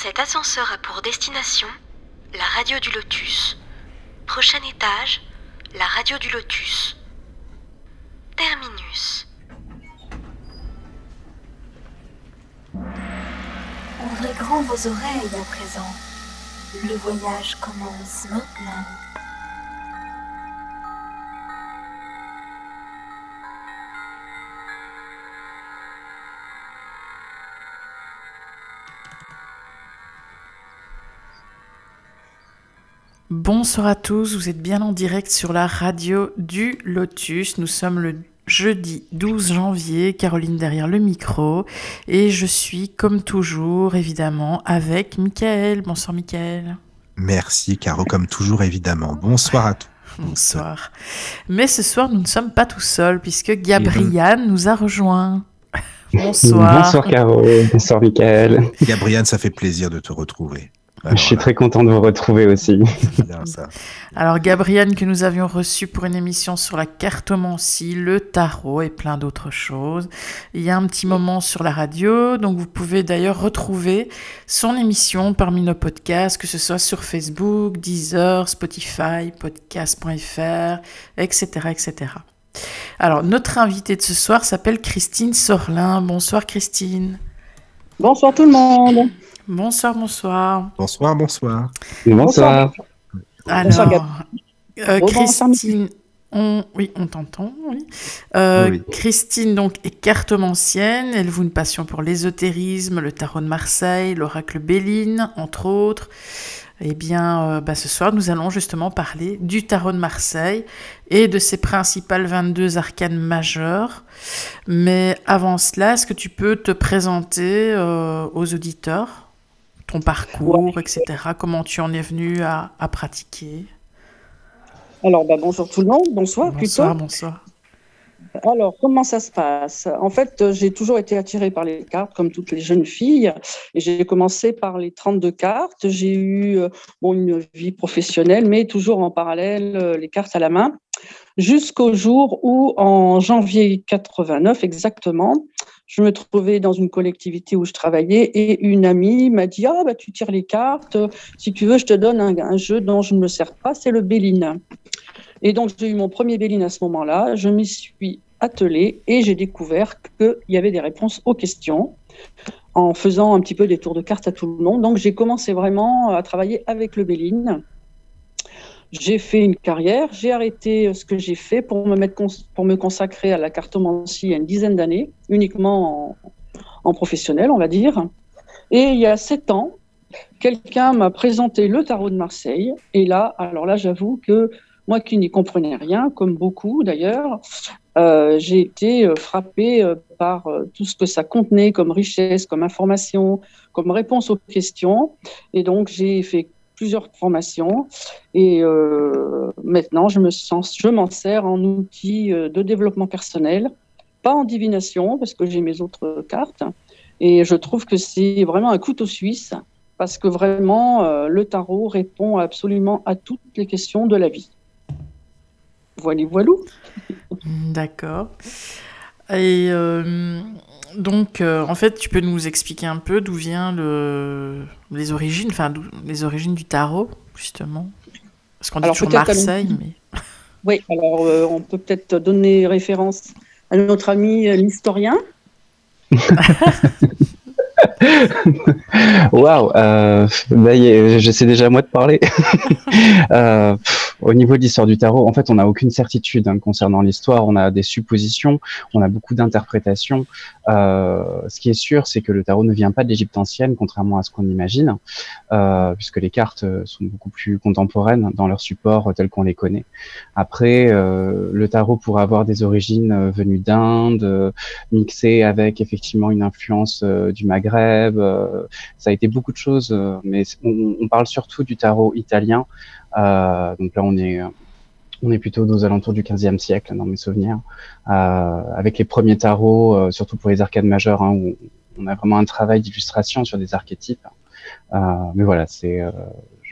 Cet ascenseur a pour destination la radio du Lotus. Prochain étage, la radio du Lotus. Terminus. Ouvrez grand vos oreilles à présent. Le voyage commence maintenant. Bonsoir à tous, vous êtes bien en direct sur la radio du Lotus. Nous sommes le jeudi 12 janvier, Caroline derrière le micro. Et je suis, comme toujours, évidemment, avec Mickaël. Bonsoir Mickaël. Merci Caro, comme toujours évidemment. Bonsoir à tous. Bonsoir. Mais ce soir, nous ne sommes pas tout seuls, puisque Gabriane nous a rejoint. Bonsoir. Bonsoir Caro, bonsoir Mickaël. Gabriane, ça fait plaisir de te retrouver. Alors, je suis très content de vous retrouver aussi. C'est bien ça. Alors Gabriane que nous avions reçue pour une émission sur la cartomancie, le tarot et plein d'autres choses. Il y a un petit moment sur la radio, donc vous pouvez d'ailleurs retrouver son émission parmi nos podcasts, que ce soit sur Facebook, Deezer, Spotify, podcast.fr, etc., etc. Alors notre invitée de ce soir s'appelle Christine Sorlin. Bonsoir Christine. Bonsoir tout le monde. Bonsoir, bonsoir. Bonsoir, bonsoir. Bonsoir. Alors, Christine, oui, on t'entend. Oui. Oui. Christine donc est cartomancienne. Elle voue une passion pour l'ésotérisme, le tarot de Marseille, l'oracle Béline, entre autres. Eh bien, ce soir, nous allons justement parler du tarot de Marseille et de ses principales 22 arcanes majeures. Mais avant cela, est-ce que tu peux te présenter aux auditeurs, ton parcours, etc. Comment tu en es venu à pratiquer? Alors, bonjour tout le monde. Bonsoir plutôt. Bonsoir. Alors, comment ça se passe? En fait, j'ai toujours été attirée par les cartes, comme toutes les jeunes filles. Et j'ai commencé par les 32 cartes. J'ai eu une vie professionnelle, mais toujours en parallèle, les cartes à la main. Jusqu'au jour où, en janvier 89 exactement, je me trouvais dans une collectivité où je travaillais et une amie m'a dit « Ah, tu tires les cartes. Si tu veux, je te donne un jeu dont je ne me sers pas, c'est le Béline. » Et donc, j'ai eu mon premier Béline à ce moment-là. Je m'y suis attelée et j'ai découvert qu'il y avait des réponses aux questions en faisant un petit peu des tours de cartes à tout le monde. Donc, j'ai commencé vraiment à travailler avec le Béline. J'ai fait une carrière. J'ai arrêté ce que j'ai fait pour me consacrer à la cartomancie il y a une dizaine d'années, uniquement en professionnel, on va dire. Et il y a 7 ans, quelqu'un m'a présenté le tarot de Marseille. Et là, j'avoue que moi qui n'y comprenais rien, comme beaucoup d'ailleurs, j'ai été frappée par tout ce que ça contenait comme richesse, comme information, comme réponse aux questions. Et donc, j'ai fait plusieurs formations et maintenant, je m'en sers en outil de développement personnel, pas en divination parce que j'ai mes autres cartes. Et je trouve que c'est vraiment un couteau suisse parce que vraiment, le tarot répond absolument à toutes les questions de la vie. Voilou. D'accord. Et donc, en fait, tu peux nous expliquer un peu d'où vient les origines du tarot, justement? Parce qu'on dit toujours Marseille, mais... Oui, alors on peut peut-être donner référence à notre ami l'historien. Waouh, je sais déjà moi de parler. Au niveau de l'histoire du tarot, en fait, on n'a aucune certitude concernant l'histoire. On a des suppositions, on a beaucoup d'interprétations. Ce qui est sûr, c'est que le tarot ne vient pas de l'Égypte ancienne, contrairement à ce qu'on imagine, puisque les cartes sont beaucoup plus contemporaines dans leur support tel qu'on les connaît. Après, le tarot pourrait avoir des origines venues d'Inde, mixées avec effectivement une influence du Maghreb. Ça a été beaucoup de choses, mais on parle surtout du tarot italien. Donc là, on est plutôt aux alentours du 15e siècle, dans mes souvenirs, avec les premiers tarots, surtout pour les arcanes majeures, où on a vraiment un travail d'illustration sur des archétypes. Mais voilà,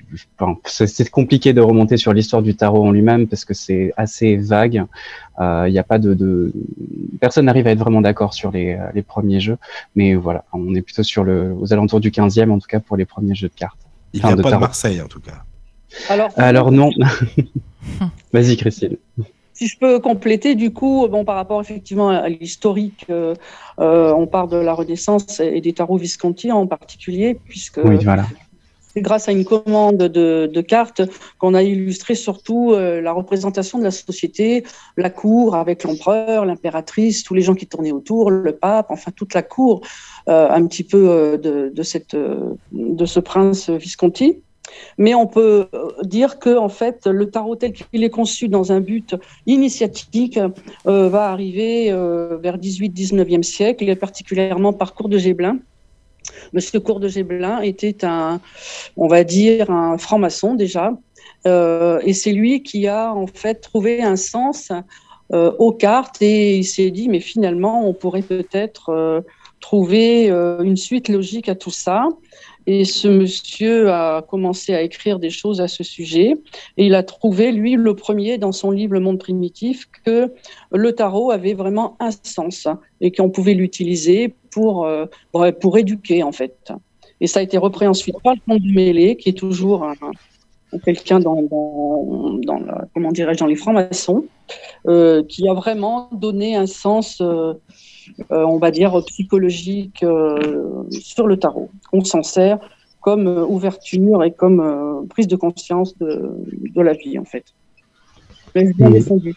c'est compliqué de remonter sur l'histoire du tarot en lui-même parce que c'est assez vague. Il y a pas personne n'arrive à être vraiment d'accord sur les premiers jeux, mais voilà, on est plutôt aux alentours du 15e en tout cas pour les premiers jeux de cartes. Il vient pas de Marseille en tout cas. Alors non. Vas-y Christine. Si je peux compléter, du coup, par rapport effectivement à l'historique, on parle de la Renaissance et des tarots Visconti en particulier, puisque oui, voilà. c'est grâce à une commande de cartes qu'on a illustré surtout la représentation de la société, la cour avec l'empereur, l'impératrice, tous les gens qui tournaient autour, le pape, enfin toute la cour, un petit peu de ce prince Visconti. Mais on peut dire que en fait, le tarot tel qu'il est conçu dans un but initiatique va arriver vers 18-19e siècle, et particulièrement par Court de Géblin. Monsieur Court de Géblin était on va dire, un franc-maçon déjà, et c'est lui qui a en fait trouvé un sens aux cartes, et il s'est dit mais finalement on pourrait peut-être trouver une suite logique à tout ça. Et ce monsieur a commencé à écrire des choses à ce sujet. Et il a trouvé, lui, le premier, dans son livre Le Monde primitif, que le tarot avait vraiment un sens et qu'on pouvait l'utiliser pour éduquer, en fait. Et ça a été repris ensuite par le comte du Mêlé, qui est toujours quelqu'un dans les francs-maçons, qui a vraiment donné un sens... on va dire, psychologique sur le tarot. On s'en sert comme ouverture et comme prise de conscience de la vie, en fait. Bien défendu.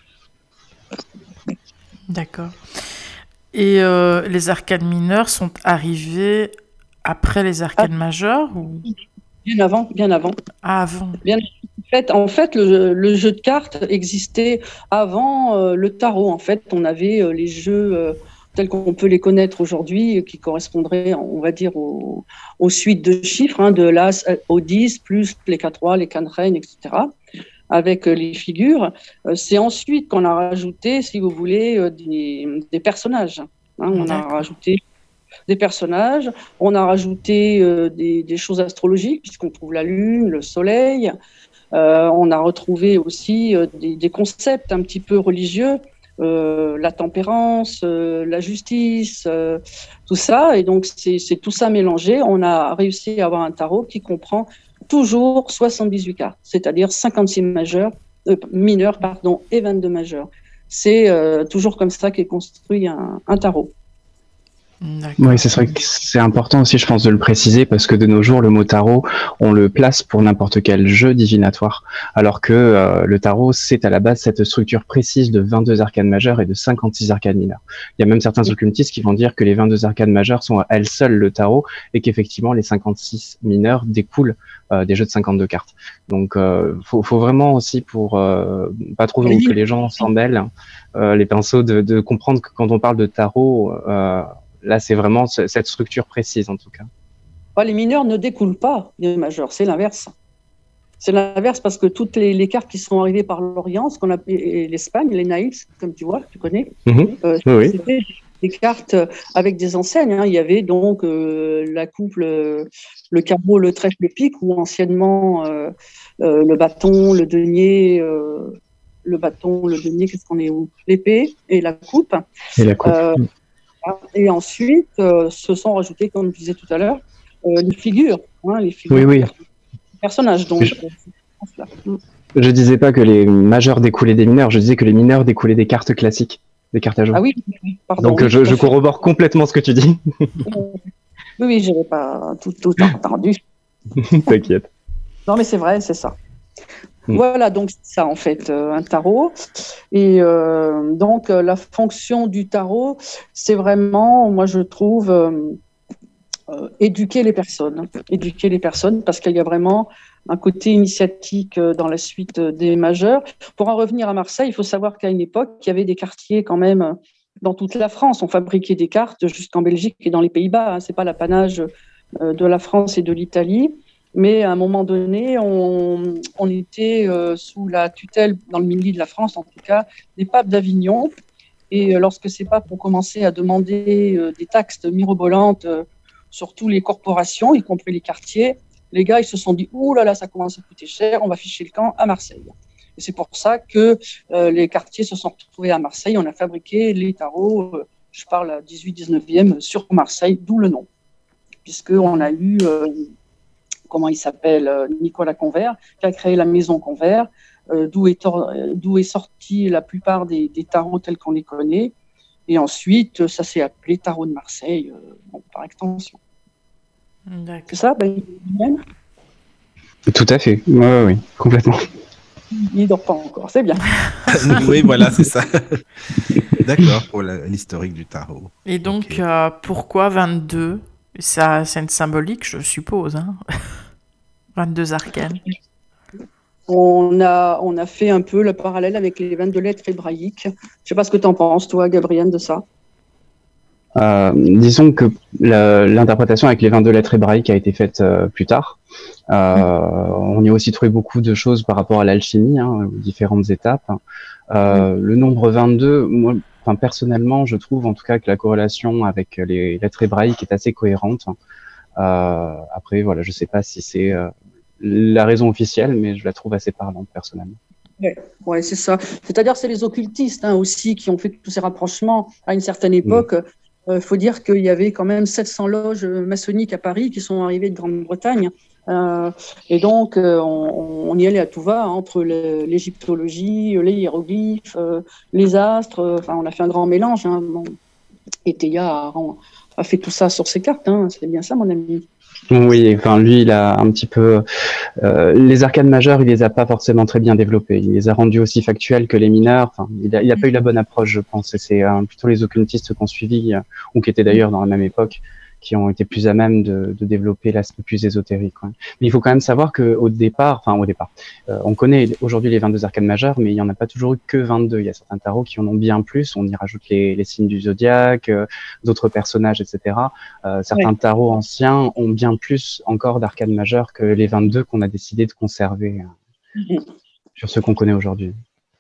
D'accord. Et les arcanes mineures sont arrivées après les arcanes majeures ou... Bien avant. Ah, avant. En fait, le jeu de cartes existait avant le tarot. En fait, on avait les jeux... tels qu'on peut les connaître aujourd'hui, qui correspondraient, on va dire, aux suites de chiffres, de l'As au 10, plus les 4 les cannes reines, etc., avec les figures. C'est ensuite qu'on a rajouté, si vous voulez, des personnages. On a rajouté des personnages, on a rajouté des choses astrologiques, puisqu'on trouve la lune, le soleil. On a retrouvé aussi des concepts un petit peu religieux, la tempérance, la justice, tout ça. Et donc, c'est tout ça mélangé. On a réussi à avoir un tarot qui comprend toujours 78 cartes, c'est-à-dire 56 mineurs et 22 majeurs. C'est toujours comme ça qu'est construit un tarot. Oui, c'est vrai que c'est important aussi, je pense, de le préciser, parce que de nos jours, le mot tarot, on le place pour n'importe quel jeu divinatoire, alors que le tarot, c'est à la base cette structure précise de 22 arcanes majeures et de 56 arcanes mineures. Il y a même certains occultistes qui vont dire que les 22 arcanes majeures sont à elles seules le tarot, et qu'effectivement, les 56 mineurs découlent des jeux de 52 cartes. Donc, faut vraiment aussi, pour pas trop que les gens s'en mêlent, les pinceaux, de comprendre que quand on parle de tarot... là, c'est vraiment cette structure précise, en tout cas. Les mineurs ne découlent pas des majeurs, c'est l'inverse. C'est l'inverse parce que toutes les cartes qui sont arrivées par l'Orient, ce qu'on appelle l'Espagne, les naïfs, comme tu vois, tu connais, c'était des cartes avec des enseignes. Il y avait donc la coupe, le carreau, le trèfle, le pique, ou anciennement le bâton, le denier, qu'est-ce qu'on est où ? L'épée et la coupe. Et la coupe. Et ensuite, se sont rajoutés, comme je disais tout à l'heure, les figures. Les figures oui. Personnages. Donc, je disais pas que les majeurs découlaient des mineurs, je disais que les mineurs découlaient des cartes classiques, des cartes à jouer. Ah oui, pardon. Donc je corrobore complètement ce que tu dis. Oui, je n'avais pas tout entendu. T'inquiète. Non, mais c'est vrai, c'est ça. Voilà, donc c'est ça en fait, un tarot. Et donc la fonction du tarot, c'est vraiment, moi je trouve, éduquer les personnes, parce qu'il y a vraiment un côté initiatique dans la suite des majeurs. Pour en revenir à Marseille, il faut savoir qu'à une époque, il y avait des quartiers quand même dans toute la France. On fabriquait des cartes jusqu'en Belgique et dans les Pays-Bas. C'est pas l'apanage de la France et de l'Italie. Mais à un moment donné, on était sous la tutelle, dans le midi de la France en tout cas, des papes d'Avignon. Et lorsque ces papes ont commencé à demander des taxes mirobolantes sur toutes les corporations, y compris les quartiers, les gars, ils se sont dit, ouh là là, ça commence à coûter cher, on va ficher le camp à Marseille. Et c'est pour ça que les quartiers se sont retrouvés à Marseille. On a fabriqué les tarots, je parle à 18-19e, sur Marseille, d'où le nom. Puisqu'on a eu, comment il s'appelle, Nicolas Convert, qui a créé la maison Convert, d'où est sorti la plupart des tarots tels qu'on les connaît. Et ensuite, ça s'est appelé Tarot de Marseille, par extension. D'accord. C'est ça, même. Tout à fait, oui, complètement. Il dort pas encore, c'est bien. Oui, voilà, c'est ça. D'accord, pour l'historique du tarot. Et donc, Ok. pourquoi 22? Ça, c'est une symbolique, je suppose. Hein 22 arcanes. On a fait un peu le parallèle avec les 22 lettres hébraïques. Je ne sais pas ce que tu en penses, toi, Gabrielle, de ça. Disons que l'interprétation avec les 22 lettres hébraïques a été faite plus tard. On y a aussi trouvé beaucoup de choses par rapport à l'alchimie, aux différentes étapes. Le nombre 22, moi, personnellement, je trouve en tout cas que la corrélation avec les lettres hébraïques est assez cohérente. Après, voilà, je ne sais pas si c'est la raison officielle, mais je la trouve assez parlante personnellement. Ouais, c'est ça. C'est-à-dire, c'est les occultistes aussi qui ont fait tous ces rapprochements à une certaine époque. Faut dire qu'il y avait quand même 700 loges maçonniques à Paris qui sont arrivées de Grande-Bretagne. Et donc, on y allait à tout va, entre l'égyptologie, les hiéroglyphes, les astres. Enfin, on a fait un grand mélange. Et Théa a fait tout ça sur ses cartes. C'est bien ça, mon ami. Oui, lui, il a un petit peu les arcanes majeures, il les a pas forcément très bien développés. Il les a rendus aussi factuels que les mineurs. Il a pas eu la bonne approche, je pense. Et c'est plutôt les occultistes qu'on suivi ou qui étaient d'ailleurs dans la même époque, qui ont été plus à même de développer l'aspect plus ésotérique. Ouais. Mais il faut quand même savoir que au départ, on connaît aujourd'hui les 22 arcanes majeures, mais il y en a pas toujours eu que 22. Il y a certains tarots qui en ont bien plus. On y rajoute les signes du zodiaque, d'autres personnages, etc. Certains tarots anciens ont bien plus encore d'arcanes majeures que les 22 qu'on a décidé de conserver sur ceux qu'on connaît aujourd'hui.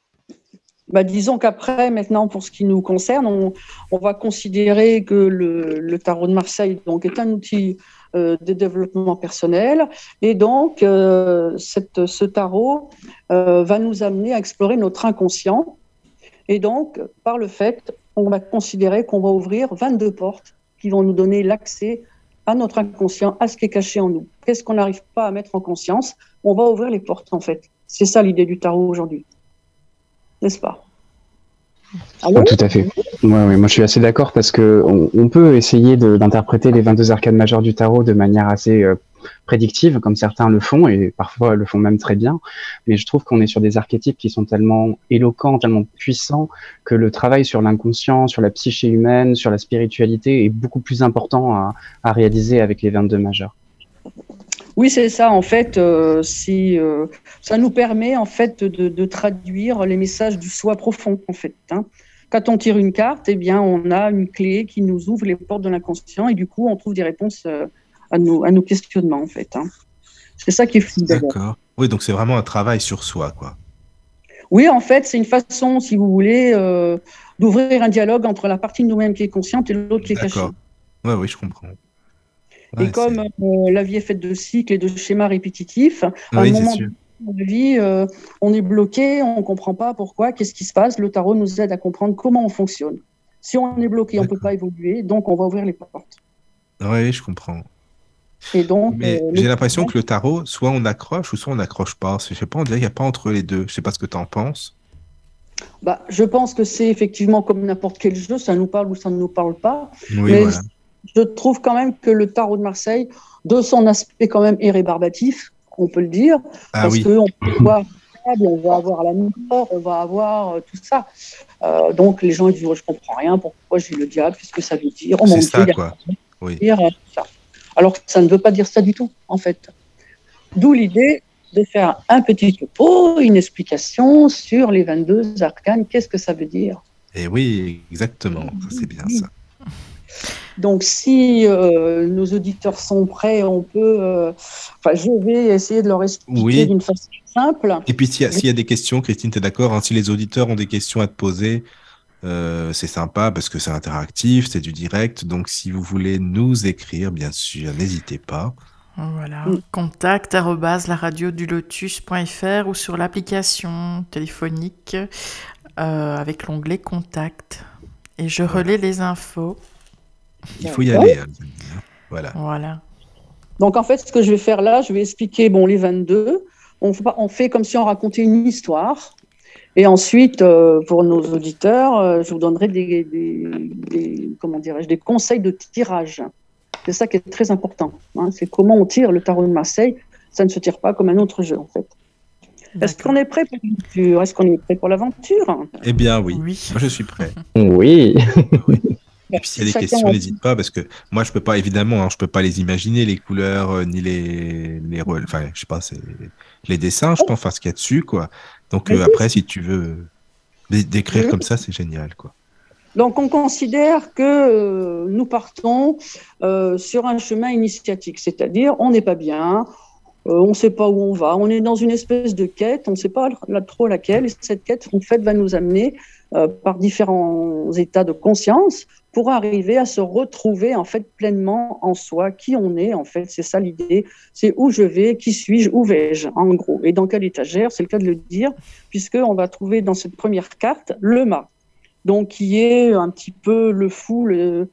Disons qu'après, maintenant, pour ce qui nous concerne, on va considérer que le tarot de Marseille donc, est un outil de développement personnel. Et donc, ce tarot va nous amener à explorer notre inconscient. Et donc, par le fait, on va considérer qu'on va ouvrir 22 portes qui vont nous donner l'accès à notre inconscient, à ce qui est caché en nous. Qu'est-ce qu'on n'arrive pas à mettre en conscience? On va ouvrir les portes, en fait. C'est ça l'idée du tarot aujourd'hui. N'est-ce pas? Tout à fait. Oui, moi je suis assez d'accord parce que on peut essayer d'interpréter les 22 arcanes majeures du tarot de manière assez prédictive, comme certains le font, et parfois le font même très bien. Mais je trouve qu'on est sur des archétypes qui sont tellement éloquents, tellement puissants, que le travail sur l'inconscient, sur la psyché humaine, sur la spiritualité est beaucoup plus important à réaliser avec les 22 majeurs. Oui, c'est ça. En fait, ça nous permet en fait de traduire les messages du soi profond. En fait, quand on tire une carte, eh bien, on a une clé qui nous ouvre les portes de l'inconscient et du coup, on trouve des réponses à nos questionnements. En fait, c'est ça qui est fou. D'accord. Oui, donc c'est vraiment un travail sur soi, quoi. Oui, en fait, c'est une façon, si vous voulez, d'ouvrir un dialogue entre la partie de nous-mêmes qui est consciente et l'autre qui est cachée. D'accord. Oui, je comprends. Et comme la vie est faite de cycles et de schémas répétitifs, à un moment de la vie, on est bloqué, on ne comprend pas pourquoi, qu'est-ce qui se passe. Le tarot nous aide à comprendre comment on fonctionne. Si on est bloqué, on ne peut pas évoluer, donc on va ouvrir les portes. Oui, je comprends. Et donc, mais j'ai l'impression que le tarot, soit on accroche ou soit on n'accroche pas. Je ne sais pas, on dirait qu'il n'y a pas entre les deux. Je ne sais pas ce que tu en penses. Je pense que c'est effectivement comme n'importe quel jeu, ça nous parle ou ça ne nous parle pas. Oui, mais voilà. je trouve quand même que le tarot de Marseille, de son aspect quand même irrébarbatif, on peut le dire, parce qu'on peut voir, on va avoir la mort, on va avoir tout ça. Donc les gens disent, je comprends rien, pourquoi j'ai le diable, qu'est-ce que ça veut dire? C'est ça, quoi. Oui. Ça. Alors que ça ne veut pas dire ça du tout, en fait. D'où l'idée de faire un petit topo, une explication sur les 22 arcanes, qu'est-ce que ça veut dire? Et oui, exactement, ça, c'est bien ça. Donc, si nos auditeurs sont prêts, on peut. Je vais essayer de leur expliquer d'une façon simple. Et puis, s'il y a des questions, Christine, tu es d'accord, si les auditeurs ont des questions à te poser, c'est sympa parce que c'est interactif, c'est du direct. Donc, si vous voulez nous écrire, bien sûr, n'hésitez pas. Voilà, contact@laradiodulotus.fr ou sur l'application téléphonique avec l'onglet Contact. Et je relais les infos. Il faut y aller, hein, les amis, hein. Voilà. Donc, en fait, ce que je vais faire là, je vais expliquer les 22. On fait comme si on racontait une histoire. Et ensuite, pour nos auditeurs, je vous donnerai des conseils de tirage. C'est ça qui est très important, hein. C'est comment on tire le tarot de Marseille. Ça ne se tire pas comme un autre jeu, en fait. Est-ce qu'on est prêt pour l'aventure ? Est-ce qu'on est prêt pour l'aventure ? Eh bien, oui. Oui. Moi, je suis prêt. Oui. Et puis, s'il y a des questions, n'hésite pas, parce que moi, je peux pas, évidemment, hein, je peux pas les imaginer, les couleurs, ni les rôles. Enfin, je sais pas, c'est les dessins, je pense, enfin, ce qu'il y a dessus, quoi. Donc, après, si tu veux décrire comme ça, c'est génial, quoi. Donc, on considère que nous partons sur un chemin initiatique, c'est-à-dire on n'est pas bien, on ne sait pas où on va, on est dans une espèce de quête, on ne sait pas trop laquelle, et cette quête, en fait, va nous amener par différents états de conscience pour arriver à se retrouver, en fait, pleinement en soi, qui on est, en fait, c'est ça l'idée, c'est où je vais, qui suis-je, où vais-je, en gros, et dans quelle étagère, c'est le cas de le dire, puisqu'on va trouver dans cette première carte le mât. Donc, qui est un petit peu le fou, le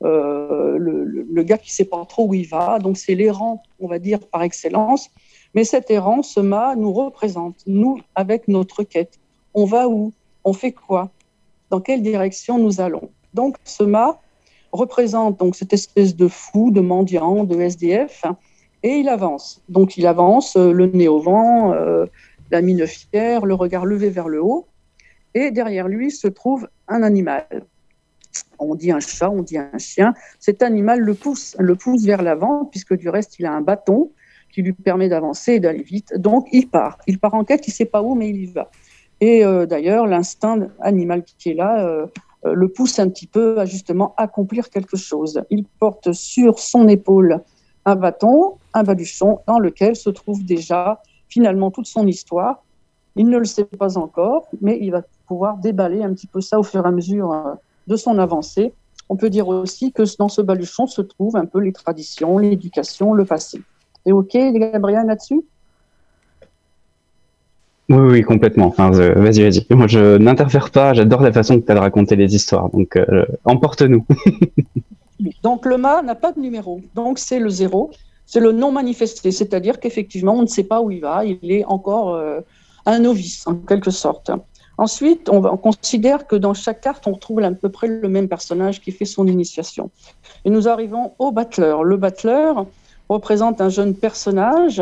gars qui ne sait pas trop où il va. Donc, c'est l'errant, on va dire, par excellence. Mais cet errant, ce mât, nous représente, nous, avec notre quête. On va où ? On fait quoi ? Dans quelle direction nous allons ? Donc, ce mât représente donc, cette espèce de fou, de mendiant, de SDF, et il avance. Donc, il avance, le nez au vent, la mine fière, le regard levé vers le haut. Et derrière lui se trouve un animal. On dit un chat, on dit un chien. Cet animal le pousse vers l'avant, puisque du reste, il a un bâton qui lui permet d'avancer et d'aller vite. Donc, il part. Il part en quête, il ne sait pas où, mais il y va. Et d'ailleurs, l'instinct animal qui est là le pousse un petit peu à justement accomplir quelque chose. Il porte sur son épaule un bâton, un baluchon, dans lequel se trouve déjà finalement toute son histoire. Il ne le sait pas encore, mais il va pouvoir déballer un petit peu ça au fur et à mesure de son avancée. On peut dire aussi que dans ce baluchon se trouvent un peu les traditions, l'éducation, le passé. C'est OK, Gabriel, là-dessus ? Oui, complètement. Enfin, vas-y. Moi, je n'interfère pas. J'adore la façon que tu as de raconter les histoires. Donc, emporte-nous. Donc, le mât n'a pas de numéro. Donc, c'est le 0. C'est le non manifesté. C'est-à-dire qu'effectivement, on ne sait pas où il va. Il est encore un novice, en quelque sorte. Ensuite, on considère que dans chaque carte, on retrouve à peu près le même personnage qui fait son initiation. Et nous arrivons au battleur. Le battleur représente un jeune personnage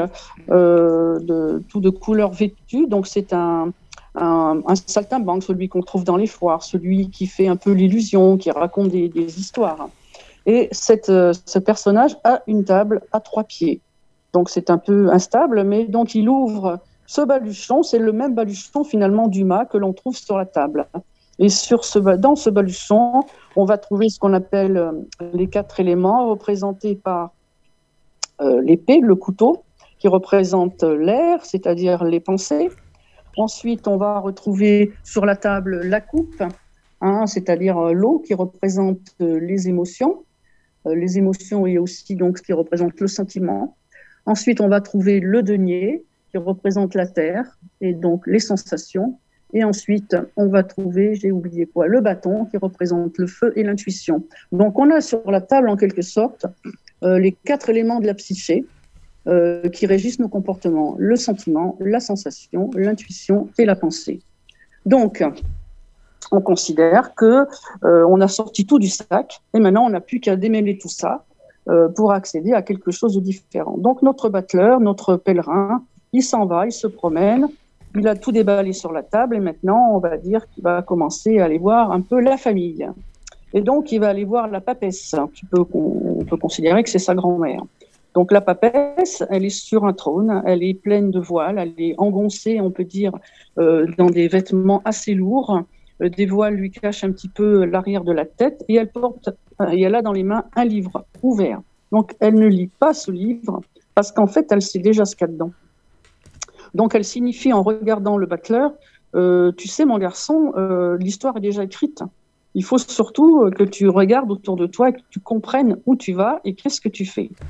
de couleur vêtue. Donc, c'est un saltimbanque, celui qu'on trouve dans les foires, celui qui fait un peu l'illusion, qui raconte des histoires. Et ce personnage a une table à 3 pieds. Donc, c'est un peu instable, mais donc il ouvre ce baluchon. C'est le même baluchon, finalement, du mât que l'on trouve sur la table. Et dans ce baluchon, on va trouver ce qu'on appelle les 4 éléments représentés par l'épée, le couteau, qui représente l'air, c'est-à-dire les pensées. Ensuite, on va retrouver sur la table la coupe, c'est-à-dire l'eau, qui représente les émotions. Les émotions et aussi donc, ce qui représente le sentiment. Ensuite, on va trouver le denier, qui représente la terre, et donc les sensations. Et ensuite, on va trouver, j'ai oublié quoi, le bâton, qui représente le feu et l'intuition. Donc, on a sur la table, en quelque sorte, les 4 éléments de la psyché qui régissent nos comportements, le sentiment, la sensation, l'intuition et la pensée. Donc, on considère qu'on a sorti tout du sac et maintenant, on n'a plus qu'à démêler tout ça pour accéder à quelque chose de différent. Donc, notre battleur, notre pèlerin, il s'en va, il se promène, il a tout déballé sur la table et maintenant, on va dire qu'il va commencer à aller voir un peu la famille. Et donc, il va aller voir la papesse. On peut considérer que c'est sa grand-mère. Donc, la papesse, elle est sur un trône, elle est pleine de voiles, elle est engoncée, on peut dire, dans des vêtements assez lourds. Des voiles lui cachent un petit peu l'arrière de la tête et elle a dans les mains un livre ouvert. Donc, elle ne lit pas ce livre parce qu'en fait, elle sait déjà ce qu'il y a dedans. Donc, elle signifie en regardant le battleur, tu sais, mon garçon, l'histoire est déjà écrite. Il faut surtout que tu regardes autour de toi et que tu comprennes où tu vas et qu'est-ce que tu fais.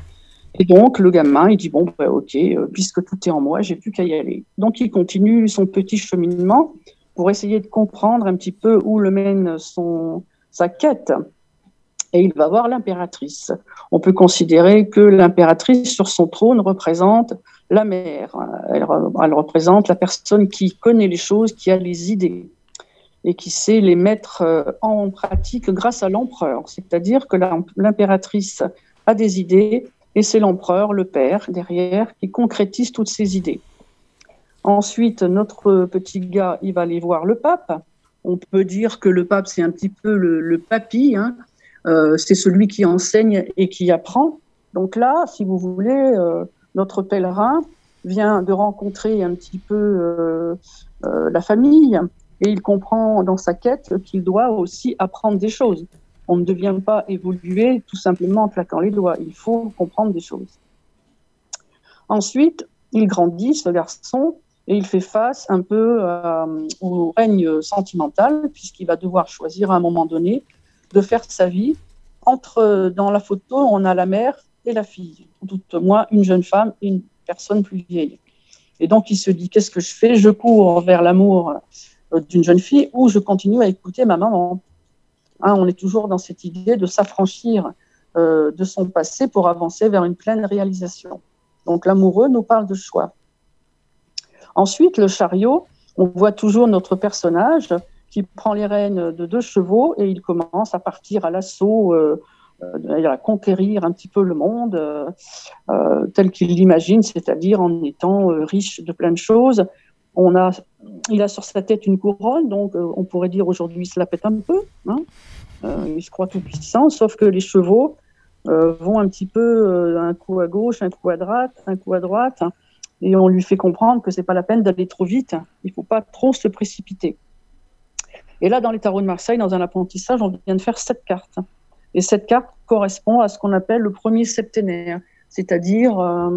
Et donc, le gamin, il dit, bon, ok, puisque tout est en moi, j'ai plus qu'à y aller. Donc, il continue son petit cheminement pour essayer de comprendre un petit peu où le mène sa quête. Et il va voir l'impératrice. On peut considérer que l'impératrice, sur son trône, représente la mère. Elle représente la personne qui connaît les choses, qui a les idées et qui sait les mettre en pratique grâce à l'empereur. C'est-à-dire que l'impératrice a des idées et c'est l'empereur, le père, derrière, qui concrétise toutes ces idées. Ensuite, notre petit gars, il va aller voir le pape. On peut dire que le pape, c'est un petit peu le papy, hein. C'est celui qui enseigne et qui apprend. Donc là, si vous voulez, notre pèlerin vient de rencontrer un petit peu la famille et il comprend dans sa quête qu'il doit aussi apprendre des choses. On ne devient pas évoluer tout simplement en claquant les doigts. Il faut comprendre des choses. Ensuite, il grandit, ce garçon, et il fait face un peu au règne sentimental, puisqu'il va devoir choisir à un moment donné de faire sa vie. Dans la photo, on a la mère et la fille, tout moins une jeune femme et une personne plus vieille. Et donc, il se dit, qu'est-ce que je fais? Je cours vers l'amour d'une jeune fille ou je continue à écouter ma maman. Hein, on est toujours dans cette idée de s'affranchir de son passé pour avancer vers une pleine réalisation. Donc, l'amoureux nous parle de choix. Ensuite, le chariot, on voit toujours notre personnage qui prend les rênes de 2 chevaux et il commence à partir à l'assaut, à conquérir un petit peu le monde tel qu'il l'imagine, c'est-à-dire en étant riche de plein de choses. Il a sur sa tête une couronne, donc on pourrait dire aujourd'hui il se la pète un peu. Hein, il se croit tout puissant, sauf que les chevaux vont un petit peu un coup à gauche, un coup à droite, hein, et on lui fait comprendre que c'est pas la peine d'aller trop vite, il faut pas trop se précipiter. Et là, dans les tarots de Marseille, dans un apprentissage, on vient de faire 7 cartes. Et cette carte correspond à ce qu'on appelle le premier septénaire, c'est-à-dire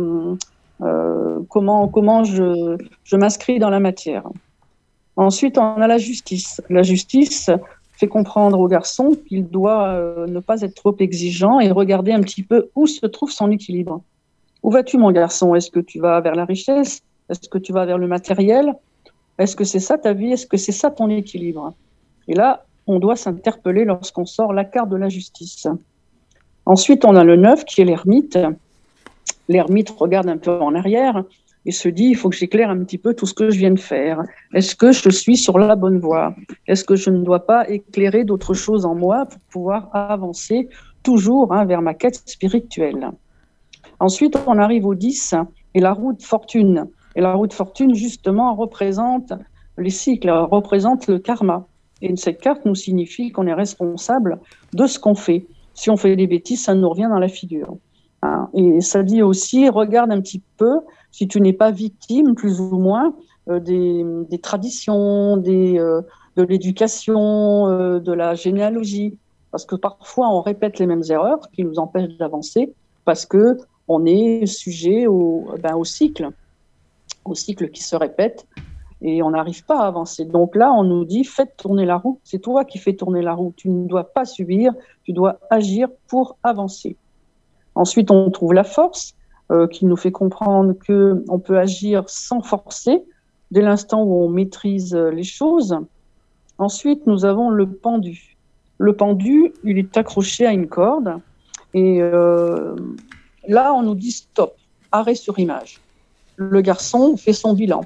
comment je m'inscris dans la matière. Ensuite, on a la justice. La justice fait comprendre au garçon qu'il doit ne pas être trop exigeant et regarder un petit peu où se trouve son équilibre. Où vas-tu, mon garçon? Est-ce que tu vas vers la richesse? Est-ce que tu vas vers le matériel? Est-ce que c'est ça ta vie? Est-ce que c'est ça ton équilibre? Et là, on doit s'interpeller lorsqu'on sort la carte de la justice. Ensuite, on a le 9 qui est l'ermite. L'ermite regarde un peu en arrière et se dit, il faut que j'éclaire un petit peu tout ce que je viens de faire. Est-ce que je suis sur la bonne voie? Est-ce que je ne dois pas éclairer d'autres choses en moi pour pouvoir avancer toujours vers ma quête spirituelle? Ensuite, on arrive au 10 et la roue de fortune. Et la roue de fortune, justement, représente les cycles, représente le karma. Et cette carte nous signifie qu'on est responsable de ce qu'on fait. Si on fait des bêtises, ça nous revient dans la figure. Hein. Et ça dit aussi, regarde un petit peu si tu n'es pas victime, plus ou moins, des traditions, de l'éducation, de la généalogie. Parce que parfois, on répète les mêmes erreurs qui nous empêchent d'avancer parce qu'on est sujet au cycle qui se répète. Et on n'arrive pas à avancer. Donc là, on nous dit, faites tourner la roue. C'est toi qui fais tourner la roue. Tu ne dois pas subir, tu dois agir pour avancer. Ensuite, on trouve la force qui nous fait comprendre qu'on peut agir sans forcer, dès l'instant où on maîtrise les choses. Ensuite, nous avons le pendu. Le pendu, il est accroché à une corde. Et là, on nous dit stop, arrêt sur image. Le garçon fait son bilan.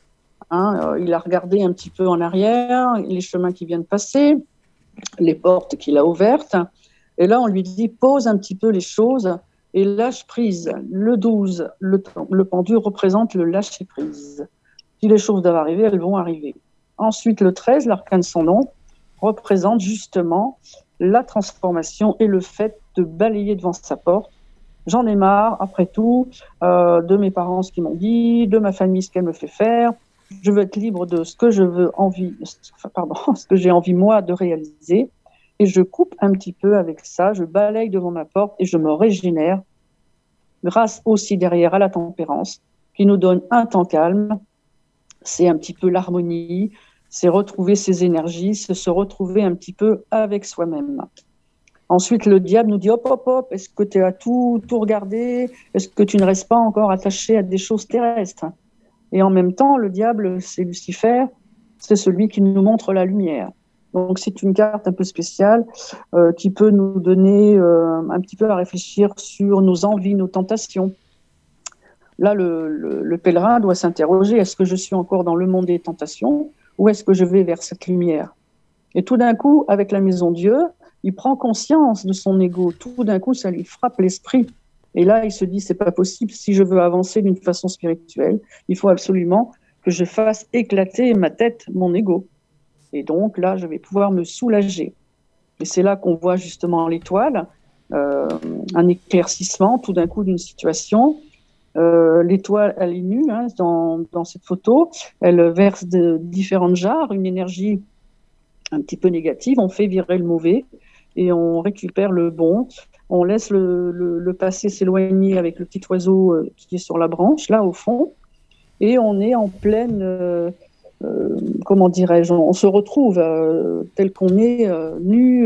Il a regardé un petit peu en arrière, les chemins qui viennent passer, les portes qu'il a ouvertes. Et là, on lui dit, pose un petit peu les choses et lâche prise. Le 12, le pendu représente le lâcher prise. Si les choses doivent arriver, elles vont arriver. Ensuite, le 13, l'arcane sans nom, représente justement la transformation et le fait de balayer devant sa porte. J'en ai marre, après tout, de mes parents, ce qu'ils m'ont dit, de ma famille, ce qu'elle me fait faire. Je veux être libre de ce que ce que j'ai envie moi de réaliser, et je coupe un petit peu avec ça, je balaye devant ma porte et je me régénère grâce aussi derrière à la tempérance qui nous donne un temps calme. C'est un petit peu l'harmonie, c'est retrouver ses énergies, c'est se retrouver un petit peu avec soi-même. Ensuite, le diable nous dit hop, hop, hop, est-ce que tu as tout regardé? Est-ce que tu ne restes pas encore attaché à des choses terrestres? Et en même temps, le diable, c'est Lucifer, c'est celui qui nous montre la lumière. Donc, c'est une carte un peu spéciale qui peut nous donner un petit peu à réfléchir sur nos envies, nos tentations. Là, le pèlerin doit s'interroger, est-ce que je suis encore dans le monde des tentations ou est-ce que je vais vers cette lumière? Et tout d'un coup, avec la Maison Dieu, il prend conscience de son ego. Tout d'un coup, ça lui frappe l'esprit. Et là, il se dit, c'est pas possible, si je veux avancer d'une façon spirituelle, il faut absolument que je fasse éclater ma tête, mon ego. Et donc là, je vais pouvoir me soulager. Et c'est là qu'on voit justement l'étoile, un éclaircissement tout d'un coup d'une situation. L'étoile, elle est nue dans cette photo. Elle verse de différentes jarres, une énergie un petit peu négative. On fait virer le mauvais et on récupère le bon. On laisse le passé s'éloigner avec le petit oiseau qui est sur la branche, là au fond. Et on est en pleine... comment dirais-je, on se retrouve tel qu'on est, nu,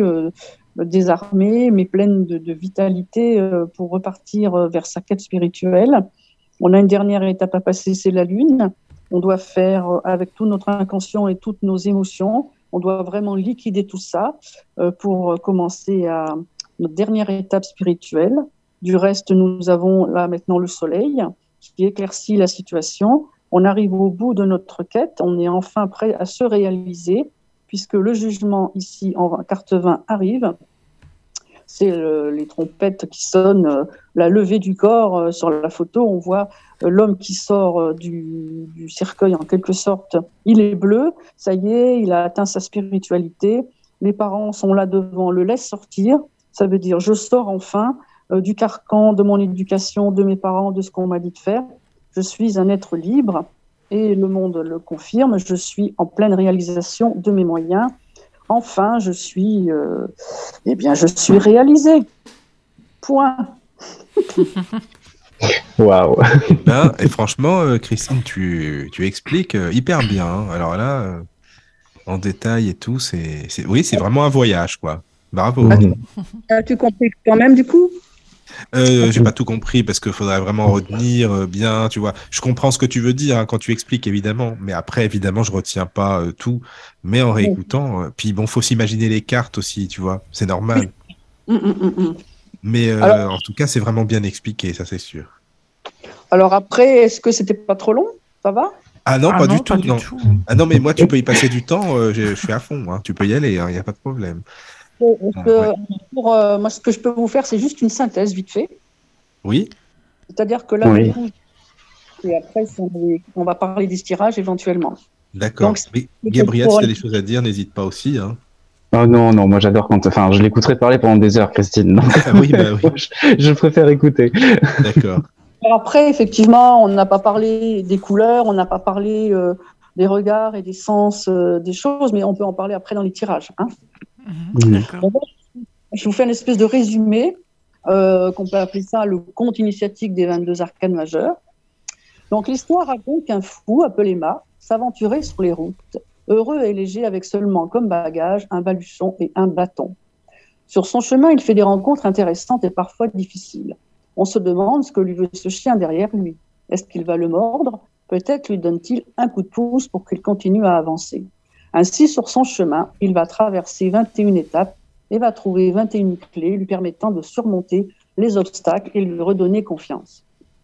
désarmé, mais pleine de vitalité pour repartir vers sa quête spirituelle. On a une dernière étape à passer, c'est la lune. On doit faire avec tout notre inconscient et toutes nos émotions, on doit vraiment liquider tout ça pour commencer à notre dernière étape spirituelle. Du reste, nous avons là maintenant le soleil qui éclaircit la situation. On arrive au bout de notre quête, on est enfin prêt à se réaliser, puisque le jugement ici en carte 20 arrive. C'est les trompettes qui sonnent, la levée du corps. Sur la photo, on voit l'homme qui sort du cercueil en quelque sorte. Il est bleu, ça y est, il a atteint sa spiritualité. Les parents sont là devant, le laissent sortir. Ça veut dire, je sors enfin du carcan de mon éducation, de mes parents, de ce qu'on m'a dit de faire. Je suis un être libre et le monde le confirme. Je suis en pleine réalisation de mes moyens. Enfin, je suis réalisée. Point. Waouh. Et franchement, Christine, tu expliques hyper bien. Hein. Alors là, en détail et tout, oui, c'est vraiment un voyage, quoi. Bravo. As-tu compris quand même, du coup? J'ai pas tout compris parce qu'il faudrait vraiment retenir bien, tu vois. Je comprends ce que tu veux dire quand tu expliques, évidemment. Mais après, évidemment, je retiens pas tout. Mais en réécoutant, puis bon, faut s'imaginer les cartes aussi, tu vois. C'est normal. Mais alors, en tout cas, c'est vraiment bien expliqué, ça c'est sûr. Alors après, est-ce que c'était pas trop long? Ça va? Ah non, pas du tout. Ah non, mais moi, tu peux y passer du temps. Je suis à fond. Hein. Tu peux y aller, il n'y a pas de problème. Moi, ce que je peux vous faire, c'est juste une synthèse vite fait. Oui. C'est-à-dire que là, du coup, et après, on va parler des tirages éventuellement. D'accord. Mais Gabriel, si tu as des choses à dire, n'hésite pas aussi. Hein. Oh non, moi j'adore enfin, je l'écouterai parler pendant des heures, Christine. Donc, oui, je préfère écouter. D'accord. Après, effectivement, on n'a pas parlé des couleurs, on n'a pas parlé des regards et des sens des choses, mais on peut en parler après dans les tirages. Hein. Donc, je vous fais une espèce de résumé, qu'on peut appeler ça le conte initiatique des 22 arcanes majeurs. Donc, l'histoire raconte qu'un fou, appelé Ma, s'aventurait sur les routes, heureux et léger avec seulement comme bagage un baluchon et un bâton. Sur son chemin, il fait des rencontres intéressantes et parfois difficiles. On se demande ce que lui veut ce chien derrière lui. Est-ce qu'il va le mordre? Peut-être lui donne-t-il un coup de pouce pour qu'il continue à avancer. Ainsi, sur son chemin, il va traverser 21 étapes et va trouver 21 clés lui permettant de surmonter les obstacles et lui redonner confiance.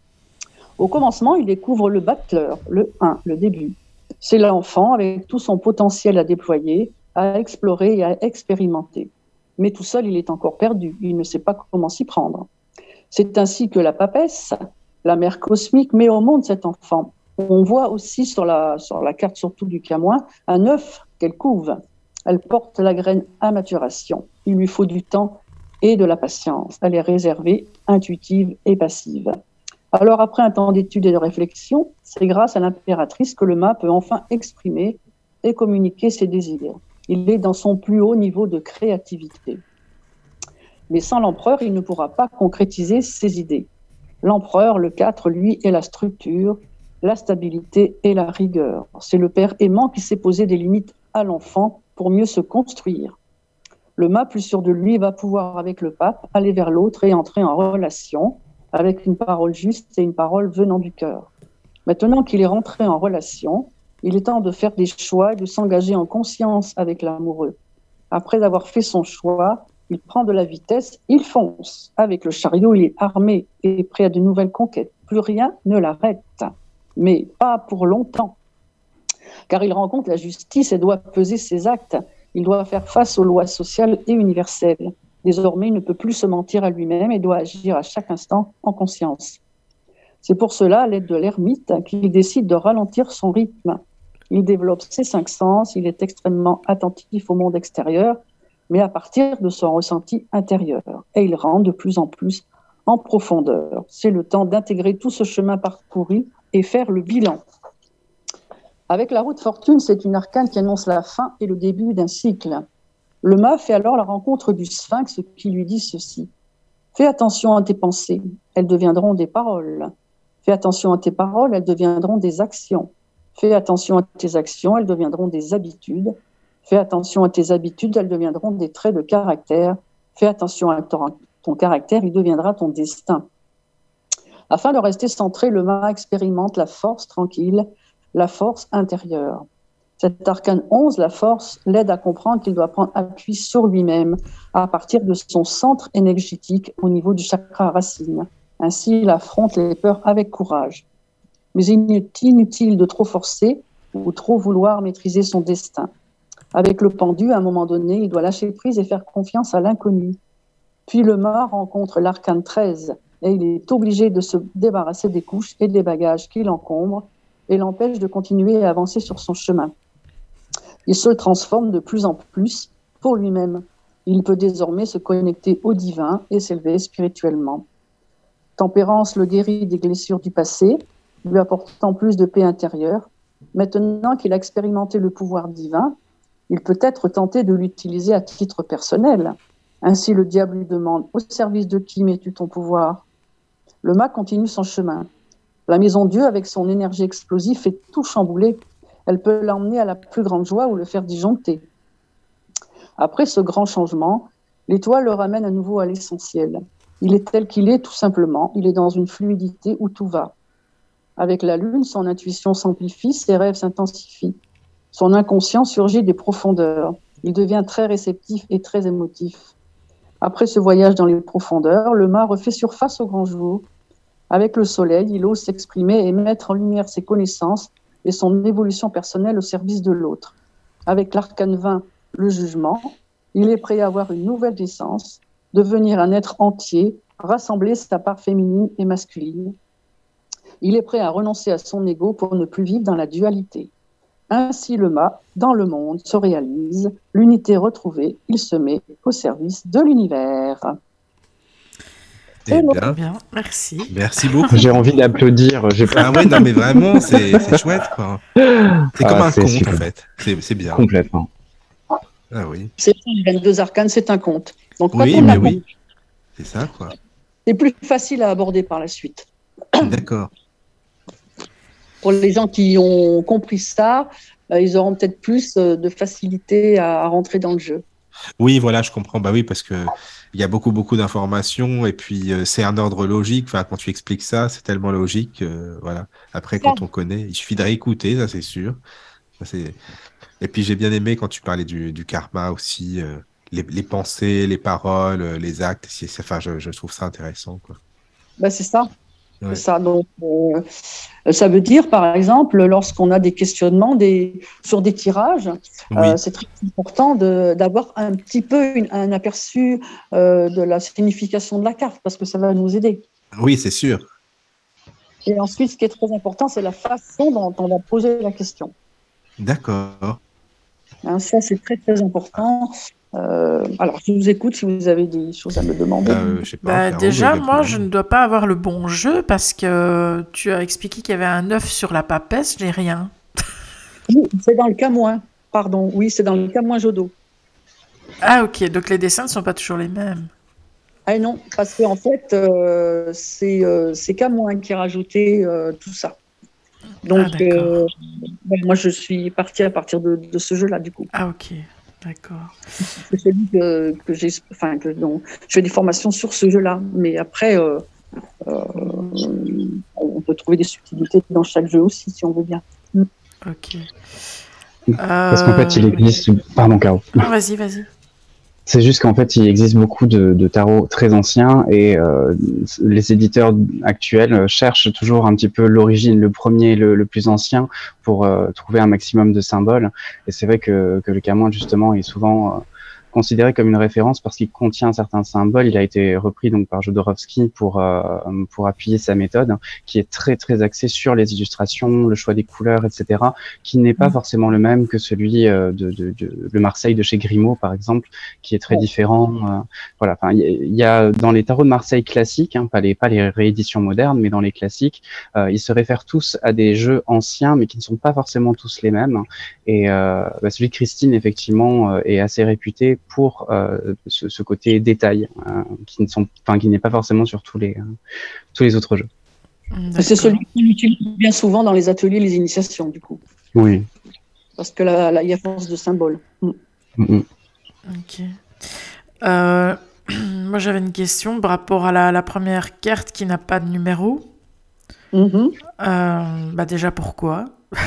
Au commencement, il découvre le battleur, le 1, le début. C'est l'enfant avec tout son potentiel à déployer, à explorer et à expérimenter. Mais tout seul, il est encore perdu. Il ne sait pas comment s'y prendre. C'est ainsi que la papesse, la mère cosmique, met au monde cet enfant. On voit aussi sur la carte, surtout du Camoin, un œuf qu'elle couve. Elle porte la graine à maturation. Il lui faut du temps et de la patience. Elle est réservée, intuitive et passive. Alors, après un temps d'étude et de réflexion, c'est grâce à l'impératrice que le Ma peut enfin exprimer et communiquer ses désirs. Il est dans son plus haut niveau de créativité. Mais sans l'empereur, il ne pourra pas concrétiser ses idées. L'empereur, le 4, lui, est la structure, la stabilité et la rigueur. C'est le père aimant qui s'est posé des limites à l'enfant pour mieux se construire. Le mât, plus sûr de lui, va pouvoir, avec le pape, aller vers l'autre et entrer en relation avec une parole juste et une parole venant du cœur. Maintenant qu'il est rentré en relation, il est temps de faire des choix et de s'engager en conscience avec l'amoureux. Après avoir fait son choix, il prend de la vitesse, il fonce. Avec le chariot, il est armé et prêt à de nouvelles conquêtes. Plus rien ne l'arrête, mais pas pour longtemps. Car il rencontre la justice et doit peser ses actes. Il doit faire face aux lois sociales et universelles. Désormais, il ne peut plus se mentir à lui-même et doit agir à chaque instant en conscience. C'est pour cela, à l'aide de l'ermite, qu'il décide de ralentir son rythme. Il développe ses 5 sens, il est extrêmement attentif au monde extérieur, mais à partir de son ressenti intérieur. Et il rentre de plus en plus en profondeur. C'est le temps d'intégrer tout ce chemin parcouru et faire le bilan. Avec la roue de fortune, c'est une arcane qui annonce la fin et le début d'un cycle. Le mât fait alors la rencontre du sphinx qui lui dit ceci. Fais attention à tes pensées, elles deviendront des paroles. Fais attention à tes paroles, elles deviendront des actions. Fais attention à tes actions, elles deviendront des habitudes. Fais attention à tes habitudes, elles deviendront des traits de caractère. Fais attention à ton caractère, il deviendra ton destin. Afin de rester centré, le mât expérimente la force tranquille, la force intérieure. Cet arcane 11, la force, l'aide à comprendre qu'il doit prendre appui sur lui-même à partir de son centre énergétique au niveau du chakra racine. Ainsi, il affronte les peurs avec courage. Mais il est inutile de trop forcer ou trop vouloir maîtriser son destin. Avec le pendu, à un moment donné, il doit lâcher prise et faire confiance à l'inconnu. Puis le mât rencontre l'arcane 13 et il est obligé de se débarrasser des couches et des bagages qui l'encombrent et l'empêchent de continuer à avancer sur son chemin. Il se transforme de plus en plus pour lui-même. Il peut désormais se connecter au divin et s'élever spirituellement. Tempérance le guérit des blessures du passé, lui apportant plus de paix intérieure. Maintenant qu'il a expérimenté le pouvoir divin, il peut être tenté de l'utiliser à titre personnel. Ainsi, le diable lui demande « Au service de qui mets-tu ton pouvoir ?» Le mât continue son chemin. La maison Dieu, avec son énergie explosive, fait tout chambouler. Elle peut l'emmener à la plus grande joie ou le faire disjoncter. Après ce grand changement, l'étoile le ramène à nouveau à l'essentiel. Il est tel qu'il est, tout simplement. Il est dans une fluidité où tout va. Avec la lune, son intuition s'amplifie, ses rêves s'intensifient. Son inconscient surgit des profondeurs. Il devient très réceptif et très émotif. Après ce voyage dans les profondeurs, le mât refait surface au grand jour. Avec le soleil, il ose s'exprimer et mettre en lumière ses connaissances et son évolution personnelle au service de l'autre. Avec l'arcane 20, le jugement, il est prêt à avoir une nouvelle naissance, devenir un être entier, rassembler sa part féminine et masculine. Il est prêt à renoncer à son ego pour ne plus vivre dans la dualité. Ainsi, le mât, dans le monde, se réalise, l'unité retrouvée, il se met au service de l'univers. Eh bien, Bien, merci. merci beaucoup. J'ai envie d'applaudir. Ah ouais, non, mais vraiment, c'est chouette, quoi. C'est comme un c'est conte, super. en fait. C'est bien. Complètement. Ah oui. C'est les 22 arcanes, c'est un conte. Donc, quand Oui, on mais a oui. compris, C'est ça, quoi. c'est plus facile à aborder par la suite. D'accord. Pour les gens qui ont compris ça, ils auront peut-être plus de facilité à rentrer dans le jeu. Oui, voilà, je comprends. Bah oui, parce que il y a beaucoup d'informations et puis c'est un ordre logique. Enfin, quand tu expliques ça, c'est tellement logique. Voilà. Après, quand on connaît, il suffit de réécouter, ça c'est sûr. Ça, c'est... Et puis j'ai bien aimé quand tu parlais du karma aussi, les pensées, les paroles, les actes. Enfin, je trouve ça intéressant, quoi. Ben, c'est ça. Ouais. C'est ça. Donc, ça veut dire, par exemple, lorsqu'on a des questionnements sur des tirages, Oui, c'est très important d'avoir un petit peu un aperçu de la signification de la carte, parce que ça va nous aider. oui, c'est sûr. Et ensuite, ce qui est très important, c'est la façon dont on va poser la question. D'accord. Hein, ça, c'est très, très important. Alors, je vous écoute si vous avez des choses à me demander. Je sais pas. Caro, Déjà, il y a moi, plus je long. ne dois pas avoir le bon jeu parce que tu as expliqué qu'il y avait un œuf sur la papesse, j'ai rien. Oui, c'est dans le Camoin. Pardon, oui, c'est dans le Camoin Jodo. Ah, ok, donc les dessins ne sont pas toujours les mêmes. Ah non, parce qu'en fait, c'est Camoin qui a rajouté tout ça. Donc, Ah, d'accord. moi, je suis partie à partir de ce jeu-là, du coup. Ah, ok. D'accord. C'est celui dont je fais des formations sur ce jeu-là. Mais après, on peut trouver des subtilités dans chaque jeu aussi, si on veut bien. Ok. Parce qu'en fait, il existe. Pardon, Caro. Non, vas-y. C'est juste qu'en fait, il existe beaucoup de tarots très anciens et les éditeurs actuels cherchent toujours un petit peu l'origine, le premier, le plus ancien, pour trouver un maximum de symboles. Et c'est vrai que le Camoin, justement, est souvent considéré comme une référence parce qu'il contient certains symboles. Il a été repris donc par Jodorowsky pour appuyer sa méthode, qui est très très axée sur les illustrations, le choix des couleurs, etc., qui n'est pas forcément le même que celui de le Marseille de chez Grimaud, par exemple, qui est très différent. Voilà. Enfin, il y a dans les tarots de Marseille classiques, pas les rééditions modernes, mais dans les classiques, ils se réfèrent tous à des jeux anciens, mais qui ne sont pas forcément tous les mêmes. Et celui de Christine, effectivement, est assez réputé pour ce côté détail qui n'est pas forcément sur tous les autres jeux. C'est celui qu'on utilise bien souvent dans les ateliers, les initiations, du coup. Oui. Parce que là, il y a force de symbole. Ok. Moi, j'avais une question par rapport à la première carte qui n'a pas de numéro. Déjà, pourquoi?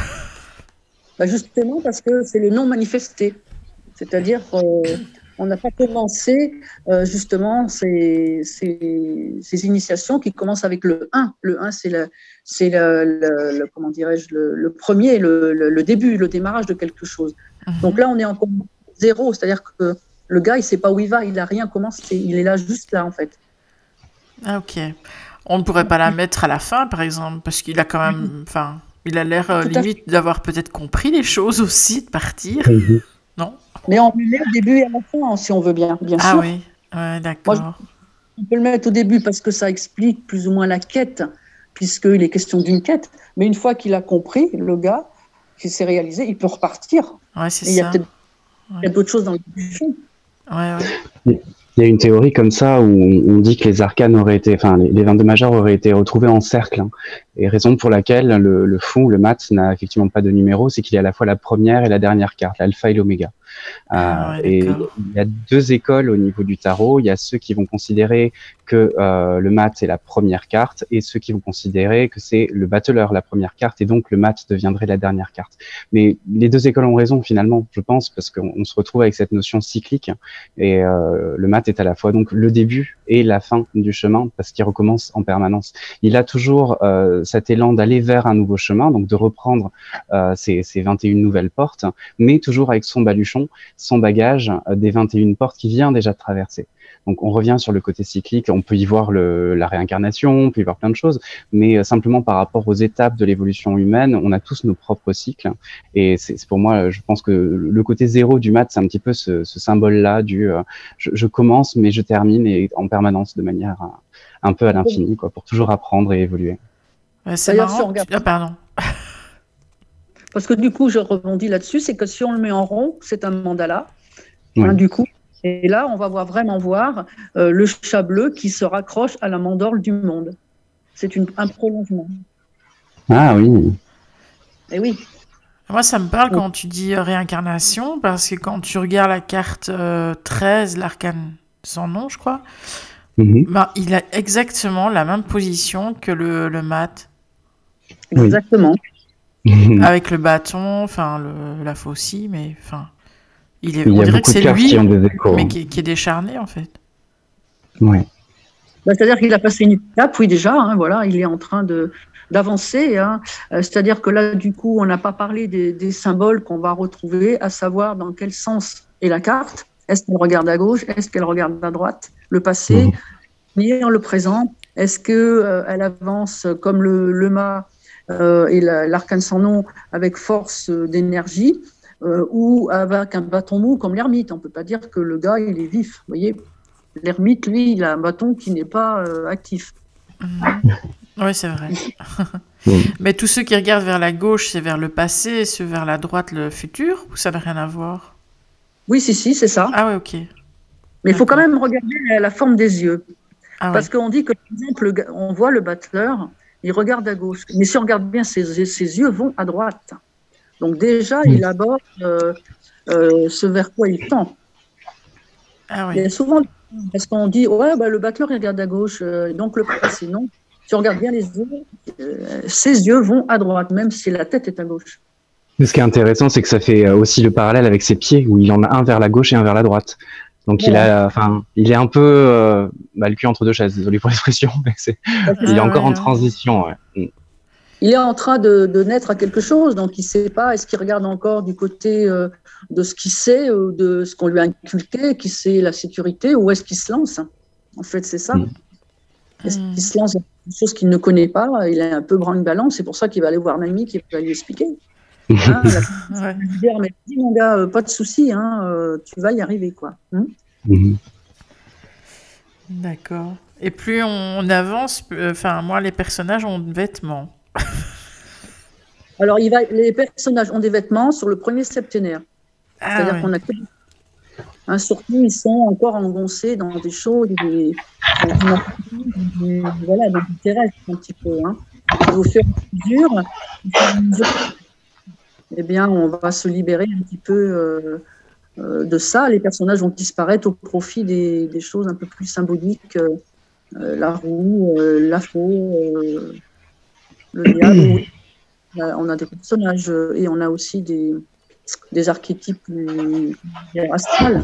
Justement parce que c'est le non manifesté. C'est-à-dire on n'a pas commencé justement ces initiations qui commencent avec le 1. Le 1, c'est comment dirais-je, le premier, le début, le démarrage de quelque chose. Donc là, on est encore 0, c'est-à-dire que le gars, il ne sait pas où il va, il n'a rien commencé, il est là, juste là, en fait. Ah, ok. On ne pourrait pas la mettre à la fin, par exemple, parce qu'il a quand même... Enfin, il a l'air limite d'avoir peut-être compris les choses aussi, de partir. Non? Mais on le met au début et à la fin, si on veut bien sûr. Ah oui, ouais, d'accord. On peut le mettre au début parce que ça explique plus ou moins la quête, puisqu'il est question d'une quête. Mais une fois qu'il a compris, le gars, qui s'est réalisé, il peut repartir. Ouais, c'est ça. Il y a d'autres choses dans le bouchon. Ouais. Il y a une théorie comme ça où on dit que les arcanes auraient été, enfin les 22 majeurs auraient été retrouvés en cercle. Et raison pour laquelle le fond, le mat, n'a effectivement pas de numéro, c'est qu'il y a à la fois la première et la dernière carte, l'alpha et l'oméga. Et il y a deux écoles au niveau du tarot. Il y a ceux qui vont considérer que le mat est la première carte et ceux qui vont considérer que c'est le battleur la première carte et donc le mat deviendrait la dernière carte. Mais les deux écoles ont raison finalement, je pense, parce qu'on se retrouve avec cette notion cyclique et le mat est à la fois donc le début et la fin du chemin parce qu'il recommence en permanence. Il a toujours cet élan d'aller vers un nouveau chemin, donc de reprendre ces 21 nouvelles portes, mais toujours avec son baluchon, son bagage des 21 portes qu'il vient déjà de traverser. Donc on revient sur le côté cyclique, on peut y voir la réincarnation, on peut y voir plein de choses, mais simplement par rapport aux étapes de l'évolution humaine, on a tous nos propres cycles. Et c'est pour moi, je pense que le côté zéro du mat, c'est un petit peu ce symbole-là du je commence mais je termine et en permanence de manière un peu à l'infini, quoi, pour toujours apprendre et évoluer. C'est marrant. Pardon. Parce que du coup, je rebondis là-dessus, c'est que si on le met en rond, c'est un mandala, oui. Du coup. Et là, on va vraiment voir le chat bleu qui se raccroche à la mandorle du monde. C'est un prolongement. Ah oui. Et oui. Moi, ça me parle quand tu dis réincarnation, parce que quand tu regardes la carte 13, l'arcane sans nom, je crois, il a exactement la même position que le mat. Exactement. Avec le bâton, enfin la faucille, mais enfin... on dirait que c'est lui, mais qui est décharné, en fait. Oui. C'est-à-dire qu'il a passé une étape, oui, déjà, voilà, il est en train d'avancer. C'est-à-dire que là, du coup, on n'a pas parlé des symboles qu'on va retrouver, à savoir dans quel sens est la carte. Est-ce qu'elle regarde à gauche? Est-ce qu'elle regarde à droite? Le passé, le présent? Est-ce qu'elle avance comme le mât et l'arcane sans nom avec force d'énergie? Ou avec un bâton mou comme l'ermite. On ne peut pas dire que le gars, il est vif. Vous voyez, l'ermite, lui, il a un bâton qui n'est pas actif. Oui, c'est vrai. Mais tous ceux qui regardent vers la gauche, c'est vers le passé, et ceux vers la droite, le futur, ou ça n'a rien à voir? Oui, si, c'est ça. Ah oui, ok. Mais il faut quand même regarder la forme des yeux. Parce qu'on dit que, par exemple, on voit le battleur, il regarde à gauche. Mais si on regarde bien, ses yeux vont à droite. Donc déjà, il aborde ce vers quoi il tend. Ah Il y oui. a souvent, parce qu'on dit, ouais, le battleur, il regarde à gauche, donc le passé, non. Si on regarde bien les yeux, ses yeux vont à droite, même si la tête est à gauche. Mais ce qui est intéressant, c'est que ça fait aussi le parallèle avec ses pieds, où il en a un vers la gauche et un vers la droite. Donc Voilà. il est un peu le cul entre deux chaises, désolé pour l'expression, mais il est Ah encore ouais, en ouais. transition. Ouais. Il est en train de naître à quelque chose, donc il ne sait pas, est-ce qu'il regarde encore du côté de ce qu'il sait, ou de ce qu'on lui a inculqué, qui c'est la sécurité, ou est-ce qu'il se lance? En fait, c'est ça. Est-ce qu'il se lance dans quelque chose qu'il ne connaît pas? Il est un peu branle-ballant, c'est pour ça qu'il va aller voir Mamie qui va lui expliquer. Hein, la Ouais. va lui dire, mais dis mon gars, pas de souci, tu vas y arriver, quoi. D'accord. Et plus on avance, enfin, moi, les personnages ont des vêtements. Alors, les personnages ont des vêtements sur le premier septénaire. Ah C'est-à-dire oui. qu'on a que surtout, ils sont encore engoncés dans des choses, voilà, dans du terrestre un petit peu. Et au fur et à mesure, eh bien, on va se libérer un petit peu de ça. Les personnages vont disparaître au profit des choses un peu plus symboliques, la roue, l'afro, le diable. Oui. On a des personnages et on a aussi des archétypes plus astrales.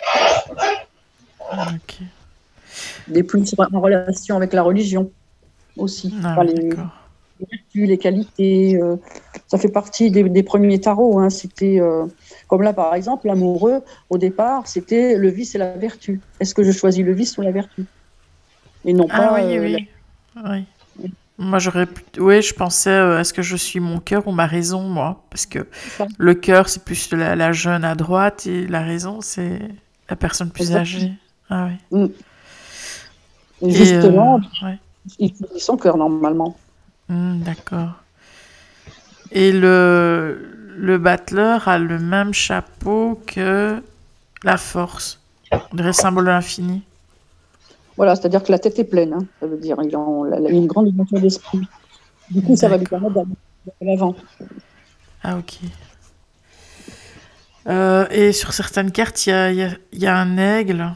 Ok. Des plus en relation avec la religion aussi. Ah Enfin, oui, les d'accord. vertus, les qualités, ça fait partie des premiers tarots. C'était comme là, par exemple, l'amoureux, au départ, c'était le vice et la vertu. Est-ce que je choisis le vice ou la vertu? Et non Ah pas oui, oui. Oui. Moi, oui, je pensais, est-ce que je suis mon cœur ou ma raison, moi? Parce que le cœur, c'est plus la jeune à droite et la raison, c'est la personne plus âgée. Ah oui. Et justement, ouais. il faut son cœur normalement. D'accord. Et le battleur a le même chapeau que la force, le symbole de l'infini. Voilà, c'est-à-dire que la tête est pleine. Ça veut dire il a une grande dimension d'esprit. Du coup, ça va lui permettre d'aller de l'avant. Ah ok. Et sur certaines cartes, il y a un aigle.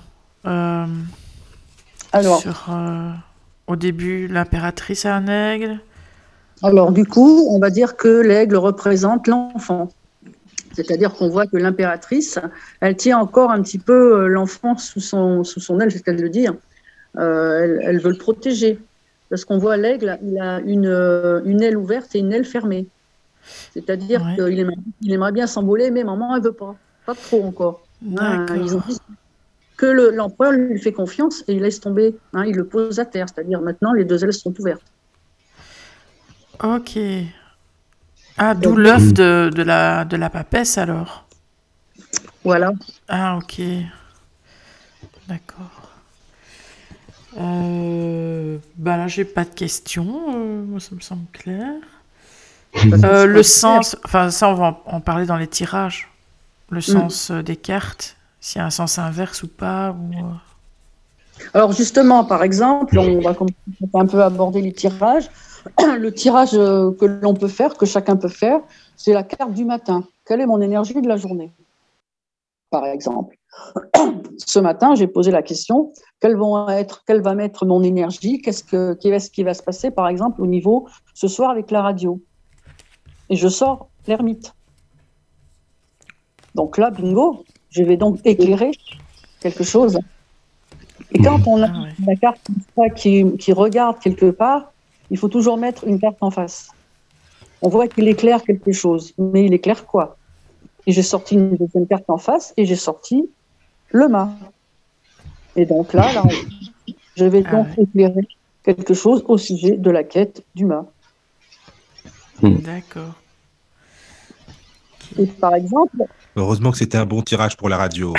Alors, au début, l'impératrice a un aigle. Alors, du coup, on va dire que l'aigle représente l'enfant. C'est-à-dire qu'on voit que l'impératrice, elle tient encore un petit peu l'enfant sous son aile, c'est ce qu'elle veut dire. Elle veut le protéger. Parce qu'on voit l'aigle, il a une aile ouverte et une aile fermée. C'est-à-dire qu'il aimerait bien s'envoler, mais maman, elle ne veut pas. Pas trop encore. Ils ont dit que l'empereur lui fait confiance et il laisse tomber. Il le pose à terre. C'est-à-dire maintenant, les deux ailes sont ouvertes. Ok. Ah, d'où l'œuf de la papesse alors. Voilà. Ah, ok. D'accord. Là, j'ai pas de questions. Moi, ça me semble clair. Le sens, enfin, ça, on va en parler dans les tirages. Le sens des cartes, s'il y a un sens inverse ou pas. Alors, justement, par exemple, on va un peu aborder les tirages. Le tirage que l'on peut faire, que chacun peut faire, c'est la carte du matin. Quelle est mon énergie de la journée, par exemple? Ce matin, j'ai posé la question, quelle va m'être mon énergie? Qu'est-ce qui va se passer, par exemple, au niveau ce soir avec la radio? Et je sors l'ermite. Donc là, bingo, je vais donc éclairer quelque chose. Et quand on a la carte qui regarde quelque part, il faut toujours mettre une carte en face. On voit qu'il éclaire quelque chose, mais il éclaire quoi? Et j'ai sorti une deuxième carte en face et j'ai sorti le mât. Et donc là je vais donc éclairer quelque chose au sujet de la quête du mât. D'accord. Et par exemple... Heureusement que c'était un bon tirage pour la radio.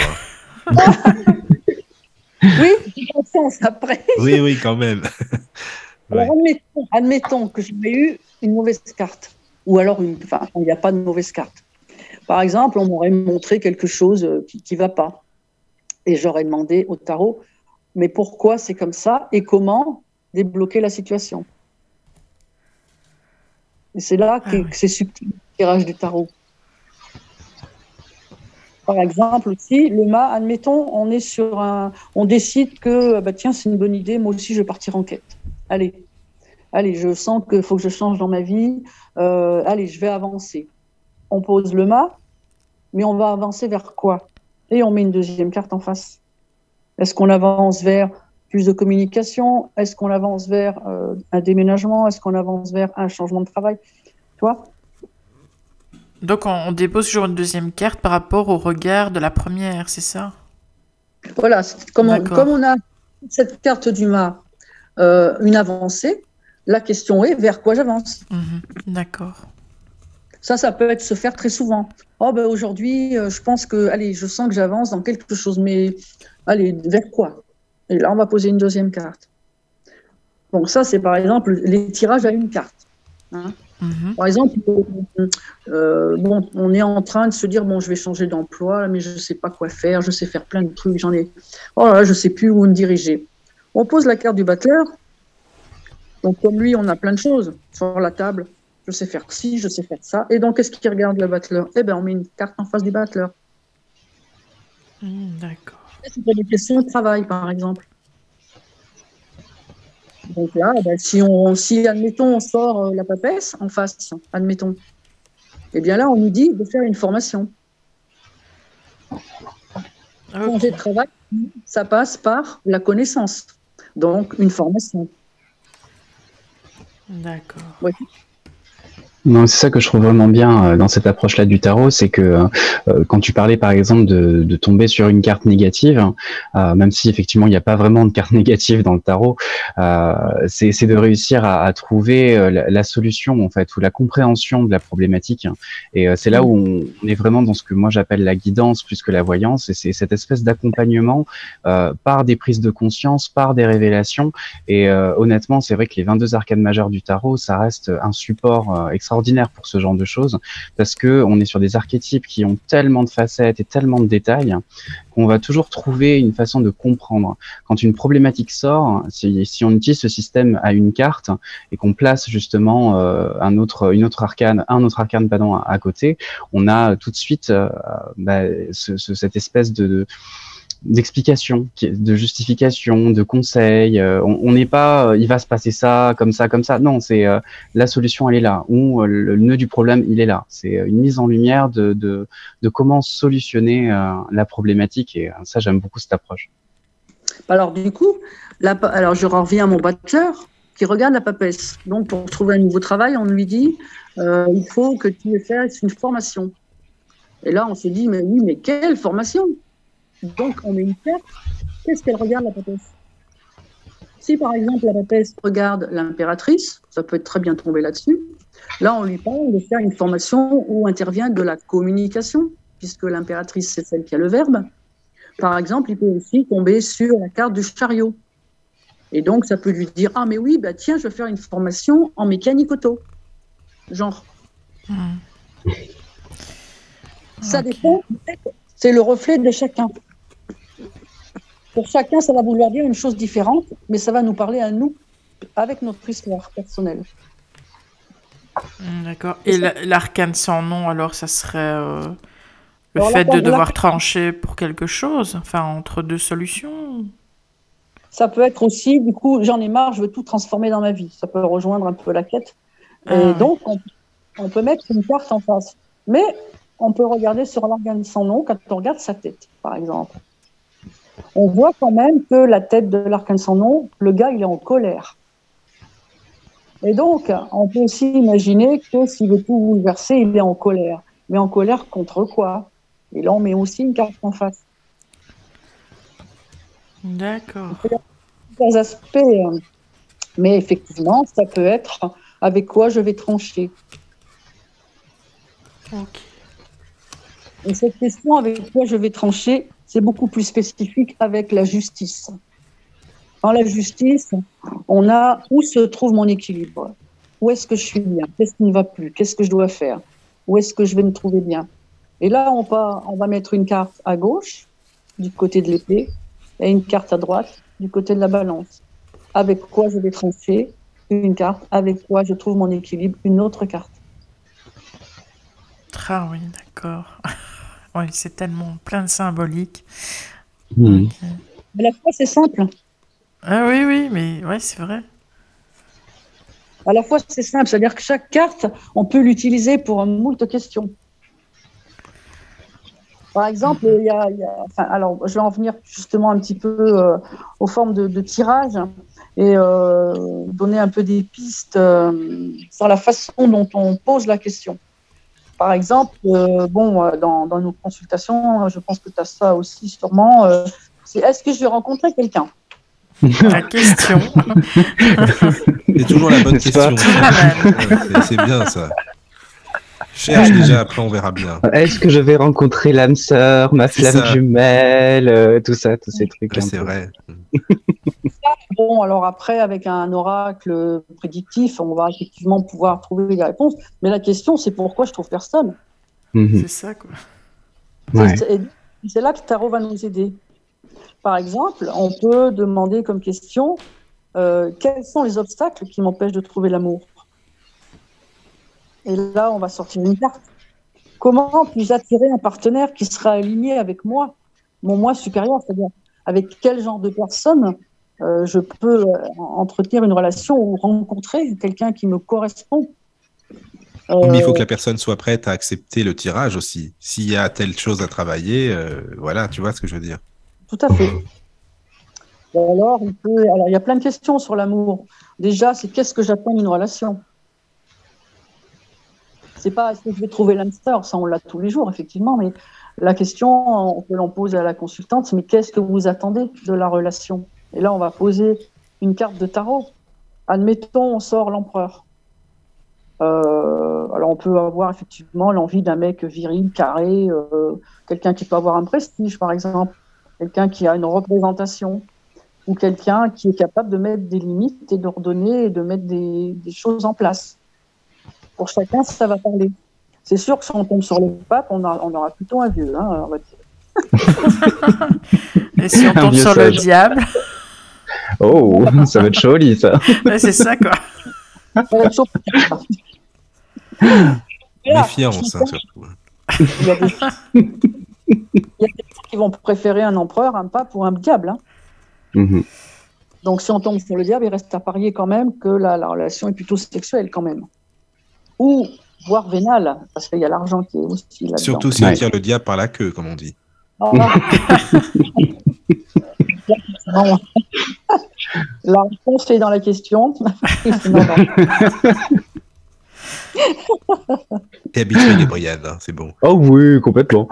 Oui, j'ai confiance après. Oui, quand même. Alors, admettons que j'aurais eu une mauvaise carte. Ou alors, il n'y a pas de mauvaise carte. Par exemple, on m'aurait montré quelque chose qui ne va pas. Et j'aurais demandé au tarot, mais pourquoi c'est comme ça et comment débloquer la situation? Et c'est là que c'est subtil, le tirage du tarot. Par exemple aussi, le mât, admettons, on décide que tiens, c'est une bonne idée, moi aussi je vais partir en quête. Allez, je sens qu'il faut que je change dans ma vie. Allez, je vais avancer. On pose le mât, mais on va avancer vers quoi? Et on met une deuxième carte en face. Est-ce qu'on avance vers plus de communication? Est-ce qu'on avance vers un déménagement? Est-ce qu'on avance vers un changement de travail? Tu vois? Donc on dépose toujours une deuxième carte par rapport au regard de la première, c'est ça? Voilà, comme D'accord. on a cette carte du mât, une avancée, la question est vers quoi j'avance? D'accord. Ça peut se faire très souvent. Oh ben aujourd'hui, je pense que, allez, je sens que j'avance dans quelque chose, mais allez, vers quoi? Et là, on va poser une deuxième carte. Donc ça, c'est par exemple les tirages à une carte. Hein. Par exemple, on est en train de se dire, bon, je vais changer d'emploi, mais je ne sais pas quoi faire, je sais faire plein de trucs, je ne sais plus où me diriger. On pose la carte du battleur. Donc comme lui, on a plein de choses sur la table. Je sais faire ci, je sais faire ça. Et donc, qu'est-ce qui regarde le battleur? Eh bien, on met une carte en face du battleur. D'accord. C'est pour des questions de travail, par exemple. Donc là, si admettons, on sort la papesse en face, admettons, eh bien là, on nous dit de faire une formation. Changer de travail, ça passe par la connaissance. Donc, une formation. D'accord. Ouais. Non, c'est ça que je trouve vraiment bien dans cette approche-là du tarot, c'est que quand tu parlais par exemple de tomber sur une carte négative, même si effectivement il n'y a pas vraiment de carte négative dans le tarot, c'est de réussir à trouver la solution en fait, ou la compréhension de la problématique. Et c'est là où on est vraiment dans ce que moi j'appelle la guidance plus que la voyance, et c'est cette espèce d'accompagnement par des prises de conscience, par des révélations. Et honnêtement, c'est vrai que les 22 arcanes majeures du tarot, ça reste un support extraordinaire pour ce genre de choses, parce que on est sur des archétypes qui ont tellement de facettes et tellement de détails qu'on va toujours trouver une façon de comprendre. Quand une problématique sort, si on utilise ce système à une carte et qu'on place justement un autre arcane à côté, on a tout de suite cette espèce d'explication, de justification, de conseils. On n'est pas il va se passer ça, comme ça, comme ça. Non, c'est la solution, elle est là. Ou le nœud du problème, il est là. C'est une mise en lumière de comment solutionner la problématique. Et ça, j'aime beaucoup cette approche. Alors du coup, alors je reviens à mon battleur qui regarde la papesse. Donc pour trouver un nouveau travail, on lui dit il faut que tu fasses une formation. Et là, on se dit mais oui, mais quelle formation? Donc, on met une carte. Qu'est-ce qu'elle regarde, la papesse? Si, par exemple, la papesse regarde l'impératrice, ça peut être très bien tombé là-dessus. Là, on lui parle de faire une formation où intervient de la communication, puisque l'impératrice, c'est celle qui a le verbe. Par exemple, il peut aussi tomber sur la carte du chariot. Et donc, ça peut lui dire, ah, mais oui, tiens, je vais faire une formation en mécanique auto. Genre. Ça dépend. C'est le reflet de chacun. Pour chacun, ça va vouloir dire une chose différente, mais ça va nous parler à nous, avec notre histoire personnelle. D'accord. Et l'arcane sans nom, alors, ça serait le fait de devoir trancher pour quelque chose, enfin, entre deux solutions? Ça peut être aussi, du coup, j'en ai marre, je veux tout transformer dans ma vie. Ça peut rejoindre un peu la quête. Et donc, on peut mettre une carte en face. Mais on peut regarder sur l'arcane sans nom quand on regarde sa tête, par exemple. On voit quand même que la tête de l'arcane sans nom, le gars, il est en colère. Et donc, on peut aussi imaginer que s'il veut tout bouleverser, il est en colère. Mais en colère contre quoi? Et là, on met aussi une carte en face. D'accord. Des aspects, mais effectivement, ça peut être avec quoi je vais trancher. Ok. Et cette question avec quoi je vais trancher, c'est beaucoup plus spécifique avec la justice. Dans la justice, on a où se trouve mon équilibre? Où est-ce que je suis bien? Qu'est-ce qui ne va plus? Qu'est-ce que je dois faire? Où est-ce que je vais me trouver bien? Et là, on va mettre une carte à gauche, du côté de l'épée, et une carte à droite, du côté de la balance. Avec quoi je vais trancher? Une carte. Avec quoi je trouve mon équilibre? Une autre carte. Ah oui, d'accord. Oui, c'est tellement plein de symbolique. Hmm. À la fois, c'est simple. Ah oui, mais ouais, c'est vrai. À la fois, c'est simple, c'est-à-dire que chaque carte, on peut l'utiliser pour moult questions. Par exemple, alors, je vais en venir justement un petit peu aux formes de tirage et donner un peu des pistes sur la façon dont on pose la question. Par exemple, dans nos consultations, je pense que tu as ça aussi sûrement, c'est est-ce que je vais rencontrer quelqu'un ? La question. C'est toujours la bonne N'est-ce pas? question. Toujours la même. C'est bien ça. Cherche déjà, après on verra bien. Est-ce que je vais rencontrer l'âme sœur, ma C'est flamme ça. jumelle, tout ça, tous ces trucs Ouais, un c'est peu. vrai. Bon, alors après, avec un oracle prédictif, on va effectivement pouvoir trouver des réponses. Mais la question, c'est pourquoi je trouve personne ? Mhm. C'est ça, quoi. Ouais. C'est là que Tarot va nous aider. Par exemple, on peut demander comme question quels sont les obstacles qui m'empêchent de trouver l'amour ? Et là, on va sortir une carte. Comment puis-je attirer un partenaire qui sera aligné avec moi, mon moi supérieur, c'est-à-dire avec quel genre de personne je peux entretenir une relation ou rencontrer quelqu'un qui me correspond. Mais il faut que la personne soit prête à accepter le tirage aussi. S'il y a telle chose à travailler, voilà, tu vois ce que je veux dire. Tout à fait. Alors, il y a plein de questions sur l'amour. Déjà, c'est qu'est-ce que j'attends d'une relation ? C'est pas est-ce que je vais trouver l'âme sœur, ça on l'a tous les jours, effectivement, mais la question que l'on pose à la consultante, c'est mais qu'est-ce que vous attendez de la relation ? Et là, on va poser une carte de tarot. Admettons, on sort l'empereur. Alors, on peut avoir effectivement l'envie d'un mec viril, carré, quelqu'un qui peut avoir un prestige, par exemple, quelqu'un qui a une représentation, ou quelqu'un qui est capable de mettre des limites et d'ordonner et de mettre des choses en place. Pour chacun, ça va parler. C'est sûr que si on tombe sur le pape, on aura plutôt un vieux. Hein, on va dire. Et si on tombe vieux sur le sage. diable, Oh, ça va être joli, ça. ouais, c'est ça, quoi. Ça va être chaud. Voilà. Méfiance, hein, surtout. Il y a des gens qui vont préférer un empereur, un pape ou un diable. Hein. Mhm. Donc, si on tombe sur le diable, il reste à parier quand même que la relation est plutôt sexuelle quand même. Ou, voire vénale, parce qu'il y a l'argent qui est aussi là-dedans. Surtout si on Ouais. tire le diable par la queue, comme on dit. Ah. Non. La réponse est dans la question. Non. T'es habitué, Gabriel, hein, c'est bon. Oh oui, complètement.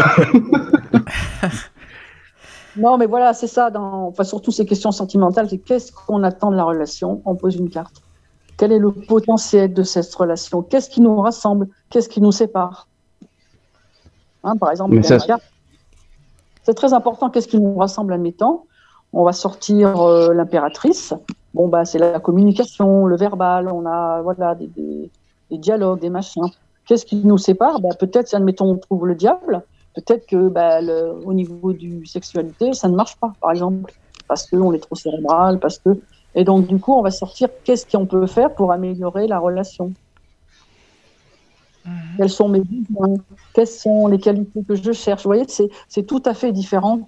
Non, mais voilà, c'est ça. Surtout ces questions sentimentales, c'est qu'est-ce qu'on attend de la relation ? On pose une carte. Quel est le potentiel de cette relation ? Qu'est-ce qui nous rassemble ? Qu'est-ce qui nous sépare ? Hein, par exemple, Mais ça, c'est très important. Qu'est-ce qui nous rassemble, admettons ? On va sortir l'impératrice. Bon, bah, c'est la communication, le verbal. On a des dialogues, des machins. Qu'est-ce qui nous sépare ? Bah, peut-être, si admettons, on trouve le diable. Peut-être que au niveau du sexualité, ça ne marche pas, par exemple, parce qu'on est trop cérébral, Et donc, du coup, on va sortir qu'est-ce qu'on peut faire pour améliorer la relation. Quels sont mes besoins ? Quelles sont les qualités que je cherche ? Vous voyez, c'est tout à fait différent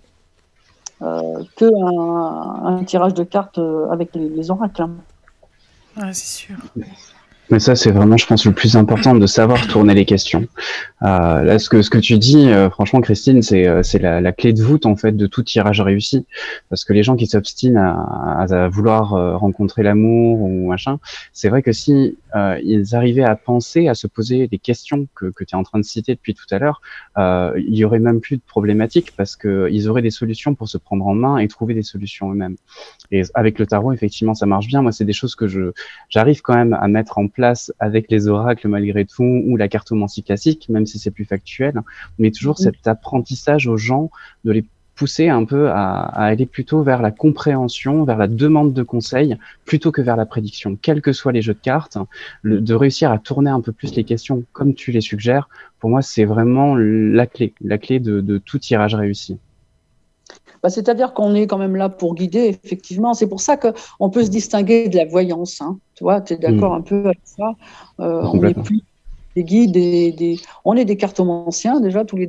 qu'un tirage de cartes avec les oracles. Hein. Ouais, c'est sûr. Mais ça, c'est vraiment, je pense, le plus important de savoir tourner les questions. Là, ce que tu dis, franchement, Christine, c'est la clé de voûte en fait de tout tirage réussi. Parce que les gens qui s'obstinent à vouloir rencontrer l'amour ou machin, c'est vrai que si ils arrivaient à penser, à se poser des questions que tu es en train de citer depuis tout à l'heure, il y aurait même plus de problématiques parce que ils auraient des solutions pour se prendre en main et trouver des solutions eux-mêmes. Et avec le tarot, effectivement, ça marche bien. Moi, c'est des choses que j'arrive quand même à mettre en place avec les oracles malgré tout, ou la cartomancie classique, même si c'est plus factuel, mais toujours cet apprentissage aux gens, de les pousser un peu à aller plutôt vers la compréhension, vers la demande de conseils, plutôt que vers la prédiction. Quels que soient les jeux de cartes, de réussir à tourner un peu plus les questions comme tu les suggères, pour moi, c'est vraiment la clé de tout tirage réussi. Bah, c'est-à-dire qu'on est quand même là pour guider, effectivement. C'est pour ça qu'on peut se distinguer de la voyance. Hein. Tu vois, tu es d'accord un peu avec ça. On est plus des guides, on est des cartomanciens déjà, tous les deux.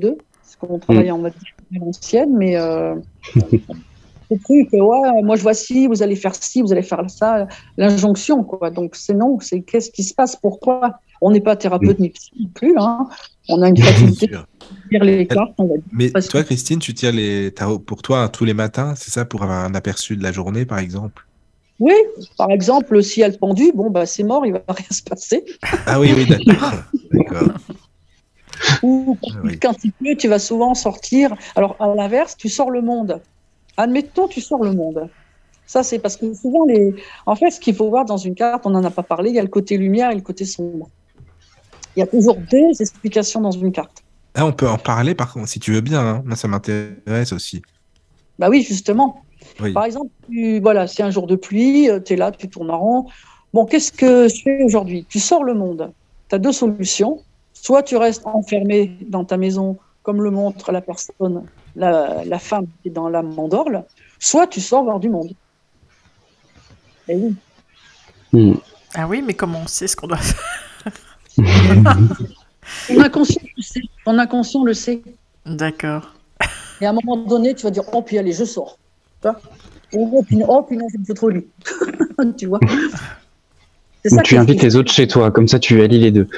parce qu'on travaille en mode à l'ancienne, mais ce truc, ouais, moi je vois ci, vous allez faire ci, vous allez faire ça, l'injonction, quoi. Donc c'est non, c'est qu'est-ce qui se passe, pourquoi? On n'est pas thérapeute ni psy non plus, hein. On a une faculté de lire les cartes, on va dire. Mais toi, Christine, tu tires les tarots pour toi tous les matins, c'est ça, pour avoir un aperçu de la journée, par exemple? Oui, par exemple, si elle pendu, bon, bah, c'est mort, il va rien se passer. Ah oui, d'accord. D'accord. Ou quand il pleut, tu vas souvent sortir. Alors, à l'inverse, tu sors le monde. Admettons, tu sors le monde. Ça, c'est parce que souvent, en fait, ce qu'il faut voir dans une carte, on n'en a pas parlé, il y a le côté lumière et le côté sombre. Il y a toujours deux explications dans une carte. Ah, on peut en parler, par contre, si tu veux bien. Hein. Moi, ça m'intéresse aussi. Bah oui, justement. Oui. Par exemple, voilà, c'est un jour de pluie, tu es là, tu tournes en rond. Bon, qu'est-ce que je fais aujourd'hui? Tu sors le monde. Tu as deux solutions. Soit tu restes enfermé dans ta maison, comme le montre la personne, la femme qui est dans la mandorle, soit tu sors voir du monde. Et oui. Ah oui, mais comment on sait ce qu'on doit faire? Ton inconscient le sait. Ton inconscient le sait. D'accord. Et à un moment donné, tu vas dire, oh, puis allez, je sors. Oh, puis non, c'est trop lui. Tu vois. C'est ça. Tu invites les autres chez toi, comme ça tu allies les deux.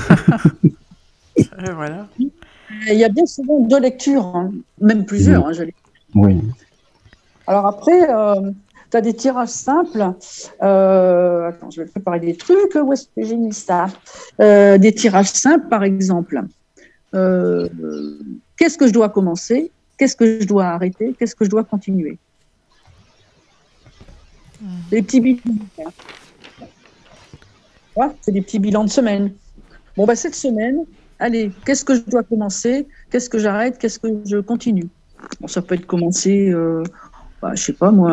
Voilà. Il y a bien souvent deux lectures, hein, même plusieurs. Hein, oui. Alors après, tu as des tirages simples. Attends, je vais préparer des trucs. Où est-ce que j'ai mis ça? Des tirages simples, par exemple. Qu'est-ce que je dois commencer? Qu'est-ce que je dois arrêter? Qu'est-ce que je dois continuer? Des petits bilans. Ouais, c'est des petits bilans de semaine. Bon, bah, cette semaine, allez, qu'est-ce que je dois commencer? Qu'est-ce que j'arrête? Qu'est-ce que je continue? Bon, ça peut être commencer, je sais pas moi,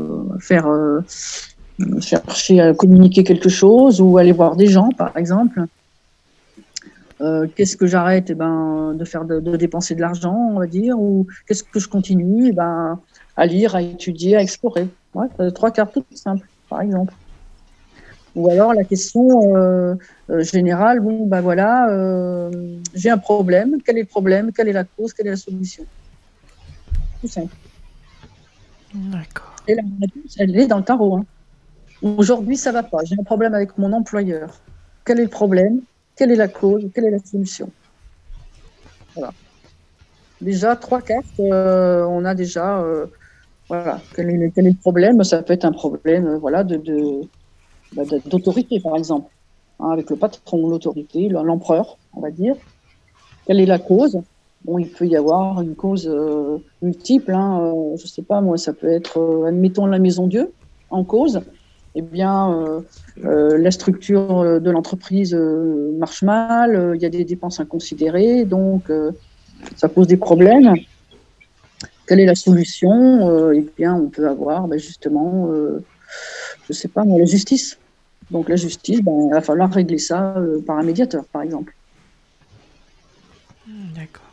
chercher à communiquer quelque chose ou aller voir des gens, par exemple. Qu'est-ce que j'arrête? De dépenser de l'argent, on va dire, ou qu'est-ce que je continue? À lire, à étudier, à explorer. Ouais, 3 cartes toutes simples, par exemple. Ou alors la question générale, j'ai un problème, quel est le problème, quelle est la cause, quelle est la solution? Tout simple. D'accord. Et la réponse, elle est dans le tarot. Hein. Aujourd'hui, ça va pas, j'ai un problème avec mon employeur. Quel est le problème? Quelle est la cause? Quelle est la solution? Voilà. Déjà, 3 cartes, on a déjà... quel est le problème? Ça peut être un problème d'autorité, par exemple, hein, avec le patron, l'autorité, l'empereur, on va dire. Quelle est la cause? Bon, il peut y avoir une cause multiple. Hein, je ne sais pas, moi, ça peut être, admettons, la Maison Dieu en cause. Eh bien, la structure de l'entreprise marche mal, il y a des dépenses inconsidérées, donc ça pose des problèmes. Quelle est la solution? Eh bien, on peut avoir justement, je ne sais pas moi, la justice. Donc la justice, il va falloir régler ça par un médiateur, par exemple. D'accord.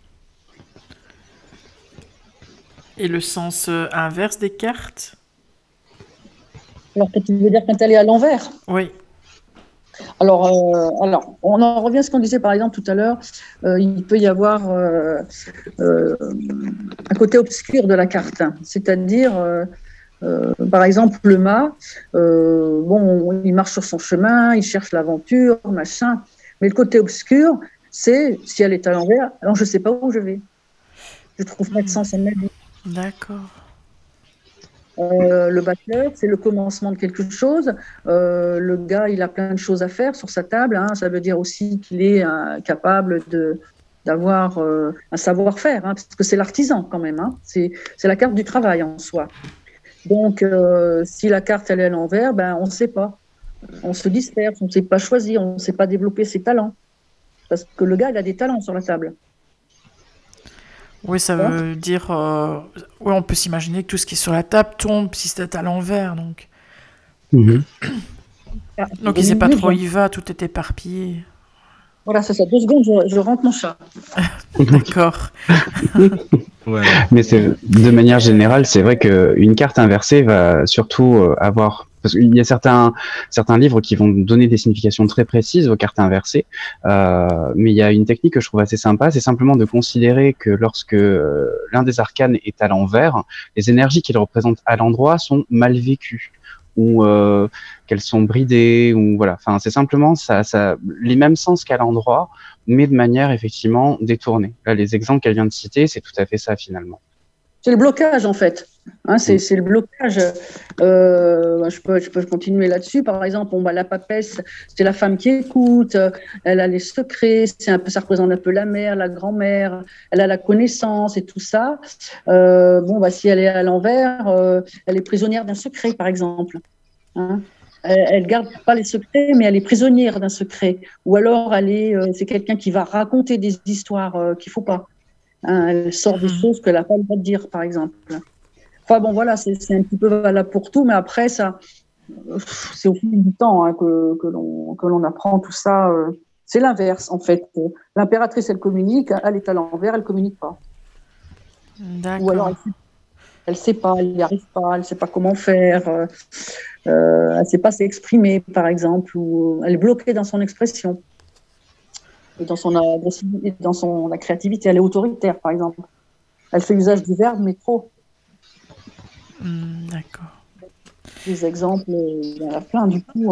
Et le sens inverse des cartes? Alors, tu veux dire quand elle est à l'envers? Oui. Alors, on en revient à ce qu'on disait par exemple tout à l'heure. Il peut y avoir un côté obscur de la carte, c'est-à-dire, par exemple, le mât. Il marche sur son chemin, il cherche l'aventure, machin. Mais le côté obscur, c'est si elle est à l'envers, alors je ne sais pas où je vais. Je trouve pas de sens à ma vie. D'accord. Le battleur, c'est le commencement de quelque chose. Le gars, il a plein de choses à faire sur sa table. Hein. Ça veut dire aussi qu'il est capable d'avoir un savoir-faire, hein, parce que c'est l'artisan quand même. Hein. C'est la carte du travail en soi. Donc, si la carte elle est à l'envers, on ne sait pas. On se disperse, on ne sait pas choisir, on ne sait pas développer ses talents. Parce que le gars, il a des talents sur la table. Oui, ça veut dire... on peut s'imaginer que tout ce qui est sur la table tombe si c'est à l'envers. Donc, donc il ne sait pas trop où il va, tout est éparpillé. Voilà, c'est ça. 2 secondes, je rentre mon chat. D'accord. Mais de manière générale, c'est vrai qu'une carte inversée va surtout avoir parce qu'il y a certains livres qui vont donner des significations très précises aux cartes inversées, mais il y a une technique que je trouve assez sympa, c'est simplement de considérer que lorsque l'un des arcanes est à l'envers, les énergies qu'il représente à l'endroit sont mal vécues ou qu'elles sont bridées, ou voilà. Enfin, c'est simplement ça les mêmes sens qu'à l'endroit, mais de manière effectivement détournée. Là, les exemples qu'elle vient de citer, c'est tout à fait ça finalement. C'est le blocage en fait. C'est le blocage. Je peux continuer là-dessus. Par exemple, la papesse, c'est la femme qui écoute. Elle a les secrets. Ça représente un peu la mère, la grand-mère. Elle a la connaissance et tout ça. Si elle est à l'envers, elle est prisonnière d'un secret, par exemple. Elle garde pas les secrets, mais elle est prisonnière d'un secret. Ou alors, c'est quelqu'un qui va raconter des histoires qu'il faut pas. Elle sort des choses qu'elle n'a pas le droit de dire, par exemple. Enfin bon, voilà, c'est un petit peu valable pour tout, mais après, ça, c'est au fil du temps que l'on apprend tout ça. C'est l'inverse, en fait. L'impératrice, elle communique, elle est à l'envers, elle ne communique pas. D'accord. Ou alors, elle ne sait pas, elle n'y arrive pas, elle ne sait pas comment faire, elle ne sait pas s'exprimer, par exemple, ou elle est bloquée dans son expression. Et dans son agressivité, dans la créativité, elle est autoritaire, par exemple. Elle fait usage du verbe, mais trop. D'accord. Des exemples, il y en a plein, du coup.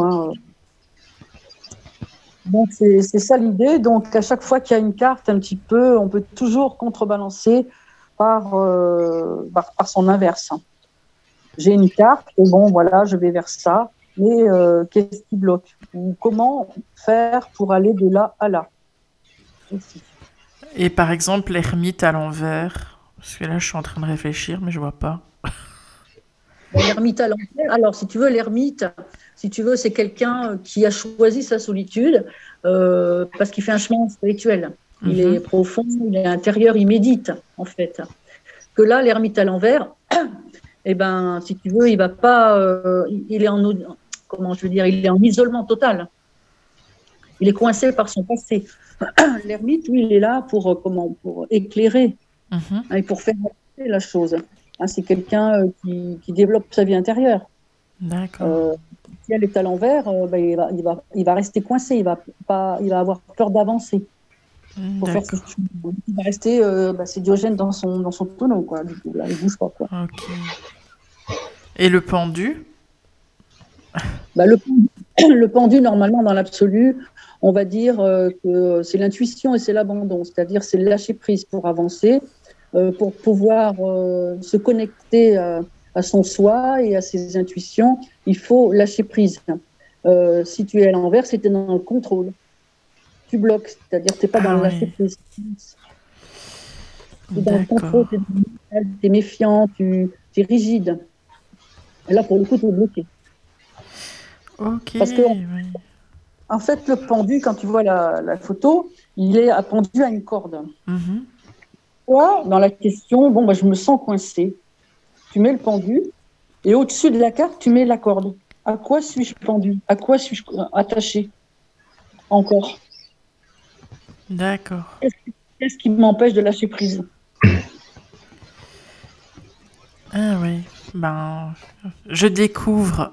Donc, c'est ça l'idée. Donc, à chaque fois qu'il y a une carte, un petit peu, on peut toujours contrebalancer par son inverse. J'ai une carte, et je vais vers ça, mais qu'est-ce qui bloque? Ou comment faire pour aller de là à là? Et par exemple, l'ermite à l'envers, parce que là, je suis en train de réfléchir, mais je vois pas. L'ermite à l'envers, alors si tu veux, l'ermite, c'est quelqu'un qui a choisi sa solitude parce qu'il fait un chemin spirituel. Il est profond, il est intérieur, il médite, en fait. Que là, l'ermite à l'envers, si tu veux, il va pas, il est il est en isolement total. Il est coincé par son passé. L'ermite, lui, il est là pour éclairer et pour faire avancer la chose. C'est quelqu'un qui développe sa vie intérieure. D'accord. Si elle est à l'envers, il va rester coincé. Il va avoir peur d'avancer. Pour faire ce il va rester, c'est Diogène dans son tonneau, quoi. Du coup, là, il bouge pas, quoi. Ok. Et le pendu? Le pendu, normalement, dans l'absolu, on va dire que c'est l'intuition et c'est l'abandon, c'est-à-dire c'est le lâcher prise pour avancer, pour pouvoir se connecter à son soi et à ses intuitions. Il faut lâcher prise. Si tu es à l'envers, c'est dans le contrôle. Tu bloques, c'est-à-dire que tu n'es pas dans le lâcher prise. Tu es dans le contrôle, tu es méfiant, tu es rigide. Et là, pour le coup, tu es bloqué. Ok. Parce que, en fait, le pendu, quand tu vois la photo, il est pendu à une corde. Toi, dans la question, je me sens coincé. Tu mets le pendu et au-dessus de la carte, tu mets la corde. À quoi suis-je pendu? À quoi suis-je attaché? Encore. D'accord. Qu'est-ce qui m'empêche de lâcher prise? Ah oui. Je découvre.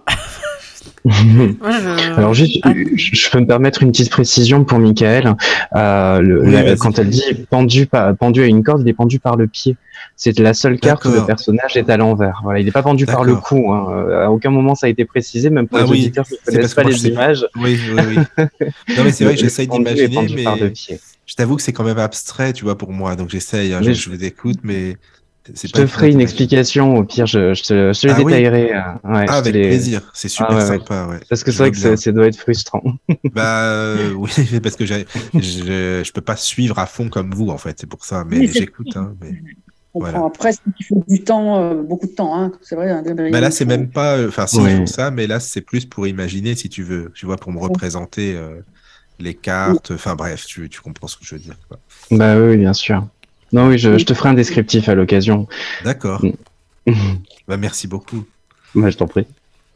Alors juste, je peux me permettre une petite précision pour Michael. Quand elle dit pendu à une corde, il est pendu par le pied. C'est la seule carte où le personnage est à l'envers. Voilà, il n'est pas pendu par le cou. À aucun moment ça a été précisé, même pour les auditeurs qui ne connaissent pas les images. Oui. Non mais c'est vrai que j'essaye d'imaginer, mais je t'avoue que c'est quand même abstrait, tu vois, pour moi. Donc j'essaye. Je vous écoute, mais je te ferai une explication, au pire, je te les détaillerai. Avec plaisir, c'est super sympa. Ouais. Parce que c'est vrai que ça doit être frustrant. Oui, parce que je peux pas suivre à fond comme vous, en fait, c'est pour ça, mais j'écoute. Voilà. Après, il faut du temps, beaucoup de temps, c'est vrai. Là, c'est même pas, ils font ça, mais là, c'est plus pour imaginer, si tu veux, tu vois, pour me représenter les cartes, enfin bref, tu comprends ce que je veux dire, quoi. Oui, bien sûr. Non, oui, je te ferai un descriptif à l'occasion. D'accord. Merci beaucoup. Je t'en prie.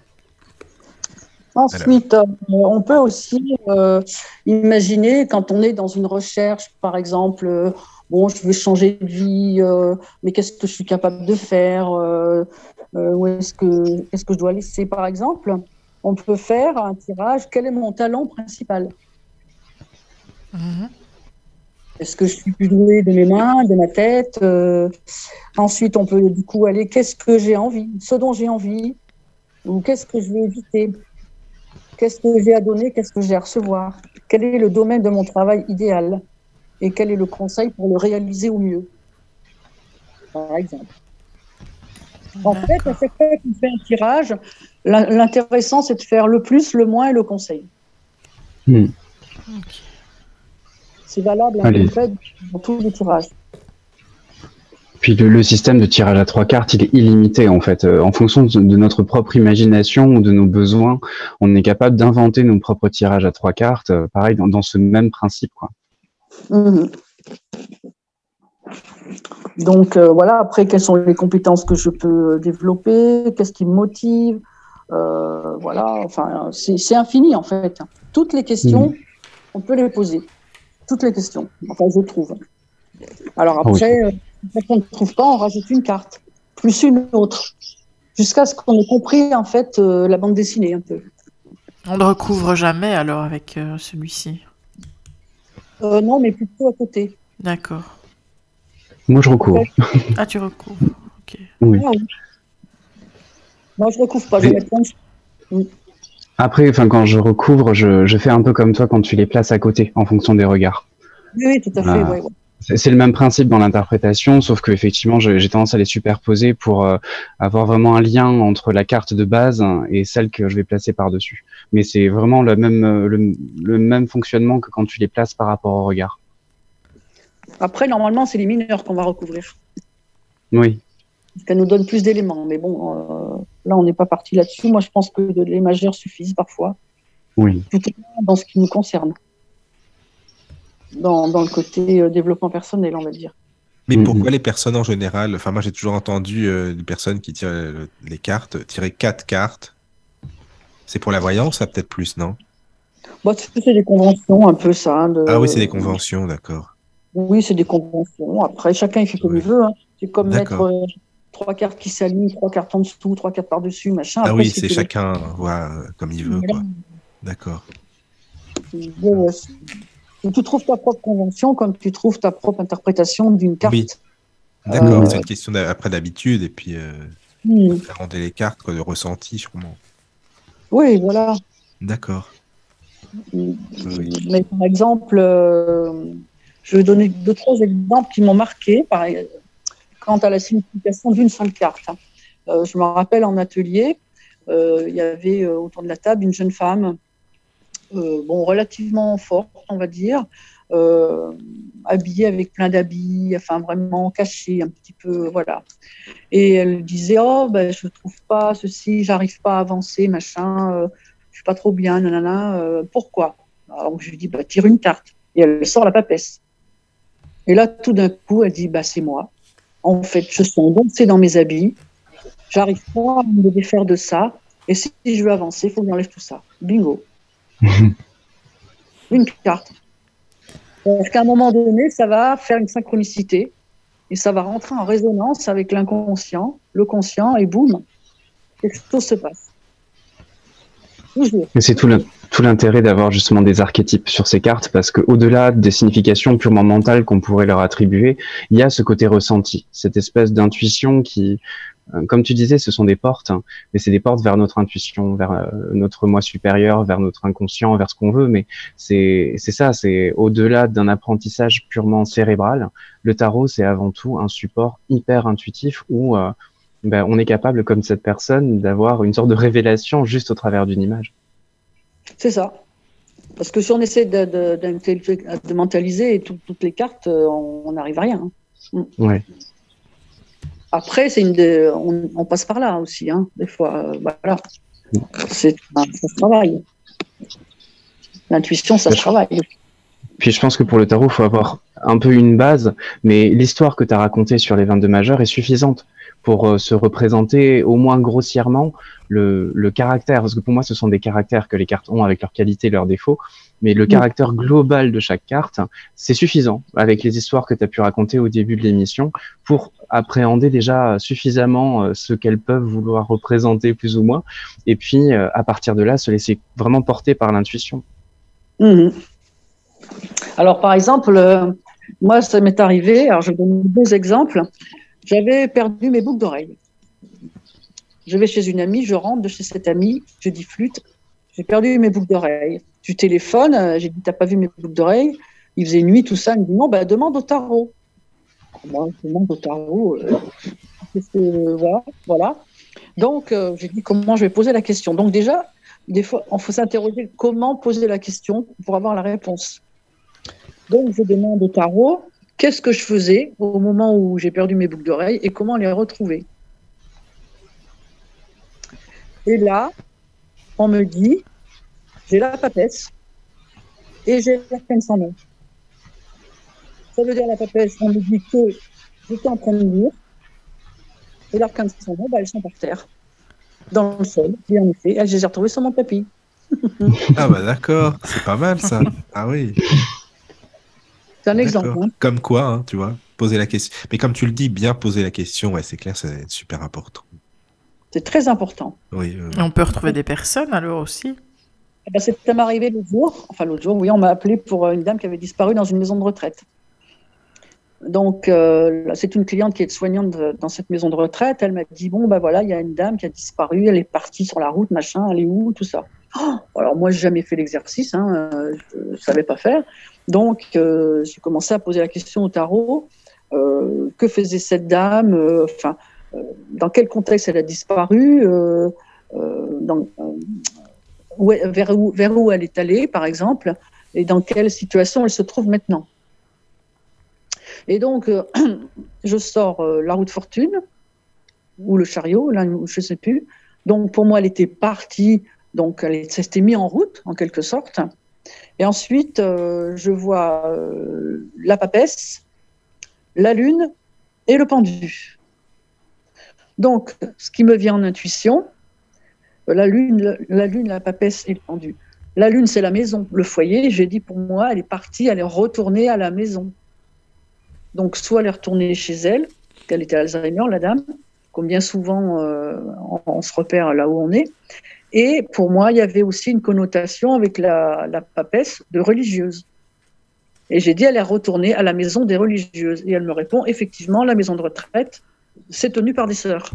Ensuite, on peut aussi imaginer quand on est dans une recherche, par exemple, je veux changer de vie, mais qu'est-ce que je suis capable de faire, qu'est-ce que je dois laisser, par exemple. on peut faire un tirage. Quel est mon talent principal? Est-ce que je suis plus douée de mes mains, de ma tête? Ensuite, on peut du coup aller, qu'est-ce que j'ai envie? Ce dont j'ai envie, ou qu'est-ce que je vais éviter? Qu'est-ce que j'ai à donner? Qu'est-ce que j'ai à recevoir? Quel est le domaine de mon travail idéal? Et quel est le conseil pour le réaliser au mieux? Par exemple. En fait, à chaque fois qu'on fait un tirage, l'intéressant, c'est de faire le plus, le moins et le conseil. C'est valable en fait dans tous les tirages. Puis le système de tirage à 3 cartes, il est illimité en fait. En fonction de notre propre imagination ou de nos besoins, on est capable d'inventer nos propres tirages à 3 cartes, pareil, dans ce même principe, quoi. Donc voilà, après, quelles sont les compétences que je peux développer? Qu'est-ce qui me motive? Voilà, enfin, c'est infini en fait. Toutes les questions, on peut les poser. Toutes les questions, enfin, je trouve. Alors après, quand on ne trouve pas, on rajoute une carte, plus une autre, jusqu'à ce qu'on ait compris en fait la bande dessinée un peu. On ne recouvre jamais alors avec celui-ci? Non, mais plutôt à côté. D'accord. Moi, je recouvre. Ah, tu recouvres. Ok. Oui. Ah, oui. Moi, je recouvre pas. Je mets Après, quand je recouvre, je fais un peu comme toi quand tu les places à côté, en fonction des regards. Oui, tout à fait. Ouais. C'est le même principe dans l'interprétation, sauf que effectivement, j'ai tendance à les superposer pour avoir vraiment un lien entre la carte de base et celle que je vais placer par-dessus. Mais c'est vraiment le même fonctionnement que quand tu les places par rapport au regard. Après, normalement, c'est les mineurs qu'on va recouvrir. Oui. Parce qu'elles nous donnent plus d'éléments. Mais bon, là, on n'est pas parti là-dessus. Moi, je pense que les majeurs suffisent parfois. Oui. Tout dans ce qui nous concerne. Dans le côté développement personnel, on va dire. Mais pourquoi les personnes en général? Enfin, moi, j'ai toujours entendu des personnes qui tirent les cartes, tirer 4 cartes. C'est pour la voyance, ça peut-être plus, non? C'est des conventions, un peu ça. Ah oui, c'est des conventions, d'accord. Oui, c'est des conventions. Après, chacun, il fait comme il veut. Hein. C'est comme mettre 3 cartes qui s'alignent, 3 cartes en dessous, 3 cartes par-dessus, machin. Ah après, oui, c'est chacun voit comme il veut, quoi. D'accord. Tu trouves ta propre convention comme tu trouves ta propre interprétation d'une carte. Oui. D'accord, c'est une question après d'habitude et puis rendre les cartes, quoi, de ressenti, sûrement. Oui, voilà. D'accord. Mais par exemple, je vais donner 2-3 exemples qui m'ont marqué quant à la signification d'une seule carte. Je me rappelle en atelier, il y avait autour de la table une jeune femme, relativement forte, on va dire, habillée avec plein d'habits, enfin vraiment cachée un petit peu, voilà. Et elle disait, je trouve pas ceci, j'arrive pas à avancer, machin, je suis pas trop bien, nanana, pourquoi? Alors je lui dis, tire une carte. Et elle sort la papesse. Et là, tout d'un coup, elle dit, c'est moi. En fait, je suis engoncée dans mes habits, j'arrive pas à me défaire de ça, et si je veux avancer, il faut que j'enlève tout ça. Bingo. Une carte. Parce qu'à un moment donné, ça va faire une synchronicité et ça va rentrer en résonance avec l'inconscient, le conscient, et boum, quelque chose se passe. Toujours. Et c'est tout l'intérêt d'avoir justement des archétypes sur ces cartes, parce qu'au-delà des significations purement mentales qu'on pourrait leur attribuer, il y a ce côté ressenti, cette espèce d'intuition qui, comme tu disais, ce sont des portes, mais c'est des portes vers notre intuition, vers notre moi supérieur, vers notre inconscient, vers ce qu'on veut, mais c'est ça, c'est au-delà d'un apprentissage purement cérébral. Le tarot, c'est avant tout un support hyper intuitif où on est capable, comme cette personne, d'avoir une sorte de révélation juste au travers d'une image. C'est ça. Parce que si on essaie de mentaliser toutes les cartes, on n'arrive à rien. Ouais. Après, on passe par là aussi, des fois. Voilà. Ça se travaille. L'intuition, ça se travaille. Puis je pense que pour le tarot, il faut avoir un peu une base, mais l'histoire que tu as racontée sur les 22 majeurs est suffisante pour se représenter au moins grossièrement le caractère, parce que pour moi ce sont des caractères que les cartes ont avec leurs qualités, leurs défauts, Mais le caractère global de chaque carte, c'est suffisant, avec les histoires que tu as pu raconter au début de l'émission, pour appréhender déjà suffisamment ce qu'elles peuvent vouloir représenter plus ou moins, et puis à partir de là, se laisser vraiment porter par l'intuition. Alors, par exemple, moi, ça m'est arrivé, alors je vais donner 2 exemples. J'avais perdu mes boucles d'oreilles. Je vais chez une amie, je rentre de chez cette amie, je dis flûte, j'ai perdu mes boucles d'oreilles. Je téléphone, j'ai dit, t'as pas vu mes boucles d'oreilles? Il faisait nuit, tout ça. Il me dit, non, bah, demande au tarot. Moi, je demande au tarot. Voilà. Donc, j'ai dit, comment je vais poser la question? Donc, déjà, des fois, il faut s'interroger comment poser la question pour avoir la réponse. Donc, je demande au tarot, qu'est-ce que je faisais au moment où j'ai perdu mes boucles d'oreilles et comment les retrouver? Et là, on me dit, j'ai la papesse et j'ai l'arcane sans nom. Ça veut dire la papesse, on me dit que j'étais en train de lire et l'arcane sans nom, elles sont par terre, dans le sol. Et en effet, je les ai retrouvées sur mon tapis. Ah bah d'accord, c'est pas mal ça. Ah oui. C'est un exemple. Hein. Comme quoi, hein, tu vois, poser la question. Mais comme tu le dis, bien poser la question, ouais, c'est clair, c'est super important. C'est très important. Oui. Et on peut retrouver des personnes alors aussi. Ça m'est arrivé l'autre jour, oui, on m'a appelé pour une dame qui avait disparu dans une maison de retraite. Donc, c'est une cliente qui est soignante dans cette maison de retraite. Elle m'a dit, bon, ben voilà, il y a une dame qui a disparu, elle est partie sur la route, machin, elle est où, tout ça. Oh, alors, moi, je n'ai jamais fait l'exercice, je ne savais pas faire. Donc, j'ai commencé à poser la question au tarot, que faisait cette dame, dans quel contexte elle a disparu, vers où elle est allée, par exemple, et dans quelle situation elle se trouve maintenant. Et donc, je sors la roue de fortune, ou le chariot, là, je ne sais plus. Donc, pour moi, elle était partie, donc elle s'était mise en route, en quelque sorte. Et ensuite, je vois la papesse, la lune et le pendu. Donc, ce qui me vient en intuition, la lune, la papesse et le pendu. La lune, c'est la maison, le foyer. J'ai dit, pour moi, elle est partie, elle est retournée à la maison. Donc, soit elle est retournée chez elle, qu'elle était Alzheimer, la dame, comme bien souvent, on se repère là où on est. Et pour moi, il y avait aussi une connotation avec la papesse de religieuse. Et j'ai dit, elle est retournée à la maison des religieuses. Et elle me répond, effectivement, la maison de retraite, c'est tenu par des sœurs.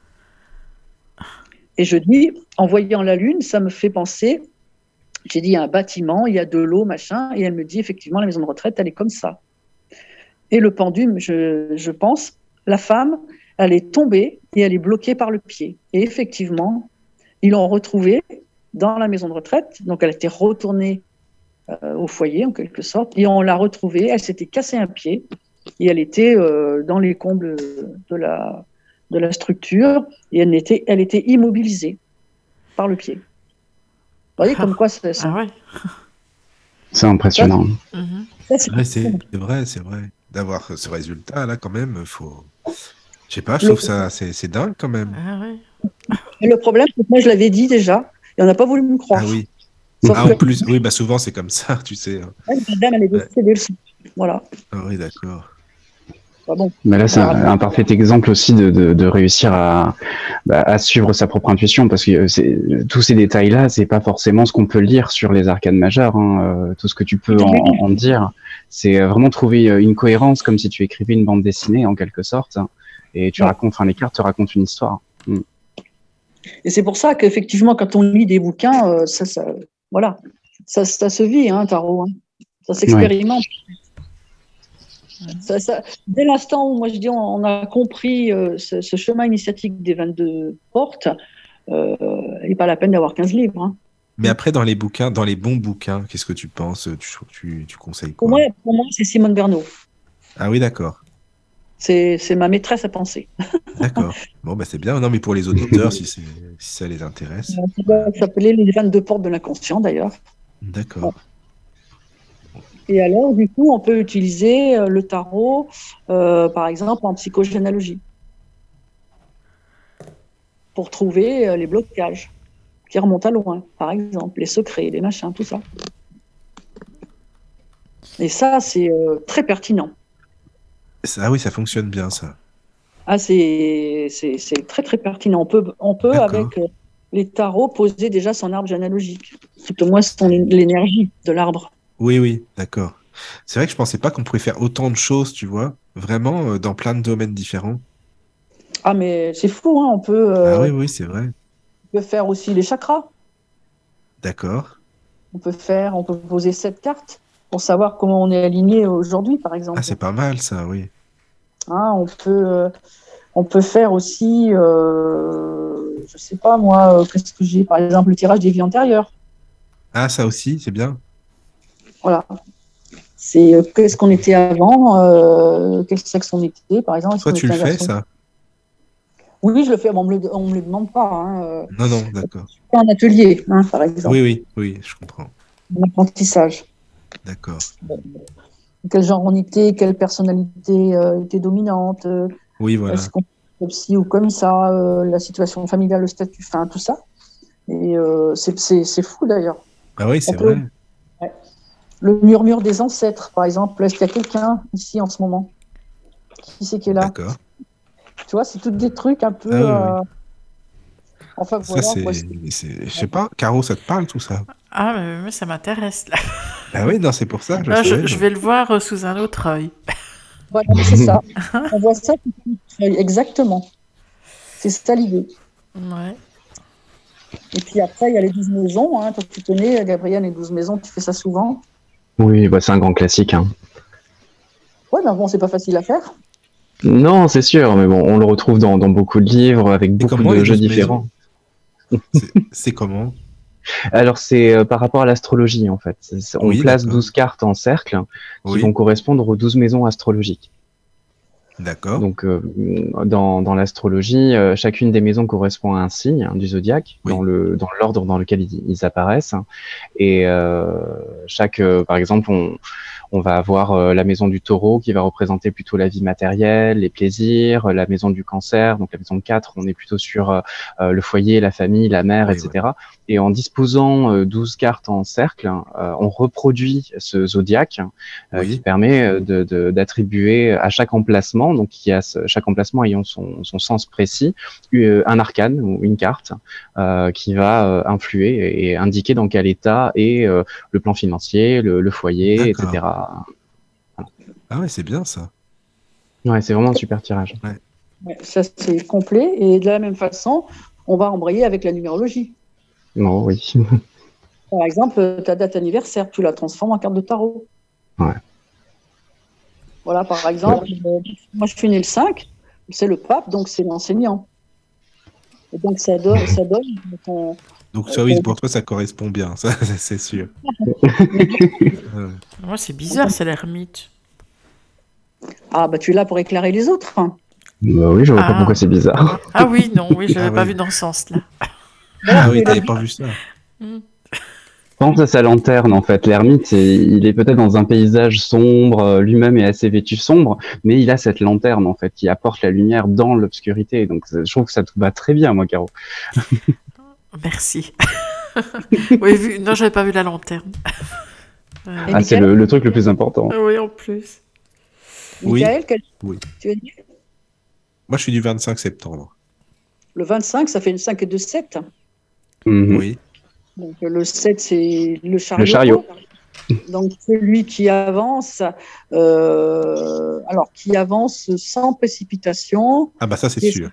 Et je dis, en voyant la lune, ça me fait penser, j'ai dit, il y a un bâtiment, il y a de l'eau, machin, et elle me dit, effectivement, la maison de retraite, elle est comme ça. Et le pendu, je pense, la femme, elle est tombée et elle est bloquée par le pied. Et effectivement, ils l'ont retrouvée dans la maison de retraite, donc elle était retournée au foyer, en quelque sorte, et on l'a retrouvée, elle s'était cassé un pied, et elle était dans les combles de la structure, et elle était immobilisée par le pied. Vous voyez comme quoi c'est ça. Ah ouais. C'est impressionnant. C'est vrai. D'avoir ce résultat là, quand même, faut. Je sais pas, je trouve ça c'est dingue quand même. Ah ouais. Et le problème, c'est que moi je l'avais dit déjà, et on n'a pas voulu me croire. Ah oui. Sauf En plus, oui, bah souvent c'est comme ça, tu sais. La dame, elle est décédée aussi. Voilà. Ah oui, d'accord. Bon. Mais là, c'est un parfait exemple aussi de réussir à suivre sa propre intuition, parce que tous ces détails-là, c'est pas forcément ce qu'on peut lire sur les arcanes majeures. Tout ce que tu peux en dire, c'est vraiment trouver une cohérence, comme si tu écrivais une bande dessinée en quelque sorte, et tu racontes, les cartes te racontent une histoire. Et c'est pour ça qu'effectivement, quand on lit des bouquins, ça se vit, tarot. Ça s'expérimente. Ouais. Dès l'instant où, moi je dis, on a compris ce chemin initiatique des 22 portes, il n'est pas la peine d'avoir 15 livres. Mais après, dans les bons bouquins, qu'est-ce que tu penses? Tu conseilles quoi? Pour moi, c'est Simone Bernot. Ah oui, d'accord. C'est ma maîtresse à penser. D'accord. Bon, c'est bien. Non, mais pour les auditeurs, si ça les intéresse. Ça s'appelait les 22 portes de l'inconscient, d'ailleurs. D'accord. Ouais. Et alors, du coup, on peut utiliser le tarot, par exemple, en psychogénéalogie, pour trouver les blocages qui remontent à loin, par exemple, les secrets, les machins, tout ça. Et ça, c'est très pertinent. Ah oui, ça fonctionne bien, ça. Ah, c'est très très pertinent. On peut D'accord. avec les tarots poser déjà son arbre généalogique, tout au moins l'énergie de l'arbre. Oui, oui, d'accord. C'est vrai que je pensais pas qu'on pouvait faire autant de choses, tu vois, vraiment dans plein de domaines différents. Ah, mais c'est fou, hein. Ah oui, oui, c'est vrai. On peut faire aussi les chakras. D'accord. On peut poser 7 cartes pour savoir comment on est aligné aujourd'hui, par Ah, exemple. c'est pas mal, ça, oui. Hein, on peut faire aussi, je sais pas moi, qu'est-ce que j'ai, par exemple, le tirage des vies antérieures. Ah, ça aussi, c'est bien. Voilà. C'est qu'est-ce qu'on était avant, quel sexe on était, par exemple, est-ce Toi, qu'on tu était le un fais, garçon. ça? Oui, je le fais, bon, on me le demande pas. Hein, Non, non, d'accord. un atelier, hein, par Oui, exemple, oui, oui, je comprends. un apprentissage. D'accord. Quel genre on était, quelle personnalité était dominante, Oui, voilà. est-ce qu'on est comme ci ou comme ça, la situation familiale, le statut, enfin, tout ça. Et c'est fou d'ailleurs. Ah oui, On c'est peut, vrai. ouais. Le murmure des ancêtres, par exemple, est-ce qu'il y a quelqu'un ici en ce moment? Qui c'est qui est là? D'accord. Tu vois, c'est tous des trucs un Ah peu. oui, oui. Enfin Ça, voilà, quoi. je sais pas, Caro, ça te parle, tout ça? Ah, mais ça m'intéresse là. Ah oui, non, c'est pour ça, je Ah, savais. je vais le voir sous un autre œil. Voilà, c'est ça. On voit ça tout de suite. Exactement. C'est ça l'idée. Ouais. Et puis après, il y a les 12 maisons. Hein. Toi, tu connais, Gabriel, les 12 maisons, tu fais ça souvent. Oui, bah, c'est un grand classique, hein. Ouais, mais bon, c'est pas facile à faire. Non, c'est sûr, mais bon, on le retrouve dans beaucoup de livres avec Et beaucoup comment les de jeux 12 maisons? différents. C'est comment? Alors, c'est par rapport à l'astrologie, en fait. On Oui, place d'accord. 12 cartes en cercle qui vont Oui, correspondre aux 12 maisons astrologiques. d'accord. Donc, dans l'astrologie, chacune des maisons correspond à un signe du zodiaque, Oui, dans l'ordre dans lequel ils apparaissent. Et par exemple, on va avoir la maison du taureau qui va représenter plutôt la vie matérielle, les plaisirs, la maison du cancer, donc la maison 4, on est plutôt sur le foyer, la famille, la mère, oui, oui. etc. Et en disposant 12 cartes en cercle, on reproduit ce zodiaque qui Oui, permet d'attribuer à chaque emplacement, donc chaque emplacement ayant son sens précis, un arcane ou une carte qui va influer et indiquer dans quel état est le plan financier, le foyer, d'accord. etc. Voilà. Ah ouais, c'est bien ça. Ouais, c'est vraiment un super tirage. Ouais. Ouais, ça, c'est complet. Et de la même façon, on va embrayer avec la numérologie. Non, oui. Par exemple, ta date anniversaire, tu la transformes en carte de tarot. Ouais. Voilà, par exemple, moi je suis né le 5, c'est le pape, donc c'est l'enseignant. Et donc ça donne ton, Donc ça, oui, ton- pour toi, ça correspond bien, ça, c'est sûr. Ouais. Moi, c'est bizarre, c'est l'ermite. Ah, bah tu es là pour éclairer les autres. Hein. Bah oui, je vois pas pourquoi Ah. c'est bizarre. Ah oui, non, oui, je Ah l'avais pas oui. vu dans ce sens-là. Voilà, Ah tu oui, es là. t'avais pas vu ça. Hmm. Pense à sa lanterne, en fait. L'ermite, il est peut-être dans un paysage sombre, lui-même est assez vêtu sombre, mais il a cette lanterne, en fait, qui apporte la lumière dans l'obscurité. Donc, je trouve que ça te va très bien, moi, Caro. Merci. Oui, non, j'avais pas vu la lanterne. Et Ah, c'est Michael, le truc le plus important. Oui, en plus. Oui, Michael, oui. tu es né Moi, je suis du 25 septembre. le 25, ça fait une 5 et 2, 7. Mhm. Oui, Donc le 7, c'est le Le chariot. chariot. Donc celui qui avance, alors qui avance sans précipitation. ah bah ça, c'est Qui est- sûr.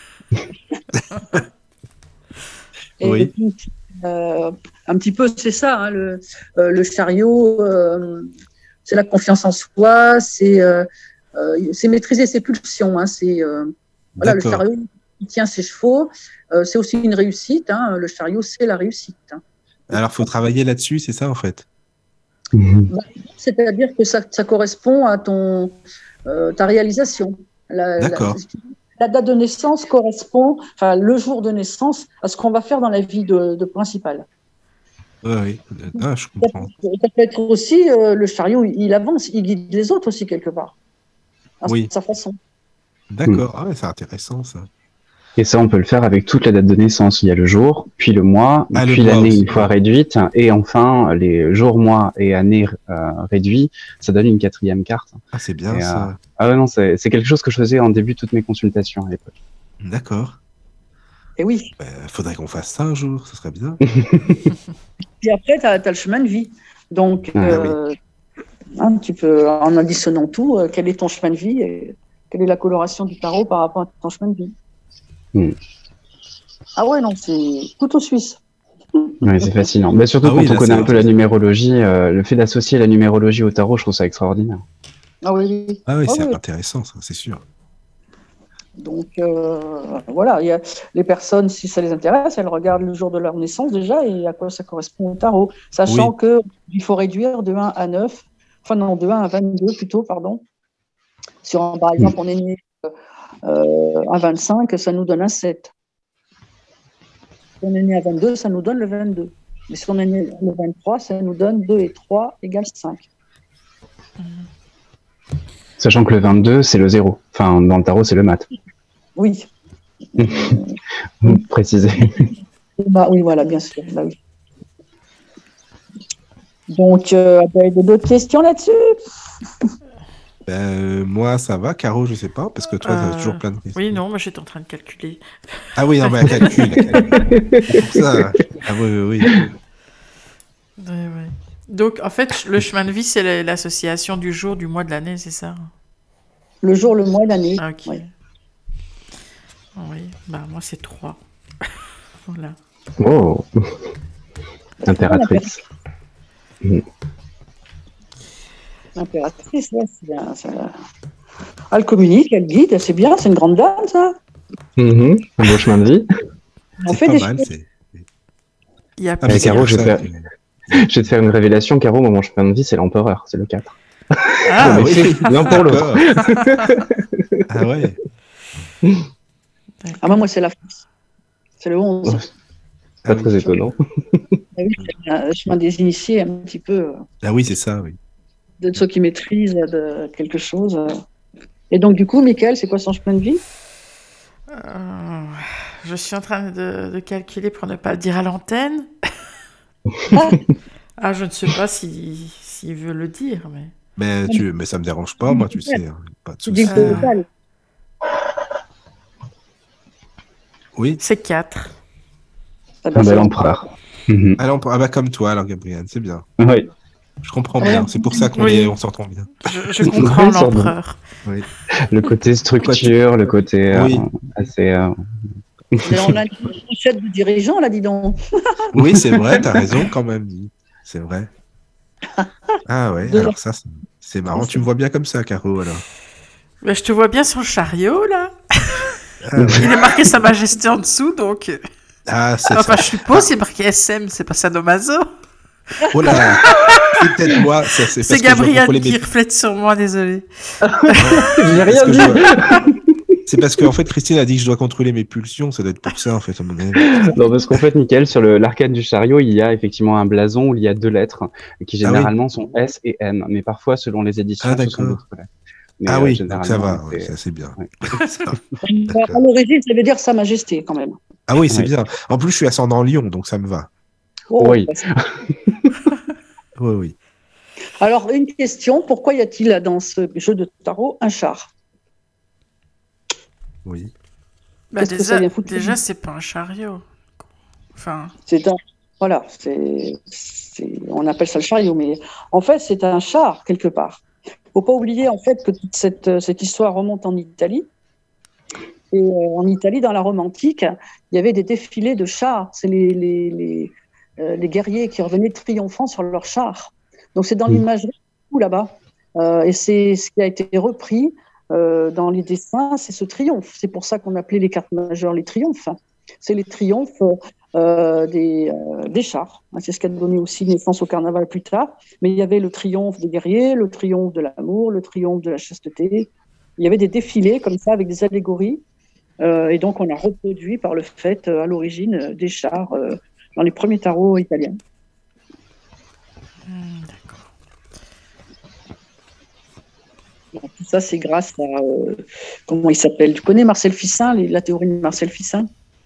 Et Oui, puis, un petit peu, c'est ça, hein, le chariot, c'est la confiance en soi, c'est maîtriser ses pulsions. Hein, voilà, le d'accord. chariot, il tient ses chevaux. C'est aussi une réussite. Hein, le chariot, c'est la réussite. Hein. Alors, faut travailler là-dessus, c'est ça, en fait. Mhm. C'est-à-dire que ça correspond à ta réalisation. D'accord. La date de naissance correspond, enfin le jour de naissance, à ce qu'on va faire dans la vie de principale. Oui, oui. Ah, je comprends. Ça peut être aussi le chariot, il avance, il guide les autres aussi quelque part, à Oui, sa façon. Mhm. d'accord. Ah ouais, c'est intéressant, ça. Et ça, on peut le faire avec toute la date de naissance. Il y a le jour, puis le mois, puis l'année une fois réduite, et enfin les jours, mois et années réduits. Ça donne une 4e carte. Ah, c'est bien ça. Ah ouais, non, c'est quelque chose que je faisais en début de toutes mes consultations à l'époque. D'accord. Et oui. Faudrait qu'on fasse ça un jour, ce serait bien. Puis après, tu as le chemin de vie. Donc, tu peux, en additionnant tout, quel est ton chemin de vie et quelle est la coloration du tarot par rapport à ton chemin de vie. Ah ouais, non, c'est couteau suisse. Oui, c'est fascinant. Mais surtout quand on connaît un peu la numérologie, le fait d'associer la numérologie au tarot, je trouve ça extraordinaire. Ah oui. Ah oui, c'est intéressant, ça, c'est sûr. Donc voilà, les personnes, si ça les intéresse, elles regardent le jour de leur naissance déjà et à quoi ça correspond au tarot, sachant qu'il faut réduire de 1 à 9, enfin non, de 1 à 22 plutôt, pardon. Par exemple, on est né à 25, ça nous donne un 7. Si on est né à 22, ça nous donne le 22. Mais si on est né le 23, ça nous donne 2 et 3 égale 5. Sachant que le 22, c'est le 0. Enfin, dans le tarot, c'est le mat. Oui. Préciser. Oui, voilà, bien sûr. Bah, oui. Donc, d'autres questions là-dessus? Moi, ça va. Caro, je sais pas, parce que toi, tu as toujours plein de questions. Oui, non, moi, j'étais en train de calculer. Ah oui, non, mais calcul. C'est pour ça. Ah oui. Ouais. Donc, en fait, le chemin de vie, c'est l'association du jour, du mois, de l'année, c'est ça? Le jour, le mois, l'année. Ah, ok. Oui, moi, c'est 3. Voilà. Oh. Impératrice. Impératrice, c'est elle communique, elle guide, c'est bien, c'est une grande dame, ça. Un beau chemin de vie. On fait des choses. Il y a Caro, je vais te faire une révélation. Caro, mon chemin de vie, c'est l'empereur, c'est le 4. Ah oui, l'un pour l'autre. Ah ouais. Ah moi, c'est la France. C'est le 11. Pas très étonnant. Ah oui, c'est un chemin des initiés, un petit peu. Ah oui, c'est ça, oui. De ceux qui maîtrisent de quelque chose. Et donc, du coup, Mickaël, c'est quoi son chemin de vie? Je suis en train de calculer pour ne pas le dire à l'antenne. Je ne sais pas s'il veut le dire, mais... Mais ça me dérange pas, moi, tu sais. Pas de souci. Oui. C'est 4. L'empereur. Comme toi, alors, Gabrielle, c'est bien. Oui. Je comprends bien. C'est pour ça qu'on s'entend bien. Je comprends l'empereur. Oui. Le côté structure, le côté assez... On a une pochette de dirigeants, là, dis donc. Oui, c'est vrai, t'as raison quand même. C'est vrai. Ah ouais, alors ça, c'est marrant. Tu me vois bien comme ça, Caro, alors. Je te vois bien sur le chariot, là. Il est marqué Sa Majesté en dessous, donc... je suppose c'est marqué SM, c'est pas Sadomaso. Oh là, c'est peut-être moi. C'est Gabriel qui reflète sur moi, désolé. J'ai rien dit. C'est parce qu'en fait, Christine a dit que je dois contrôler mes pulsions. Ça doit être pour ça, en fait, à mon avis. Non, parce qu'en fait, Mickaël, sur l'arcane du chariot, il y a effectivement un blason où il y a 2 lettres qui généralement sont S et M, mais parfois, selon les éditions, ce sont d'autres lettres. Mais, donc ça va, ça c'est bien. Ouais. À l'origine, ça veut dire Sa Majesté, quand même. Ah oui, c'est bien. En plus, je suis ascendant Lion, donc ça me va. Oui. Oui. Alors, une question, pourquoi y a-t-il dans ce jeu de tarot un char? Oui. Déjà, c'est pas un chariot. Enfin... Voilà, on appelle ça le chariot, mais en fait, c'est un char, quelque part. Il ne faut pas oublier, en fait, que toute cette histoire remonte en Italie. Et en Italie, dans la Rome antique, il y avait des défilés de chars. C'est les guerriers qui revenaient triomphants sur leurs chars. Donc, c'est dans l'imagerie là-bas. Et c'est ce qui a été repris dans les dessins, c'est ce triomphe. C'est pour ça qu'on appelait les cartes majeures les triomphes. C'est les triomphes des chars. C'est ce qui a donné aussi naissance au carnaval plus tard. Mais il y avait le triomphe des guerriers, le triomphe de l'amour, le triomphe de la chasteté. Il y avait des défilés comme ça avec des allégories. Et donc, on a reproduit par le fait, à l'origine, des chars dans les premiers tarots italiens. D'accord. Bon, tout ça, c'est grâce à, comment il s'appelle? Tu connais Marcel Fissin, la théorie de Marcel Fissin?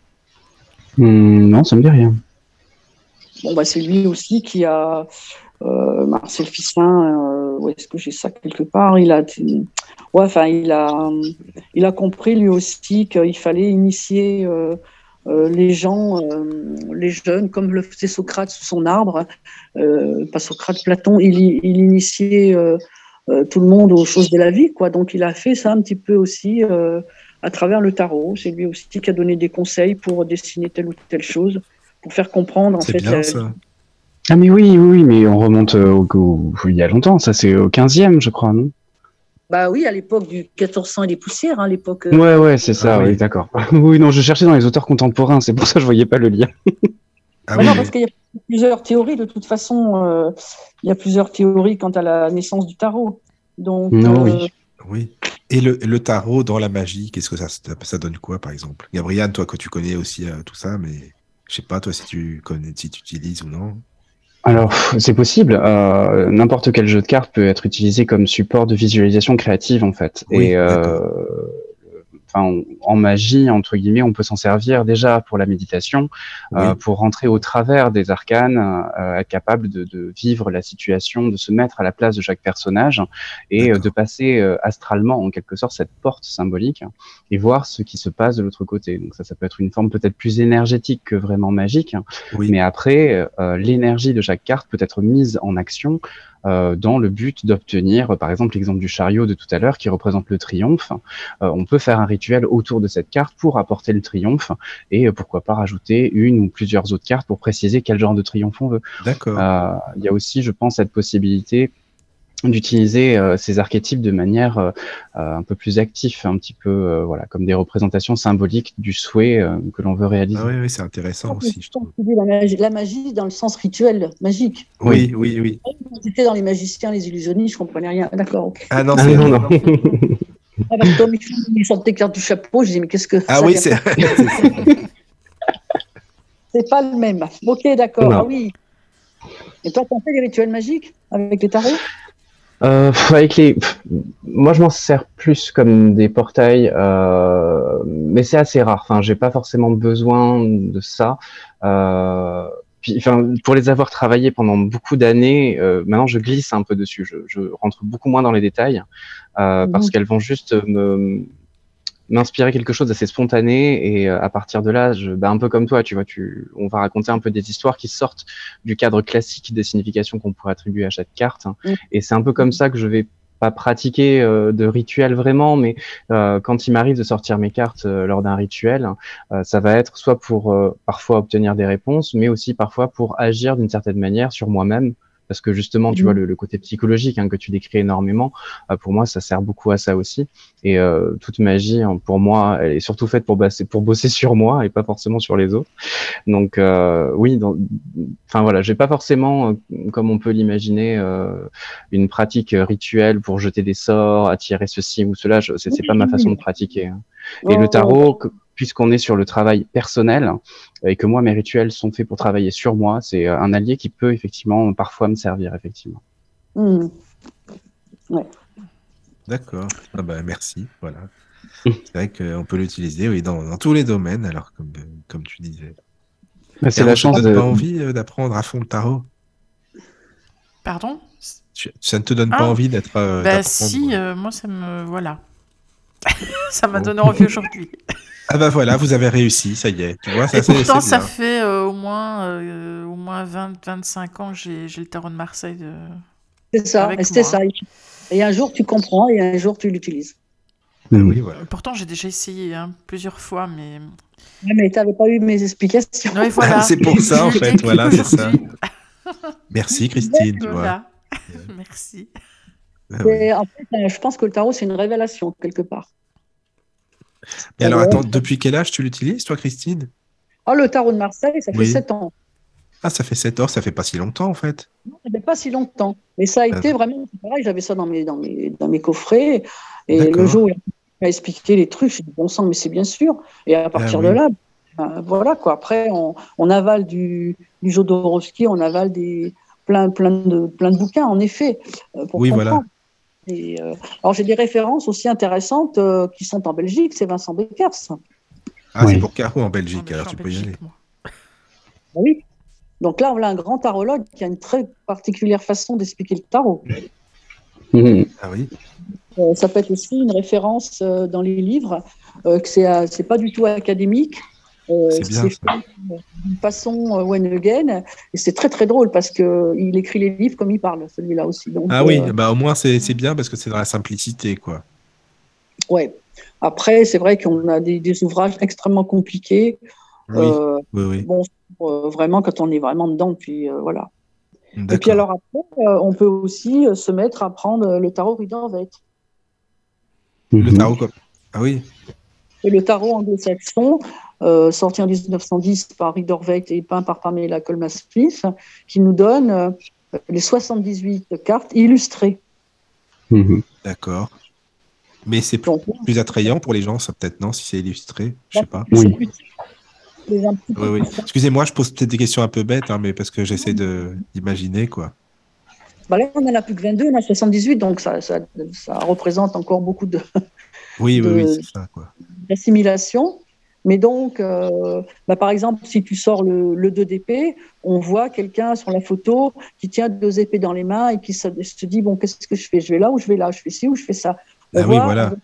Non, ça me dit rien. Bon, bah, c'est lui aussi qui a, Marcel Fissin, où est-ce que j'ai ça quelque part? Ouais, enfin, il a compris lui aussi qu'il fallait initier les gens, les jeunes, comme le faisait Socrate sous son arbre. Pas Socrate, Platon, il initiait tout le monde aux choses de la vie, quoi. Donc, il a fait ça un petit peu aussi à travers le tarot. C'est lui aussi qui a donné des conseils pour dessiner telle ou telle chose, pour faire comprendre en C'est fait bien ça. Ah mais oui, mais on remonte il y a longtemps, ça c'est au 15e, je crois, non? Bah oui, à l'époque du 1400 et des poussières, hein, l'époque. Ouais, c'est ça, Ah oui, oui. d'accord. Oui, non, je cherchais dans les auteurs contemporains, c'est pour ça que je voyais pas le lien. Ah Bah oui, non, oui. parce qu'il y a plusieurs théories de toute façon. Il y a plusieurs théories quant à la naissance du tarot. Donc, Non, oui. Oui. Et le tarot dans la magie, qu'est-ce que ça donne quoi, par exemple? Gabrielle, toi, que tu connais aussi tout ça, mais je sais pas, toi, si tu connais, si tu utilises ou non. Alors, c'est possible. N'importe quel jeu de cartes peut être utilisé comme support de visualisation créative, en fait. Et Oui, d'accord. en magie, entre guillemets, on peut s'en servir déjà pour la méditation, Oui, pour rentrer au travers des arcanes, être capable de vivre la situation, de se mettre à la place de chaque personnage et de d'accord. passer astralement, en quelque sorte, cette porte symbolique et voir ce qui se passe de l'autre côté. Donc ça peut être une forme peut-être plus énergétique que vraiment magique, Oui, mais après, l'énergie de chaque carte peut être mise en action dans le but d'obtenir, par exemple, l'exemple du chariot de tout à l'heure qui représente le triomphe. On peut faire un rituel autour de cette carte pour apporter le triomphe et pourquoi pas rajouter une ou plusieurs autres cartes pour préciser quel genre de triomphe on veut. d'accord. Il y a aussi, je pense, cette possibilité d'utiliser ces archétypes de manière un peu plus active, un petit peu voilà, comme des représentations symboliques du souhait que l'on veut Ah réaliser. oui, oui, c'est intéressant aussi, je trouve. la magie dans le sens rituel, magique. Oui. Oui, oui, oui. J'étais dans les magiciens, les illusionnistes, je comprenais rien. D'accord, ok. Ah non, Ah c'est... non, non. Ah, parce que comme il sortait cartes du chapeau, je disais, mais qu'est-ce que Ah ça oui, vient c'est... faire? C'est pas le même. Ok, d'accord. Ah Non. oui. Et toi, tu as fait des rituels magiques avec les tarots? Avec moi je m'en sers plus comme des portails, mais c'est assez rare. Enfin, j'ai pas forcément besoin de ça. Puis, enfin, pour les avoir travaillés pendant beaucoup d'années, maintenant je glisse un peu dessus. Je rentre beaucoup moins dans les détails parce qu'elles vont juste m'inspirer quelque chose d'assez spontané et à partir de là, un peu comme toi, tu vois, on va raconter un peu des histoires qui sortent du cadre classique des significations qu'on pourrait attribuer à chaque carte. Et c'est un peu comme ça que je vais pas pratiquer de rituel vraiment, mais quand il m'arrive de sortir mes cartes lors d'un rituel, ça va être soit pour parfois obtenir des réponses, mais aussi parfois pour agir d'une certaine manière sur moi-même. Parce que justement, tu vois, le côté psychologique que tu décris énormément, pour moi, ça sert beaucoup à ça aussi. Et toute magie, pour moi, elle est surtout faite pour bosser sur moi et pas forcément sur les autres. Donc oui, enfin voilà, j'ai pas forcément, comme on peut l'imaginer, une pratique rituelle pour jeter des sorts, attirer ceci ou cela. C'est pas ma façon de pratiquer, hein. Et le tarot, puisqu'on est sur le travail personnel et que moi mes rituels sont faits pour travailler sur moi, c'est un allié qui peut effectivement parfois me servir effectivement. Ouais. D'accord. Ah bah, merci, voilà. C'est vrai qu'on peut l'utiliser, oui, dans tous les domaines, alors comme tu disais. C'est Et la alors, ça ne chance te donne de. pas envie d'apprendre à fond le tarot? Pardon? Ça ne te donne pas Ah, envie bah d'apprendre? si, moi ça me... Voilà. Ça m'a donné envie aujourd'hui. Ah bah voilà, vous avez réussi, ça y est. Tu vois, Et ça pourtant, c'est ça bien. fait au moins 20-25 ans que j'ai le tarot de Marseille C'est ça, avec c'était moi. ça. Et un jour, tu comprends et un jour, tu l'utilises. Ah oui, voilà. Pourtant, j'ai déjà essayé plusieurs fois, mais... Ouais, mais tu n'avais pas eu mes explications. Oui, voilà. C'est pour ça, en Je le fait, décris voilà, c'est ça. aujourd'hui. Merci, Christine, tu vois. Voilà. Merci. Ah oui. En fait, je pense que le tarot, c'est une révélation, quelque part. Et alors, attends, depuis quel âge tu l'utilises, toi, Christine? Oh, le tarot de Marseille, ça fait Oui. 7 ans. Ah, ça fait 7 heures, ça fait pas si longtemps, en fait. Non, ça fait pas si longtemps. Mais ça a Ah, été vraiment pareil. J'avais ça dans mes coffrets. Et le d'accord. jour où il m'a expliqué les trucs, j'ai dit bon sang, mais c'est bien sûr. Et à Ah partir de oui. là, voilà quoi. Après, on avale du Jodorowsky, on avale plein de bouquins, en effet, pour Oui, voilà. comprendre. Alors j'ai des références aussi intéressantes qui sont en Belgique, c'est Vincent Beckers. Ah, Oui. c'est pour Caro en Ah, Belgique, mais je alors suis tu en peux y aller. Belgique, moi. Ah oui. Donc là, on a un grand tarologue qui a une très particulière façon d'expliquer le tarot. Mhm. Ah oui. Ça peut être aussi une référence dans les livres, que c'est pas du tout académique. C'est bien, C'est ça. fait d'une façon Wenegen, et c'est très très drôle parce que il écrit les livres comme il parle, celui-là aussi. Donc, Ah oui, bah au moins c'est bien parce que c'est dans la simplicité, quoi. ouais. Après, c'est vrai qu'on a des ouvrages extrêmement compliqués. Oui, Euh, oui, oui. bon, vraiment quand on est vraiment dedans, puis voilà. Et puis D'accord. alors après, on peut aussi se mettre à prendre le tarot Rider-Waite. Le Mhm. tarot, comme. Ah oui, Et le tarot anglo-saxon, sorti en 1910 par Rider-Waite et peint par Pamela Colman-Smith, qui nous donne les 78 cartes illustrées. Mhm. d'accord. Mais c'est Donc, plus attrayant pour les gens, ça peut-être, non, si c'est illustré, je sais pas. c'est Oui. plus, c'est un petit Oui, peu oui. plus simple. Excusez-moi, je pose peut-être des questions un peu bêtes, hein, mais parce que j'essaie d'imaginer, quoi. Bah là, on n'en a plus que 22, on a 78, donc ça représente encore beaucoup Oui, oui, oui, de, c'est ça, quoi. d'assimilation. Mais donc, par exemple, si tu sors le 2 d'épée, on voit quelqu'un sur la photo qui tient 2 épées dans les mains et qui se dit, bon, qu'est-ce que je fais? Je vais là ou je vais là? Je fais ci ou je fais ça? Ah oui, voilà.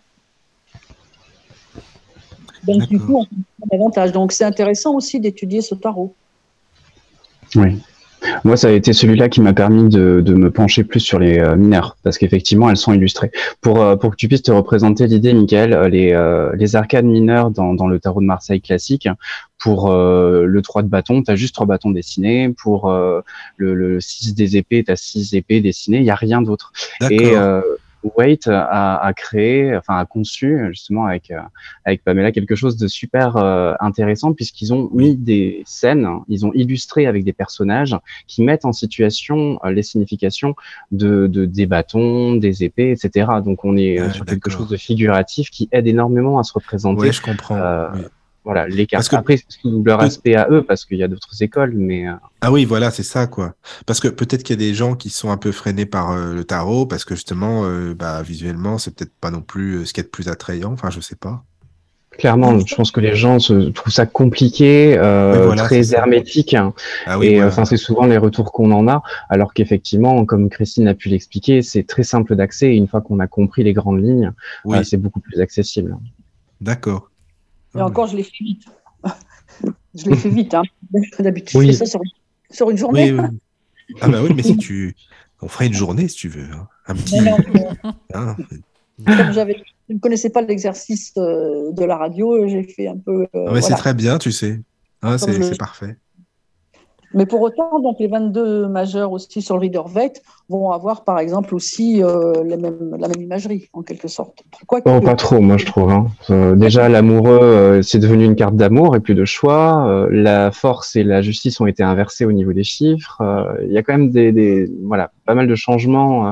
Donc, du D'accord. coup, on comprend davantage. Donc, c'est intéressant aussi d'étudier ce tarot. Oui. Moi, ça a été celui-là qui m'a permis de me pencher plus sur les mineures, parce qu'effectivement, elles sont illustrées. Pour que tu puisses te représenter l'idée, Michael, les arcades mineures dans le tarot de Marseille classique, pour le 3 de bâton, tu as juste 3 bâtons dessinés. Pour le 6 des épées, tu as 6 épées dessinées. Il n'y a rien d'autre. Et D'accord. Waite a créé, enfin a conçu justement avec Pamela quelque chose de super intéressant, puisqu'ils ont mis Oui. des scènes, ils ont illustré avec des personnages qui mettent en situation les significations des bâtons, des épées, etc. Donc on est Ah, sur quelque chose d'accord. de figuratif qui aide énormément à se Ouais, représenter je comprends. euh, Oui. voilà, les Parce cartes. que Après, sous leur peut- aspect à eux, parce qu'il y a d'autres écoles, mais Ah oui, voilà, c'est ça, quoi. Parce que peut-être qu'il y a des gens qui sont un peu freinés par le tarot, parce que justement, bah, visuellement, c'est peut-être pas non plus ce qui est le plus attrayant. Enfin, je sais pas. clairement, je pense que les gens trouvent ça compliqué, Oui, voilà, c'est très ça. hermétique, hein. Ah oui, Et voilà. enfin, c'est souvent les retours qu'on en a, alors qu'effectivement, comme Christine a pu l'expliquer, c'est très simple d'accès. Et une fois qu'on a compris les grandes lignes, Oui, c'est beaucoup plus accessible. d'accord. Et Ah oui. encore, je l'ai fait vite. Je l'ai fait vite. Hein. D'habitude, je fais Oui, ça sur une Oui, journée. oui. Ah bah oui, mais si tu... On ferait une journée, si tu veux, hein. Un Non, non, petit... hein. comme je ne connaissais pas l'exercice de la radio, j'ai fait un peu, Ah ouais, c'est voilà, très bien, tu sais. Ah, comme je le. c'est parfait. Mais pour autant, donc les 22 majeurs aussi sur le Rider-Waite vont avoir, par exemple, aussi la même imagerie, en quelque sorte. Quoique, oh, pas trop, moi je trouve, hein. Déjà, l'amoureux, c'est devenu une carte d'amour et plus de choix. La force et la justice ont été inversées au niveau des chiffres. Il y a quand même voilà, pas mal de changements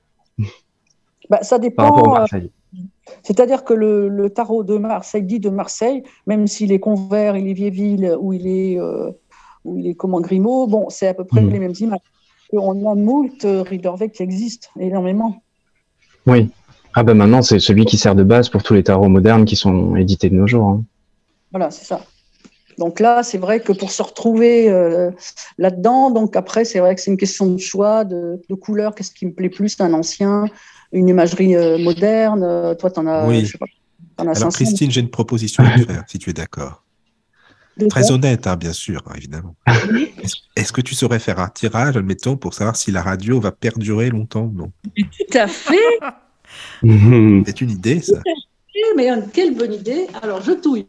ça par rapport au dépend. Marseille. C'est-à-dire que le tarot de Marseille dit de Marseille, même s'il est Convert, il est Vieilleville, où il est comment Grimaud, bon, c'est à peu près Mhm. les mêmes images. On a moult Rider-Waite qui existent énormément. Oui. Ah bah maintenant, c'est celui qui sert de base pour tous les tarots modernes qui sont édités de nos jours, hein. Voilà, c'est ça. Donc là, c'est vrai que pour se retrouver là-dedans, donc après, c'est vrai que c'est une question de choix, de couleur, qu'est-ce qui me plaît plus, un ancien, une imagerie moderne. Toi, tu en as, je Oui. sais pas, t'en as Alors, 500. Christine, j'ai une proposition à te faire, si tu es d'accord. De quoi? Très honnête, hein, bien sûr, hein, évidemment. Est-ce que tu saurais faire un tirage, admettons, pour savoir si la radio va perdurer longtemps ou non? Tout à fait, Mhm. C'est une idée, ça. mais quelle bonne idée. Alors, je touille.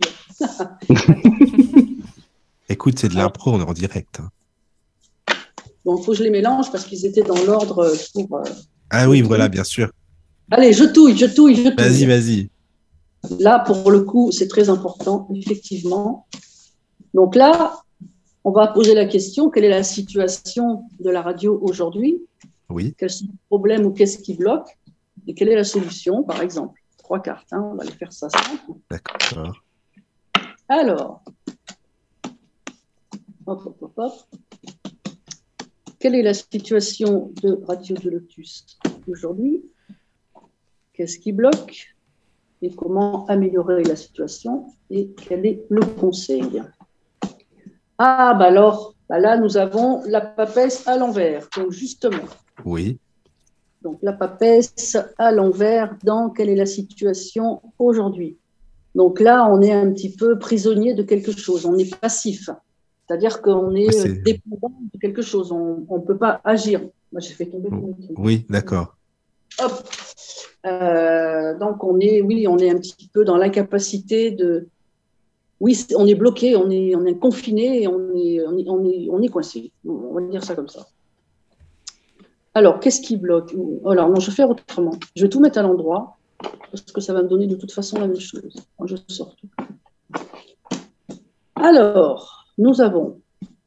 Écoute, c'est de l'impro, on est en direct, hein. Bon, il faut que je les mélange parce qu'ils étaient dans l'ordre pour Ah le oui, truc. voilà, bien sûr. Allez, je touille, je touille, je Vas-y, touille. vas-y. Là, pour le coup, c'est très important, effectivement. Donc là, on va poser la question, quelle est la situation de la radio aujourd'hui? Oui, Quels sont les problèmes ou qu'est-ce qui bloque? Et quelle est la solution, par exemple? 3 cartes, hein, on va les faire ça simple. d'accord. Alors, hop, hop, hop, hop. Quelle est la situation de Radio de Lotus aujourd'hui? qu'est-ce qui bloque et comment améliorer la situation et quel est le conseil. Ah, alors, là, nous avons la papesse à l'envers. Donc, justement. Oui. Donc, la papesse à l'envers dans quelle est la situation aujourd'hui. Donc là, on est un petit peu prisonnier de quelque chose. On est passif. C'est-à-dire qu'on est dépendant de quelque chose. On ne peut pas agir. Moi, j'ai fait tomber mon truc. Oui, d'accord. Hop. Donc, on est un petit peu dans l'incapacité de... Oui, on est bloqué, on est confiné et on est coincé. On va dire ça comme ça. Alors, qu'est-ce qui bloque? Alors, non, je vais faire autrement. Je vais tout mettre à l'endroit parce que ça va me donner de toute façon la même chose. Moi, je sors tout. Alors, nous avons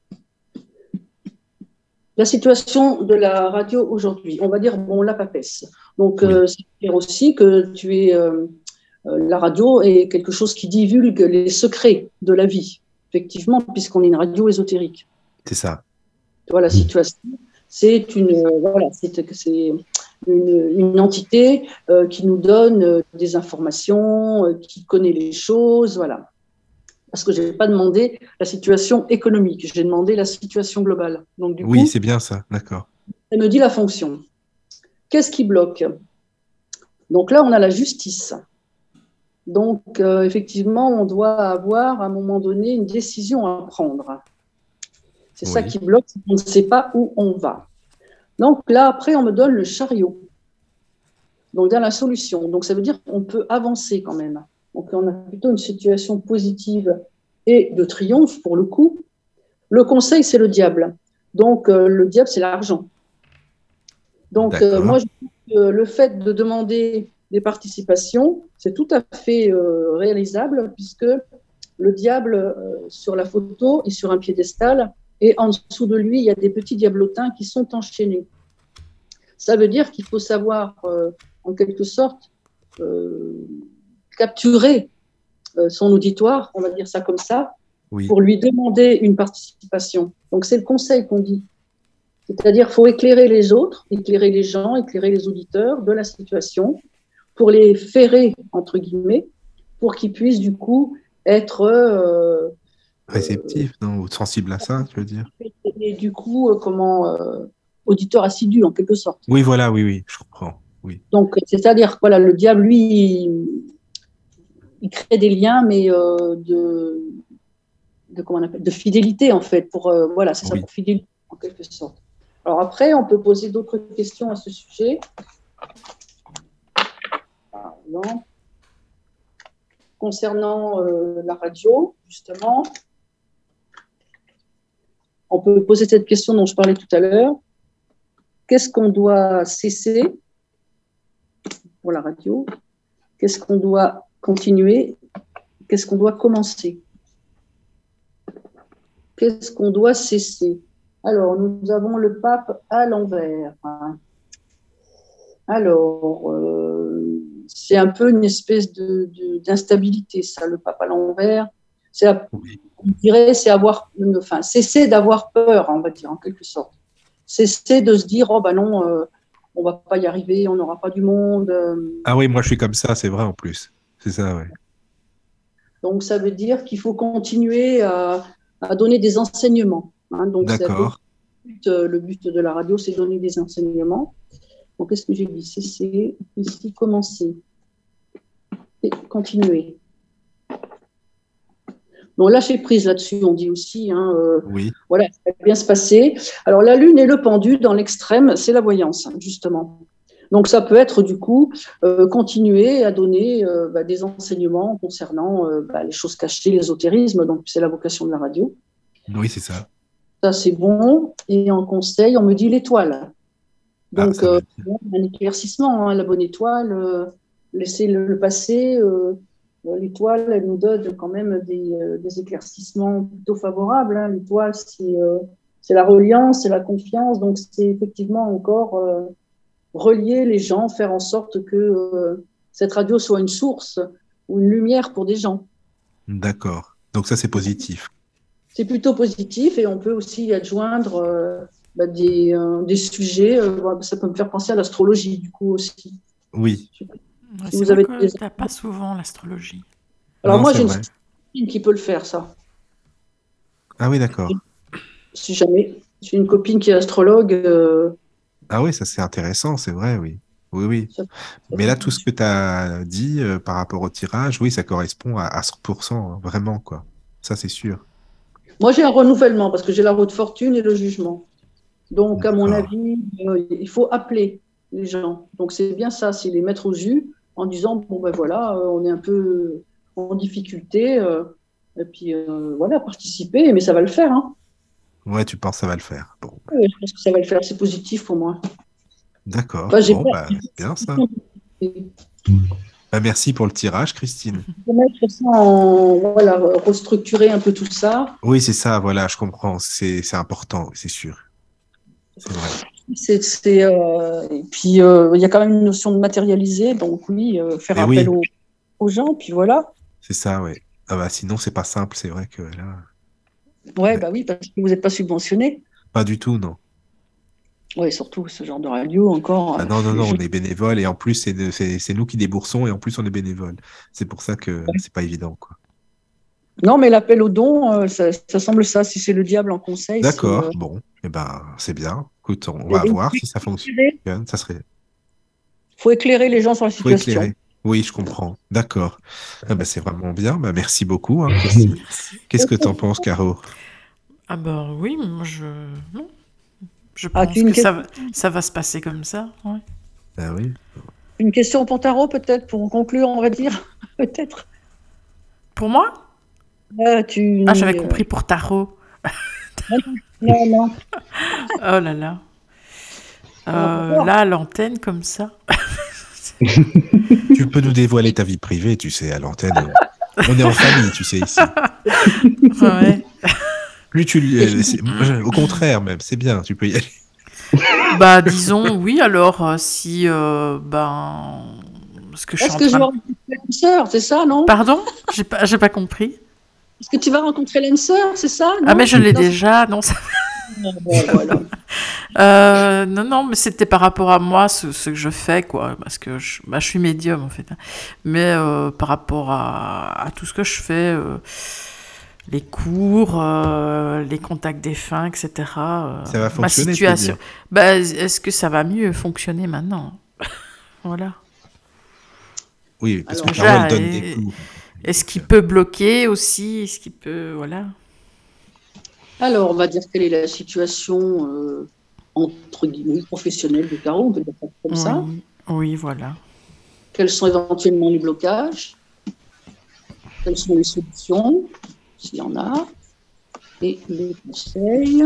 la situation de la radio aujourd'hui. On va dire, la papesse. Donc, c'est dire aussi que tu es... la radio est quelque chose qui divulgue les secrets de la vie, effectivement, puisqu'on est une radio ésotérique. C'est ça. Tu vois, la situation, c'est une entité qui nous donne des informations, qui connaît les choses, voilà. Parce que je n'ai pas demandé la situation économique, j'ai demandé la situation globale. Donc, du coup, c'est bien ça, d'accord. Elle me dit la fonction. Qu'est-ce qui bloque? Donc là, on a la justice. Donc, effectivement, on doit avoir à un moment donné une décision à prendre. C'est ça qui bloque, on ne sait pas où on va. Donc là, après, on me donne le chariot. Donc, dans la solution. Donc, ça veut dire qu'on peut avancer quand même. Donc, on a plutôt une situation positive et de triomphe pour le coup. Le conseil, c'est le diable. Donc, le diable, c'est l'argent. Donc, moi, je trouve que le fait de demander des participations, c'est tout à fait réalisable puisque le diable, sur la photo, est sur un piédestal et en dessous de lui, il y a des petits diablotins qui sont enchaînés. Ça veut dire qu'il faut savoir, en quelque sorte, capturer son auditoire, on va dire ça comme ça, pour lui demander une participation. Donc, c'est le conseil qu'on dit. C'est-à-dire qu'il faut éclairer les autres, éclairer les gens, éclairer les auditeurs de la situation pour les ferrer, entre guillemets, pour qu'ils puissent, du coup, être... réceptifs, ou sensibles à ça, tu veux dire. Et du coup, auditeur assidu, en quelque sorte. Oui, voilà, oui, je comprends. Oui. Donc, c'est-à-dire, voilà, le diable, lui, il crée des liens, mais comment on appelle, de fidélité, en fait, pour, c'est ça, pour fidélité, en quelque sorte. Alors après, on peut poser d'autres questions à ce sujet. Par exemple, concernant la radio, justement, on peut poser cette question dont je parlais tout à l'heure. Qu'est-ce qu'on doit cesser pour la radio? Qu'est-ce qu'on doit continuer? Qu'est-ce qu'on doit commencer? Qu'est-ce qu'on doit cesser? Alors, nous avons le pape à l'envers. Alors, c'est un peu une espèce d'instabilité, ça, le pape à l'envers. On dirait, c'est cesser d'avoir peur, on va dire, en quelque sorte. Cesser de se dire, oh ben non, on va pas y arriver, on n'aura pas du monde. Ah oui, moi je suis comme ça, c'est vrai en plus. C'est ça, oui. Donc, ça veut dire qu'il faut continuer à donner des enseignements. Donc, d'accord. Le but de la radio, c'est donner des enseignements. Donc, qu'est-ce que j'ai dit? Cesser, ici, commencer et continuer. Donc, lâcher prise là-dessus, on dit aussi. Voilà, ça va bien se passer. Alors, la lune et le pendu, dans l'extrême, c'est la voyance, justement. Donc, ça peut être, du coup, continuer à donner des enseignements concernant les choses cachées, l'ésotérisme. Donc, c'est la vocation de la radio. Oui, c'est ça. Ça, c'est bon. Et en conseil, on me dit l'étoile. Donc, un éclaircissement, la bonne étoile, laisser le passer. L'étoile, elle nous donne quand même des éclaircissements plutôt favorables. L'étoile, c'est la reliance, c'est la confiance. Donc, c'est effectivement encore relier les gens, faire en sorte que cette radio soit une source ou une lumière pour des gens. D'accord. Donc, ça, c'est positif. C'est plutôt positif et on peut aussi y adjoindre des sujets. Ça peut me faire penser à l'astrologie, du coup, aussi. Oui. Ouais, Si c'est vous vrai avez que des... t'as pas souvent l'astrologie. Alors Non, moi, c'est j'ai une vrai. copine qui peut le faire, ça. Ah oui, d'accord. Si jamais. J'ai une copine qui est astrologue. Ah oui, ça c'est intéressant, c'est vrai, oui. Oui, oui. Ça- ça Mais peut là, tout ce que fonctionner. tu as dit par rapport au tirage, oui, ça correspond à 100%, hein, vraiment, quoi. Ça, c'est sûr. Moi, j'ai un renouvellement parce que j'ai la roue de fortune et le jugement. Donc, à mon D'accord. avis, il faut appeler les gens. Donc, c'est bien ça, c'est les mettre au jus en disant, bon, ben voilà, on est un peu en difficulté, et puis voilà, participer, mais ça va le faire. Hein. Ouais, tu penses que ça va le faire. Bon, bah, Ouais, je pense que ça va le faire, c'est positif pour moi. d'accord. Enfin, j'ai Bon, pas. bah, c'est bien ça. Bah, merci pour le tirage, Christine. Faut mettre ça en, voilà, restructurer un peu tout ça. Oui, c'est ça, voilà, je comprends. C'est important, c'est sûr. C'est vrai. Et puis, il y a quand même une notion de matérialiser, donc oui, faire Et appel oui, aux gens, puis voilà. c'est ça, ouais. Ah bah, sinon, c'est pas simple, c'est vrai que là, Ouais, ouais, bah oui, parce que vous n'êtes pas subventionné. pas du tout, non. Oui, surtout ce genre de radio, encore, Ah non, non, les non, gens. on est bénévole et en plus, c'est nous qui déboursons et en plus, on est bénévole. C'est pour ça que c'est pas évident, quoi. Non, mais l'appel aux dons, ça semble ça. Si c'est le diable en conseil, D'accord, bon, eh ben, c'est bien. Écoute, on il va voir si ça fonctionne. Ça serait. faut éclairer les gens sur la Faut situation. éclairer. Oui, je comprends. D'accord. Ah ben, c'est vraiment bien. Bah, merci beaucoup, hein, Christine. Merci. Qu'est-ce que t'en penses, Caro? Ah bah oui, moi non, je As-tu pense que ça va se passer comme ça. Ouais. Ah oui. une question pour Tarot, peut-être, pour conclure, on va dire, peut-être. Pour moi? Tu... Ah, j'avais compris pour tarot. Non, non. Oh là là. On n'a pas peur. Là, à l'antenne, comme ça. Tu peux nous dévoiler ta vie privée, tu sais, à l'antenne. On est en famille, tu sais, ici. Ouais. Plus au contraire, même, c'est bien, tu peux y aller. Bah, disons, oui, alors, si, ce que je suis Est-ce en que je train vais de... rencontrer l'âme sœur, c'est ça, non? Pardon? J'ai pas compris. Est-ce que tu vas rencontrer l'âme sœur, c'est ça, Ah, mais non? je l'ai Non, déjà, non, ça... bon, voilà. Non, non, mais c'était par rapport à moi, ce que je fais, quoi, parce que je suis médium, en fait. Hein. Mais par rapport à tout ce que je fais, les cours, les contacts défunts, etc., Ça va ma fonctionner, tu veux situation. dire. Bah, est-ce que ça va mieux fonctionner maintenant? Voilà. Oui, parce que Alors, Caro, elle Déjà, donne des cours. est-ce Donc, qu'il peut bloquer aussi? Est-ce qu'il peut... Voilà. on va dire quelle est la situation entre guillemets professionnelle de Caro, on peut dire ça comme ça. Oui, oui, voilà. Quels sont éventuellement les blocages? Quelles sont les solutions, s'il y en a? Et les conseils.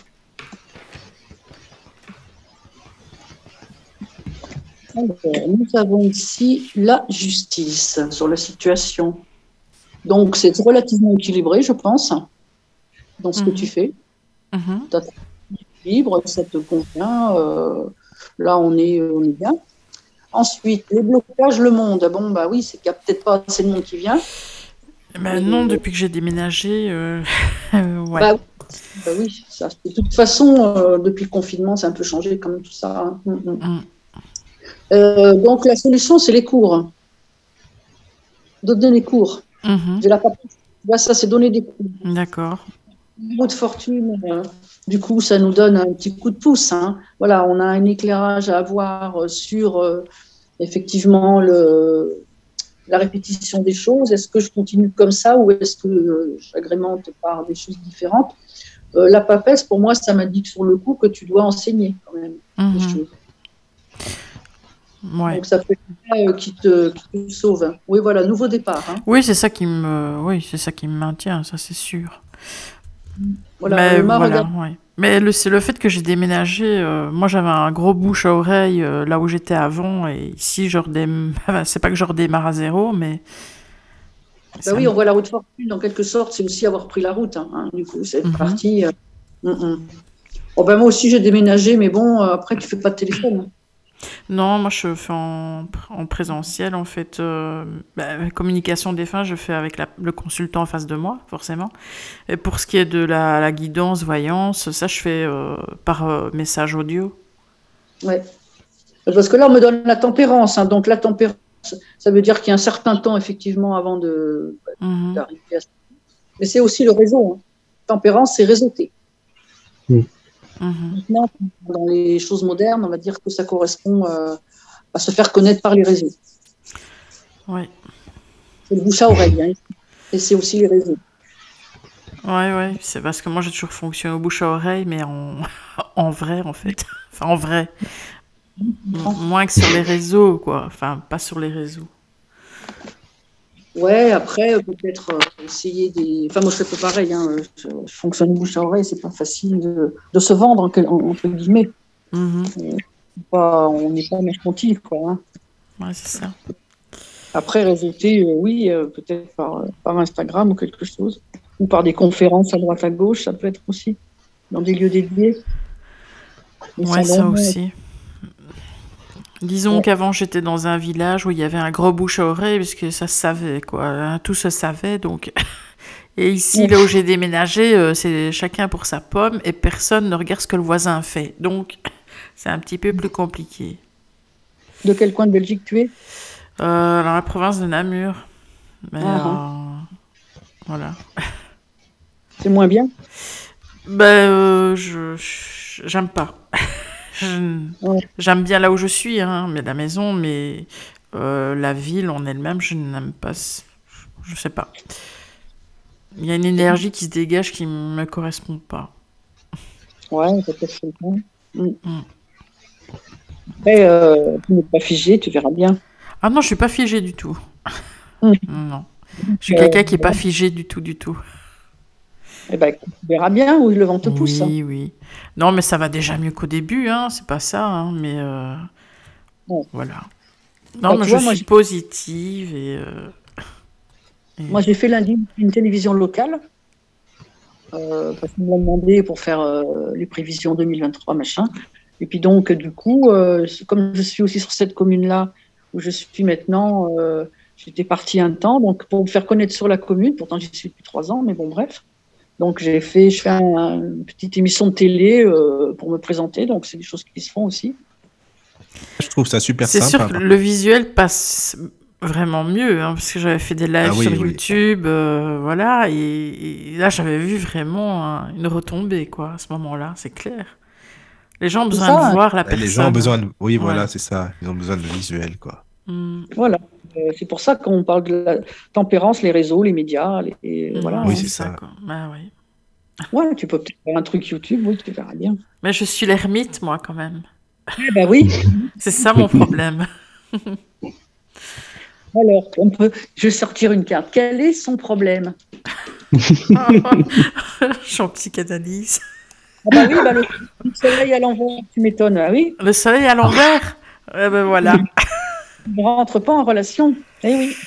Alors, nous avons ici la justice sur la situation. Donc, c'est relativement équilibré, je pense, dans ce que tu fais. Mhm. Tu as libre, ça te convient. Là, on est bien. Ensuite, les blocages, le monde. Bon, bah oui, c'est qu'il n'y a peut-être pas assez de monde qui vient. Ben non, depuis que j'ai déménagé, ouais. Bah oui, ça. De toute façon, depuis le confinement, c'est un peu changé comme tout ça. Hein. Mm. Donc, la solution, c'est les cours. Donner les cours. Mhm. J'ai la paperasse. Tu vois, ça, c'est donner des cours. D'accord. Le mot de fortune, du coup, ça nous donne un petit coup de pouce. Hein. Voilà, on a un éclairage à avoir sur effectivement la répétition des choses. Est-ce que je continue comme ça ou est-ce que j'agrémente par des choses différentes? La papesse, pour moi, ça m'indique sur le coup que tu dois enseigner quand même des Mhm. choses. Ouais. Donc, ça peut être ça qui te sauve. Oui, voilà, nouveau départ. Hein. Oui, c'est ça qui me maintient, ça c'est sûr. Voilà, Mais Emma, voilà, regarde. ouais. Mais c'est le fait que j'ai déménagé. Moi, j'avais un gros bouche à oreille là où j'étais avant, et ici, c'est pas que je redémarre à zéro, mais Ben oui, on voit la route fortune, en quelque sorte, c'est aussi avoir pris la route. Hein. Du coup, c'est parti. Oh, ben moi aussi, j'ai déménagé, mais bon, après, tu fais pas de téléphone. Non, moi je fais en présentiel en fait. Communication des fins, je fais avec le consultant en face de moi, forcément. Et pour ce qui est de la guidance, voyance, ça je fais par message audio. Ouais. Parce que là, on me donne la tempérance. Hein. Donc, la tempérance, ça veut dire qu'il y a un certain temps, effectivement, avant Mhm. d'arriver à ça. Mais c'est aussi le réseau. Hein. Tempérance, c'est réseauté. Mhm. Maintenant, dans les choses modernes, on va dire que ça correspond à se faire connaître par les réseaux. Ouais. C'est le bouche à oreille, hein, et c'est aussi les réseaux. Ouais, c'est parce que moi j'ai toujours fonctionné au bouche à oreille, mais en vrai, en fait. Enfin, en vrai. Moins que sur les réseaux, quoi. Enfin, pas sur les réseaux. Ouais, après, peut-être essayer des. Enfin, moi, c'est pas pareil. Hein, je fonctionne bouche à oreille, c'est pas facile de se vendre, entre guillemets. Mhm. On n'est pas mercantile, quoi. Hein. Ouais, c'est ça. Après, réseauter, oui, peut-être par Instagram ou quelque chose. Ou par des conférences à droite à gauche, ça peut être aussi. Dans des lieux dédiés. Des Ouais, ça salons, aussi. Disons Ouais. qu'avant j'étais dans un village où il y avait un gros bouche à oreille, parce que ça se savait, quoi. Tout se savait, donc. Et ici, là où j'ai déménagé, c'est chacun pour sa pomme et personne ne regarde ce que le voisin fait. Donc, c'est un petit peu plus compliqué. De quel coin de Belgique tu es? Dans la province de Namur. Mais voilà. C'est moins bien? Ben, j'aime pas. Ouais. J'aime bien là où je suis, hein, mais la maison, mais la ville en elle-même, je n'aime pas. Je sais pas. Il y a une énergie qui se dégage qui me correspond pas. Ouais, peut-être c'est le cas. Mm. Mm. Après, tu n'es pas figé, tu verras bien. Ah non, je suis pas figée du tout. Mm. Non. Je suis quelqu'un qui est pas figé du tout, du tout. Eh ben, tu verras bien où le vent te pousse. Hein. Oui. Non, mais ça va déjà mieux qu'au début, hein. C'est pas ça, hein, mais Ouais. voilà. Non, Bah, mais tu je vois, suis positive et moi, j'ai fait lundi une télévision locale parce qu'on me l'a demandé pour faire les prévisions 2023, machin. Et puis donc, du coup, comme je suis aussi sur cette commune-là où je suis maintenant, j'étais partie un temps, donc pour me faire connaître sur la commune, pourtant j'y suis depuis 3 ans, mais bon, bref. Donc je fais une petite émission de télé pour me présenter, donc c'est des choses qui se font aussi. Je trouve ça super c'est sûr sympa. que le visuel passe vraiment mieux, hein, parce que j'avais fait des lives Ah oui, sur oui. YouTube, voilà, et là j'avais vu vraiment une retombée, quoi, à ce moment-là, c'est clair. Les gens ont C'est besoin ça, de hein. voir la Les gens ont personne. besoin de. Oui, voilà, Ouais. c'est ça. Ils ont besoin de visuel, quoi. Voilà. C'est pour ça qu'on parle de la tempérance, les réseaux, les médias, voilà. Oui, Hein. c'est ça, ça. quoi. Bah, oui. Ouais, tu peux peut-être faire un truc YouTube, oui, tu verras bien. Mais je suis l'ermite, moi, quand même. Eh ben oui. C'est ça mon problème. Alors, je vais sortir une carte. Quel est son problème? Je suis en psychanalyse. Ah bah oui, le soleil à l'envers, tu m'étonnes. Ah oui, Le soleil à l'envers. Eh ben voilà. tu ne rentres pas en relation. Eh oui,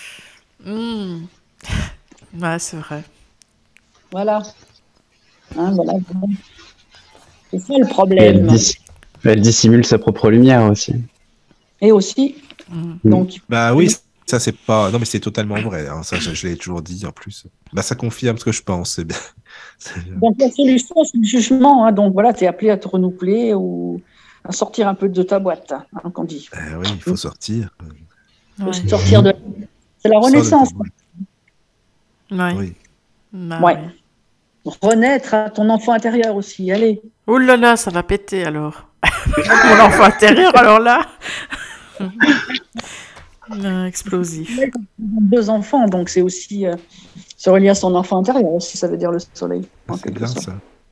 Ouais, c'est vrai. voilà. Hein, voilà. C'est ça le Et problème. elle dissimule sa propre lumière aussi. Et aussi, donc, Bah oui, ça c'est pas. Non, mais c'est totalement vrai. Hein. Ça, je l'ai toujours dit en plus. Bah ça confirme ce que je pense. C'est bien. C'est bien. donc la solution, c'est le jugement. Hein, donc voilà, tu es appelé à te renouveler ou à sortir un peu de ta boîte, hein, qu'on dit. Oui, il faut sortir. Ouais. Sortir de. C'est la Sors de ta renaissance. boîte. Ouais. Oui. Bah, Ouais. oui. Renaître à ton enfant intérieur aussi. Allez. Oh là là, ça va péter alors. Mon enfant intérieur, alors là. Explosif. 2 enfants, donc c'est aussi se relier à son enfant intérieur aussi, ça veut dire le soleil. En C'est quelque bien sorte. ça.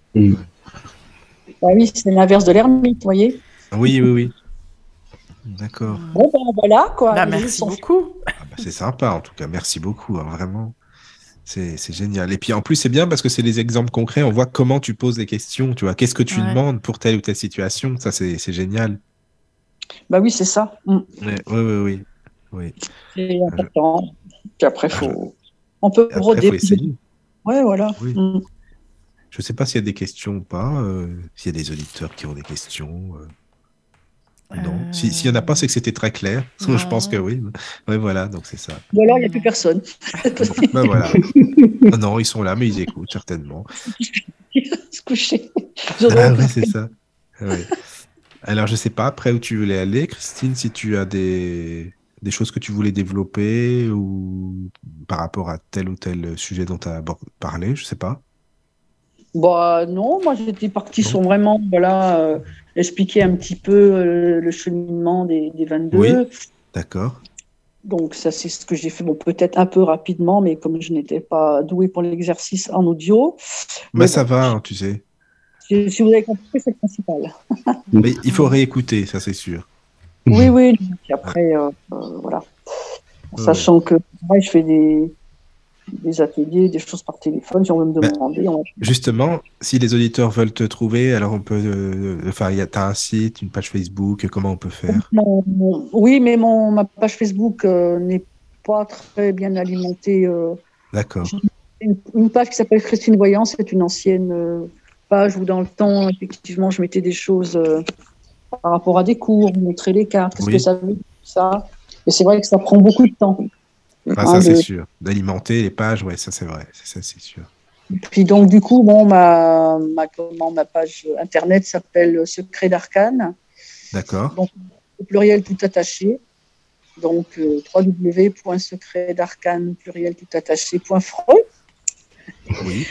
Bah oui, c'est l'inverse de l'ermite, vous voyez. Oui. D'accord. Bon, ben voilà, quoi. Bah, Les merci autres sont- beaucoup. Ah, bah, c'est sympa en tout cas. Merci beaucoup. Hein, vraiment. C'est génial. Et puis en plus, c'est bien parce que c'est des exemples concrets. On voit comment tu poses les questions. Tu vois, qu'est-ce que tu Ouais. demandes pour telle ou telle situation. Ça, c'est génial. Bah oui, c'est ça. Oui. C'est important. Puis après, on peut Après, broder. faut essayer. Ouais, voilà. Oui. Je sais pas s'il y a des questions ou pas. S'il y a des auditeurs qui ont des questions. Non. S'il y en a pas, c'est que c'était très clair. Non. Je pense que oui. Oui, voilà. Donc c'est ça. Ou alors, il n'y a plus personne. Ben voilà. Non, ils sont là, mais ils écoutent certainement. Se coucher. Ah oui, c'est ça. Ouais. Alors, je sais pas après où tu voulais aller, Christine, si tu as des des choses que tu voulais développer ou par rapport à tel ou tel sujet dont tu as parlé, je sais pas. Bah, non, moi j'étais partie Non. sur vraiment expliquer un petit peu le cheminement des Oui, 22. d'accord. Donc ça c'est ce que j'ai fait, bon, peut-être un peu rapidement, mais comme je n'étais pas douée pour l'exercice en audio. Bah Mais ça bon, va, hein, tu sais. si vous avez compris, c'est le principal. Mais il faut réécouter, ça c'est sûr. Oui, oui. Puis Ouais, après, voilà. En ouais, ouais. sachant que pareil, je fais des ateliers, des choses par téléphone. Si on veut me Bah, demander, justement, si les auditeurs veulent te trouver, alors on peut, enfin, t'as un site, une page Facebook, comment on peut faire? Oui, mais ma page Facebook n'est pas très bien alimentée. J'ai D'accord. une page qui s'appelle Christine Voyant, c'est une ancienne page où dans le temps, effectivement, je mettais des choses par rapport à des cours, montrer les cartes, qu'est-ce que Oui. ça veut dire, tout ça. Et c'est vrai que ça prend beaucoup de temps. Ah, Hein, ça c'est sûr. D'alimenter les pages, ouais, ça c'est vrai. Ça c'est sûr. Puis donc, du coup, bon, ma page internet s'appelle Secret d'Arcane, D'accord. donc au pluriel tout attaché. Donc, www.secretdarcane, pluriel tout attaché.fr. Oui.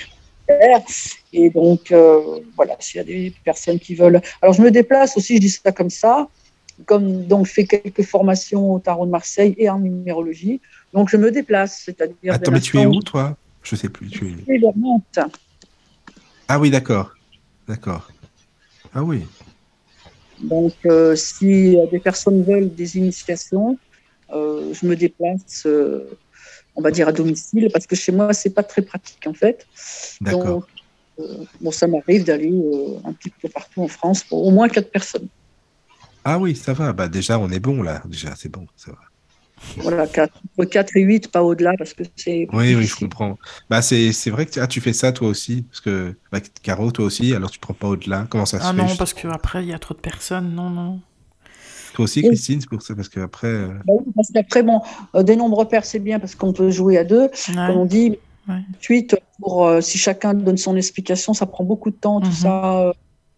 Et donc, voilà, s'il y a des personnes qui veulent. Alors, je me déplace aussi, je dis ça comme ça. Donc, je fais quelques formations au tarot de Marseille et en numérologie. Donc, je me déplace, c'est-à-dire dès Attends, mais tu es l'instant où où, toi? Je sais plus. Tu je es. fais le monte. Ah oui, d'accord. D'accord. Ah oui. Donc, si des personnes veulent des initiations, je me déplace, on va dire, à domicile, parce que chez moi, c'est pas très pratique, en fait. D'accord. Donc, bon, ça m'arrive d'aller un petit peu partout en France pour au moins 4 personnes. Ah oui, ça va. Bah déjà, on est bon là. Déjà, c'est bon. Ça va. Voilà, entre 4 et 8, pas au-delà, parce que c'est plus Oui, oui, je difficile. comprends. Bah c'est vrai que tu fais ça toi aussi, parce que bah, Caro, toi aussi, alors tu prends pas au-delà. Comment ça se Ah fait non, parce justement? qu'après, il y a trop de personnes. Non, non. Toi aussi, Oui, Christine, c'est pour ça, parce que après. bah oui, parce qu'après, bon, des nombres pairs, c'est bien parce qu'on peut jouer à deux, comme Ouais, on dit. ouais. Ensuite, si chacun donne son explication, ça prend beaucoup de temps, tout Mhm. ça.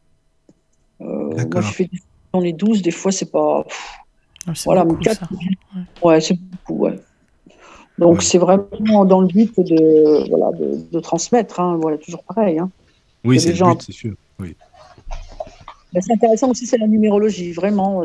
Moi, je D'accord. fais dans les 12, des fois, c'est pas. Ouais, c'est Voilà, mais beaucoup 4, ça. Ouais. ouais, c'est beaucoup, ouais. Donc, Ouais. c'est vraiment dans le but de transmettre, hein, voilà, toujours pareil, hein, Oui, que c'est les le gens. but, c'est sûr. Oui. Mais c'est intéressant aussi, c'est la numérologie, vraiment.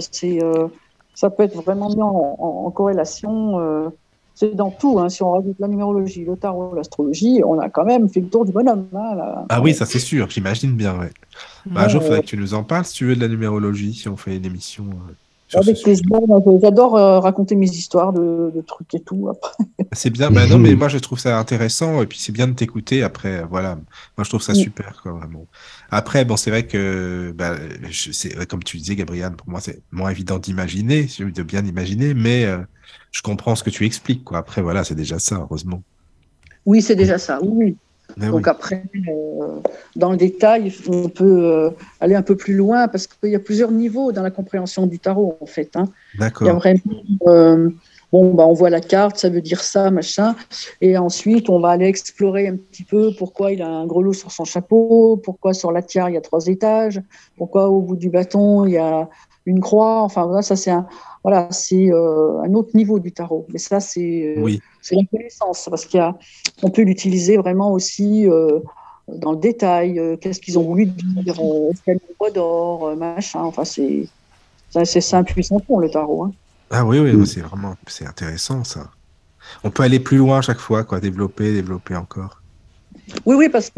Ça peut être vraiment mis en corrélation. C'est dans tout, hein, si on rajoute la numérologie, le tarot, l'astrologie, on a quand même fait le tour du bonhomme, hein, là. Ah oui, ça c'est sûr, j'imagine bien, ouais. Bah, un jour, il Bon, faudrait que tu nous en parles si tu veux de la numérologie, si on fait une émission sur ce avec sujet. plaisir. Moi, j'adore raconter mes histoires de trucs et tout. Après. C'est bien, bah non, mais moi je trouve ça intéressant et puis c'est bien de t'écouter. Après, voilà, moi je trouve ça Mm. super, quoi, vraiment. Après, bon, c'est vrai que, bah, comme tu disais, Gabriel, pour moi c'est moins évident d'imaginer, de bien imaginer, mais je comprends ce que tu expliques, quoi. Après, voilà, c'est déjà ça, heureusement. Oui, c'est déjà ça. Oui, oui. Mais Donc oui, après, dans le détail, on peut aller un peu plus loin parce qu'il y a plusieurs niveaux dans la compréhension du tarot, en fait. Hein. Il y a d'accord, vraiment, euh, bon, bah, on voit la carte, ça veut dire ça, machin. Et ensuite, on va aller explorer un petit peu pourquoi il a un grelot sur son chapeau, pourquoi sur la tiare, il y a 3 étages, pourquoi au bout du bâton, il y a une croix. Enfin, voilà, ça, c'est un autre niveau du tarot. Mais ça, oui, c'est la connaissance parce qu'on peut l'utiliser vraiment aussi dans le détail. Qu'est-ce qu'ils ont voulu dire? Est-ce qu'il y a une voix d'or, machin. Enfin, c'est simple et sans fond, le tarot. Hein. ah oui, oui, c'est vraiment, c'est intéressant ça. On peut aller plus loin à chaque fois, quoi, développer, développer encore. Oui, oui, parce que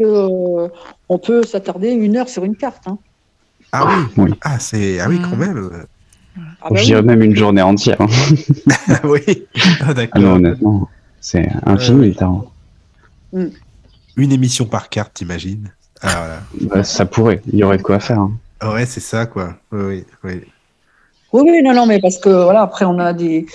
on peut s'attarder 1 heure sur une carte. Hein. Ah oui, Oui. ah oui, quand Mhm. même. Ah Je bah dirais oui. même une journée entière. Ah oui, ah, Ah non, d'accord. honnêtement, c'est Ouais, infini ouais. le tarot. Mm. Une émission par carte, t'imagines? Ah, voilà. Bah, ça pourrait, il y aurait de quoi faire. Hein. Ah ouais, c'est ça, quoi. Oui, oui, oui. Oui, oui, non, non, mais parce que voilà, après on a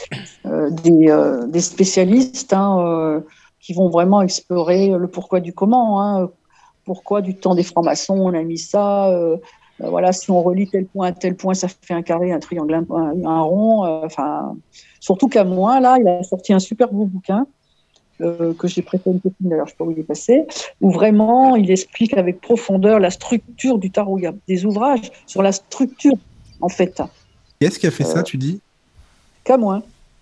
des spécialistes hein, qui vont vraiment explorer le pourquoi du comment. Hein, pourquoi du temps des francs-maçons on a mis ça. Voilà, si on relie tel point à tel point, ça fait un carré, un triangle, un rond. Enfin, surtout qu'à moi, là, il a sorti un super beau bouquin que j'ai prêté à une copine, d'ailleurs, je ne sais pas où il est passé, où vraiment il explique avec profondeur la structure du tarot. Il y a des ouvrages sur la structure, en fait, Qui est-ce qui a fait ça, tu dis? qu'à moi.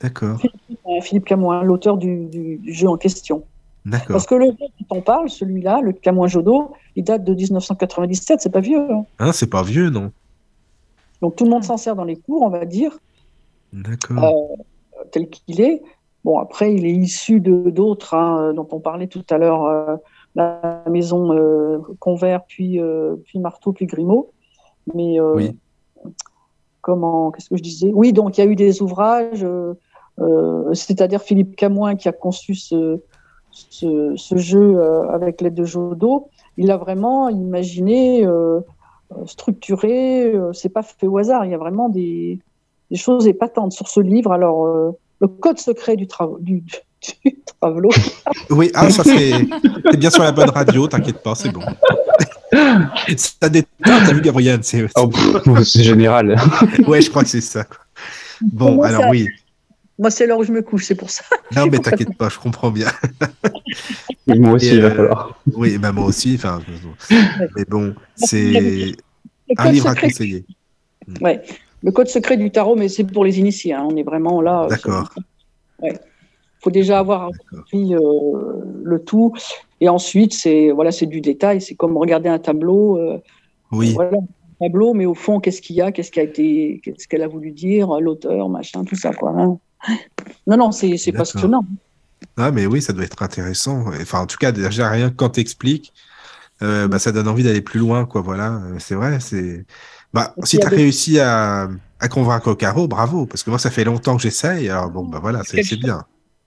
D'accord. Philippe Camoin, l'auteur du jeu en question. D'accord. Parce que le jeu dont on parle, celui-là, le Camoin-Jodo, il date de 1997, c'est pas vieux. Hein. Hein, c'est pas vieux, non? Donc tout le monde s'en sert dans les cours, on va dire, D'accord. tel qu'il est. Bon, après, il est issu d'autres, hein, dont on parlait tout à l'heure, la maison Convert, puis Marteau, puis Grimaud. Mais Oui. qu'est-ce que je disais? Oui, donc il y a eu des ouvrages, c'est-à-dire Philippe Camoin qui a conçu ce jeu avec l'aide de Jodo. Il l'a vraiment imaginé, structuré, c'est pas fait au hasard. Il y a vraiment des choses épatantes sur ce livre. Alors, le code secret du Travelot. Oui, ça c'est bien sur la bonne radio, t'inquiète pas, c'est bon. Ça déteint, t'as vu, Gabriel? C'est général. Ouais, je crois que c'est ça. Quoi. Bon, moi, alors oui. Moi, c'est l'heure où je me couche, c'est pour ça. Non, mais t'inquiète pas, je comprends bien. Moi aussi, il va falloir. Oui, bah moi aussi. Mais bon, c'est un livre à conseiller. Ouais. Le code secret du tarot, mais c'est pour les initiés. Hein. On est vraiment là. D'accord. Ouais. Faut déjà avoir compris le tout. Et ensuite, c'est du détail. C'est comme regarder un tableau. Oui. Voilà, un tableau, mais au fond, qu'est-ce qu'il y a, qu'est-ce qu'elle a voulu dire, l'auteur, machin, tout ça, quoi. Hein. Non, c'est passionnant. Ah, mais oui, ça doit être intéressant. Enfin, en tout cas, déjà rien que quand t'expliques, ça donne envie d'aller plus loin, quoi. Voilà, c'est vrai. Si t'as réussi à convaincre Caro, bravo, parce que moi, ça fait longtemps que j'essaye. Alors bon, voilà, c'est bien.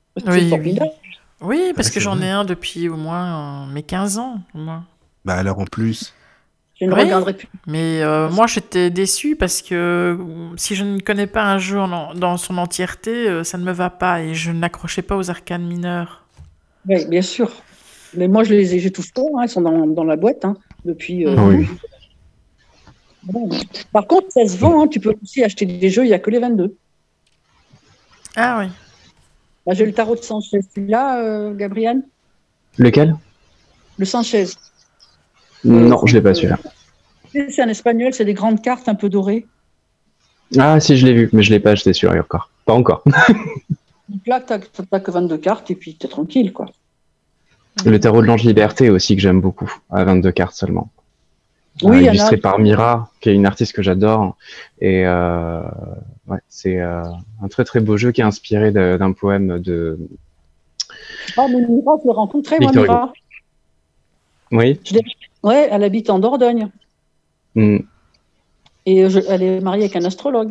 Oui, parce que j'en ai un depuis au moins mes 15 ans. Moi. Alors en plus. Je ne regarderai plus. Mais moi, j'étais déçue parce que si je ne connais pas un jeu dans son entièreté, ça ne me va pas et je n'accrochais pas aux arcanes mineurs. Oui, bien sûr. Mais moi, j'ai tous pas. Hein, ils sont dans la boîte depuis. Oui. Bon. Par contre, ça se vend. Hein, tu peux aussi acheter des jeux, il n'y a que les 22. Ah oui. J'ai le tarot de Sanchez. Celui-là, Gabriel? Lequel? Le Sanchez. Non, je ne l'ai pas celui-là. C'est un espagnol, c'est des grandes cartes un peu dorées. Ah si, je l'ai vu, mais je ne l'ai pas acheté celui-là encore. Pas encore. Donc là, tu n'as que 22 cartes et puis tu es tranquille, quoi. Le tarot de l'Ange Liberté aussi, que j'aime beaucoup, à 22 cartes seulement. Oui, illustré par Mira, qui est une artiste que j'adore. Et c'est un très très beau jeu qui est inspiré d'un poème de... Ah, mais Mira, je l'ai rencontrée, moi, Mira. Oui. Ouais, elle habite en Dordogne. Mm. Et elle est mariée avec un astrologue.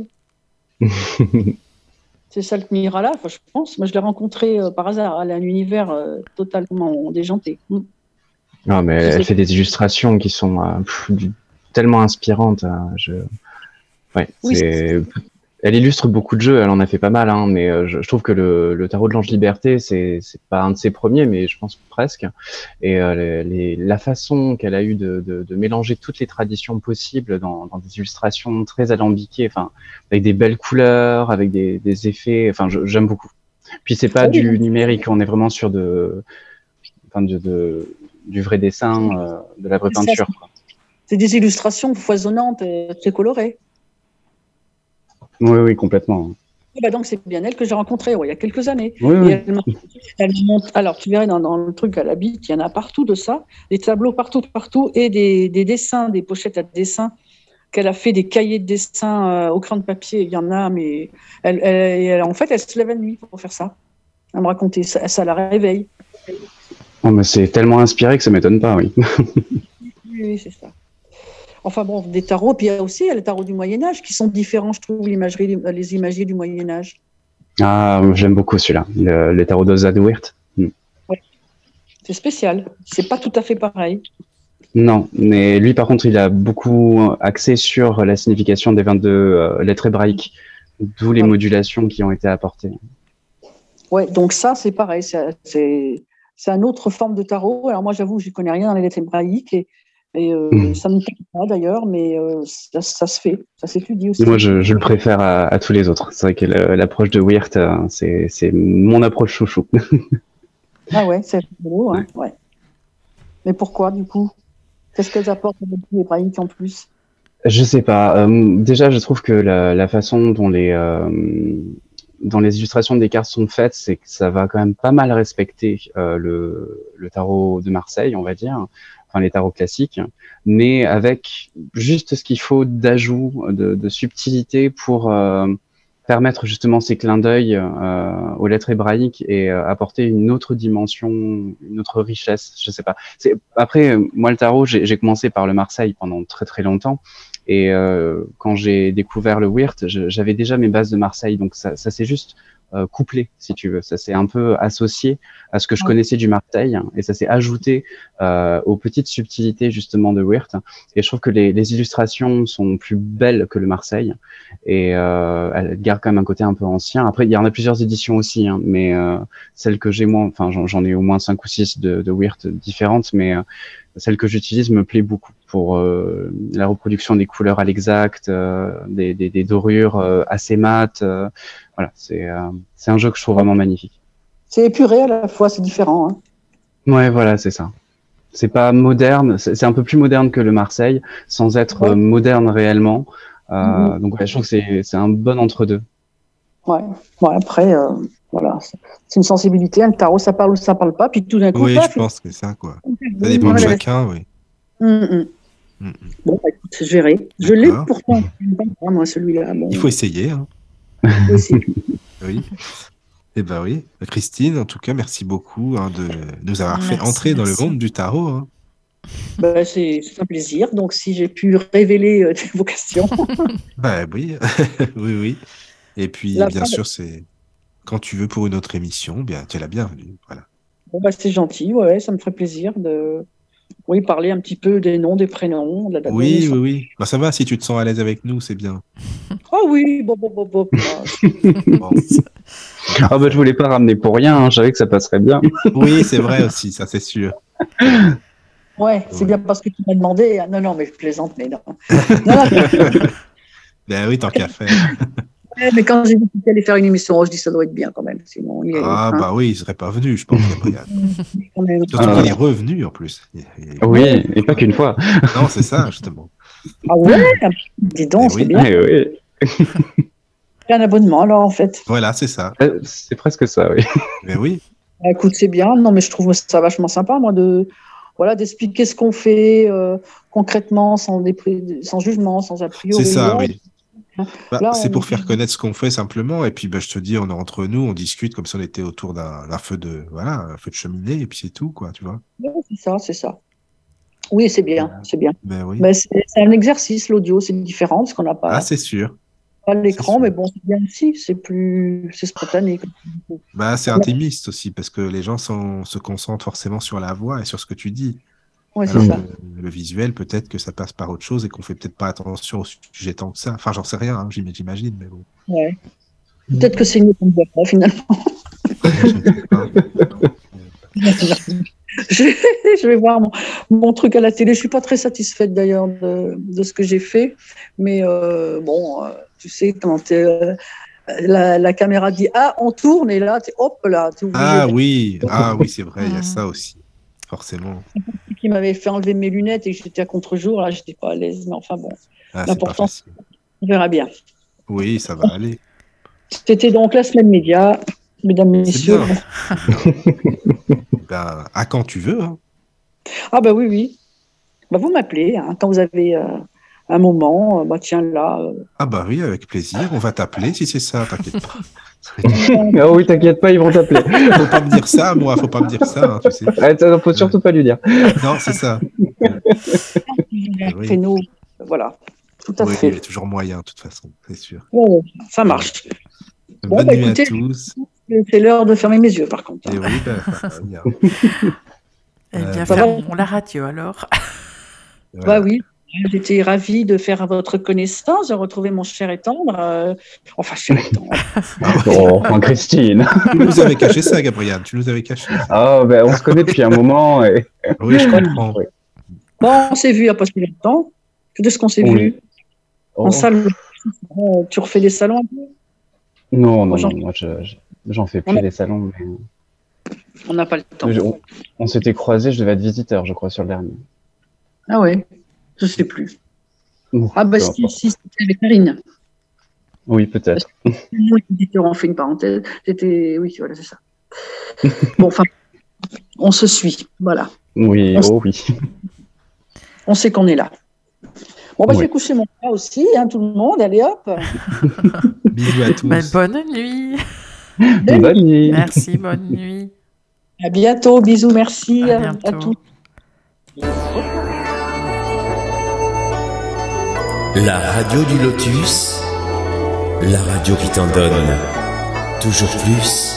C'est ça que Mira là, je pense. Moi, je l'ai rencontrée par hasard. Elle a un univers totalement déjanté. Mm. Non, mais elle fait des illustrations qui sont tellement inspirantes. Elle illustre beaucoup de jeux, elle en a fait pas mal, hein, mais je trouve que le tarot de l'Ange Liberté, c'est pas un de ses premiers, mais je pense presque. Et la façon qu'elle a eu de mélanger toutes les traditions possibles dans des illustrations très alambiquées, enfin, avec des belles couleurs, avec des effets, enfin, j'aime beaucoup. Puis c'est pas du numérique, on est vraiment sur du vrai dessin, de la vraie peinture. C'est des illustrations foisonnantes, très colorées. Oui, complètement. Donc c'est bien elle que j'ai rencontrée il y a quelques années. Oui. Elle monte, alors tu verrais dans le truc, elle habite, il y en a partout de ça, des tableaux partout, et des dessins, des pochettes à dessin qu'elle a fait, des cahiers de dessin au crayon de papier, il y en a, mais en fait elle se lève la nuit pour faire ça. Elle me racontait, ça la réveille. Oh, mais c'est tellement inspiré que ça m'étonne pas, oui. Oui, c'est ça. Enfin bon, des tarots, puis il y a aussi les tarots du Moyen-Âge qui sont différents, je trouve, les imagiers du Moyen-Âge. Ah, j'aime beaucoup celui-là, le tarot de Zadwirt. Ouais. C'est spécial, c'est pas tout à fait pareil. Non, mais lui, par contre, il a beaucoup axé sur la signification des 22 lettres hébraïques, d'où les modulations qui ont été apportées. Ouais, donc ça, c'est pareil, c'est une autre forme de tarot. Alors moi, j'avoue, je ne connais rien dans les lettres hébraïques et ça ne me plaît pas d'ailleurs, mais ça se fait, ça s'étudie aussi. Moi, je le préfère à tous les autres. C'est vrai que l'approche de Weird, c'est mon approche chouchou. Ah ouais, c'est beau, hein, ouais. Mais pourquoi, du coup? Qu'est-ce qu'elles apportent aux lettres hébraïques en plus? Je sais pas. Déjà, je trouve que la façon dont dont les illustrations des cartes sont faites, c'est que ça va quand même pas mal respecter le tarot de Marseille, on va dire, enfin les tarots classiques, mais avec juste ce qu'il faut d'ajout, de subtilité pour permettre justement ces clins d'œil aux lettres hébraïques et apporter une autre dimension, une autre richesse, je sais pas. Après, moi le tarot, j'ai commencé par le Marseille pendant très très longtemps. Et quand j'ai découvert le Weird, j'avais déjà mes bases de Marseille, donc ça s'est juste couplé, si tu veux. Ça s'est un peu associé à ce que je connaissais du Marseille, et ça s'est ajouté aux petites subtilités justement de Weird. Et je trouve que les illustrations sont plus belles que le Marseille, et elles gardent quand même un côté un peu ancien. Après, il y en a plusieurs éditions aussi, hein, mais celle que j'ai moi, enfin j'en ai au moins 5 ou 6 de Weird différentes, mais celle que j'utilise me plaît beaucoup pour la reproduction des couleurs à l'exact, des dorures assez mates. Voilà, c'est un jeu que je trouve vraiment magnifique. C'est épuré à la fois, c'est différent. Hein. Ouais, voilà, c'est ça. C'est pas moderne, c'est un peu plus moderne que le Marseille, sans être moderne réellement. Donc ouais, je trouve que c'est un bon entre-deux. Ouais. Bon, après, voilà, c'est une sensibilité. Un tarot, ça parle ou ça parle pas, puis tout d'un coup. Oui, je pense que c'est ça, quoi. Ça dépend de chacun, oui. Bon, écoute, je verrai. Je l'ai pourtant, moi, celui-là. Bon. Il faut essayer. Hein. Oui. Eh ben oui. Christine, en tout cas, merci beaucoup de nous avoir fait entrer dans le monde du tarot. Hein. C'est un plaisir. Donc, si j'ai pu révéler vos questions. Oui, oui. Et puis, bien sûr, c'est quand tu veux pour une autre émission, bien, tu es la bienvenue. Voilà. Bon, c'est gentil. Ouais, ça me ferait plaisir de parler un petit peu des noms, des prénoms. De la date de naissance. Oui. Bah, ça va, si tu te sens à l'aise avec nous, c'est bien. Oui, bon. Bon. Ah bah je voulais pas ramener pour rien, hein, je savais que ça passerait bien. Oui, c'est vrai aussi, ça c'est sûr. Ouais, c'est bien parce que tu m'as demandé. Non, mais je plaisante, mais non. Ben oui, tant qu'à faire. Mais quand j'ai dit qu'il allait faire une émission, je dis ça doit être bien quand même. Sinon, bah oui, il serait pas venu, je pense. Surtout qu'il est revenu en plus. Oui, et pas qu'une fois. Non, c'est ça, justement. Ah ouais, dis donc, c'est bien. Oui. Un abonnement alors en fait. Voilà, c'est ça. C'est presque ça, oui. Mais oui. Écoute, c'est bien. Non, mais je trouve ça vachement sympa, moi, d'expliquer ce qu'on fait concrètement, sans jugement, sans a priori. C'est ça, oui. C'est pour faire connaître ce qu'on fait simplement. Et puis, je te dis, on est entre nous, on discute comme si on était autour d'un feu de cheminée, et puis c'est tout, quoi, tu vois. Ouais, c'est ça. Oui, c'est bien, c'est bien. Oui. C'est un exercice, l'audio, c'est différent parce qu'on n'a pas. Ah, c'est sûr. Pas l'écran, mais bon, c'est bien aussi, c'est spontané. C'est intimiste aussi, parce que les gens se concentrent forcément sur la voix et sur ce que tu dis. Ouais, c'est ça. Le visuel, peut-être que ça passe par autre chose et qu'on fait peut-être pas attention au sujet tant que ça. Enfin, j'en sais rien, hein, j'imagine, mais bon. Ouais. Peut-être que c'est mieux qu'on ne voit pas, finalement. Je vais voir mon truc à la télé. Je suis pas très satisfaite d'ailleurs de ce que j'ai fait, mais tu sais quand la caméra dit on tourne et là hop là. Oui, c'est vrai, il y a ça aussi, forcément. Qui m'avait fait enlever mes lunettes et que j'étais à contre-jour, là j'étais pas à l'aise, mais enfin bon. L'important, on verra bien. Oui, ça va aller. C'était donc la semaine média, mesdames, messieurs. À quand tu veux. Hein. Ah oui. Vous m'appelez quand vous avez un moment. Tiens là. Oui, avec plaisir. On va t'appeler si c'est ça, t'inquiète pas. Oui, t'inquiète pas, ils vont t'appeler. Faut pas me dire ça, moi. Faut pas me dire ça, hein, tu sais. Faut surtout pas lui dire. Non, c'est ça. Créneau, voilà. Tout à fait. Il y a toujours moyen, de toute façon, c'est sûr. Ça marche. Bonne nuit à tous. C'est l'heure de fermer mes yeux, par contre. Et oui, ça va bien. Fermons la radio, alors. Voilà. Oui, j'étais ravie de faire votre connaissance, de retrouver mon cher et tendre. Cher et tendre. Christine. Tu nous avais caché ça, Gabriel. Tu nous avais caché ça. On se connaît depuis un moment. Et... Oui, je comprends. Bon, on s'est vu il n'y a pas si longtemps. Quand est-ce qu'on s'est vu en salle. Tu refais des salons un peu? Non, moi j'en fais plus des salons. Mais... On n'a pas le temps. On s'était croisés, je devais être visiteur, je crois, sur le dernier. Ah ouais, je ne sais plus. Si, c'était avec Marine. Oui, peut-être. On fait une parenthèse. Oui, voilà, c'est ça. Bon, enfin, on se suit, voilà. Oui, oui. On sait qu'on est là. Bon, Oui. je vais coucher mon chat aussi, tout le monde, allez hop. Bisous à tous. Bonne nuit. Bonne nuit. Merci, bonne nuit. À bientôt, bisous, merci À à bientôt. tous. La radio du Lotus, la radio qui t'en donne toujours plus.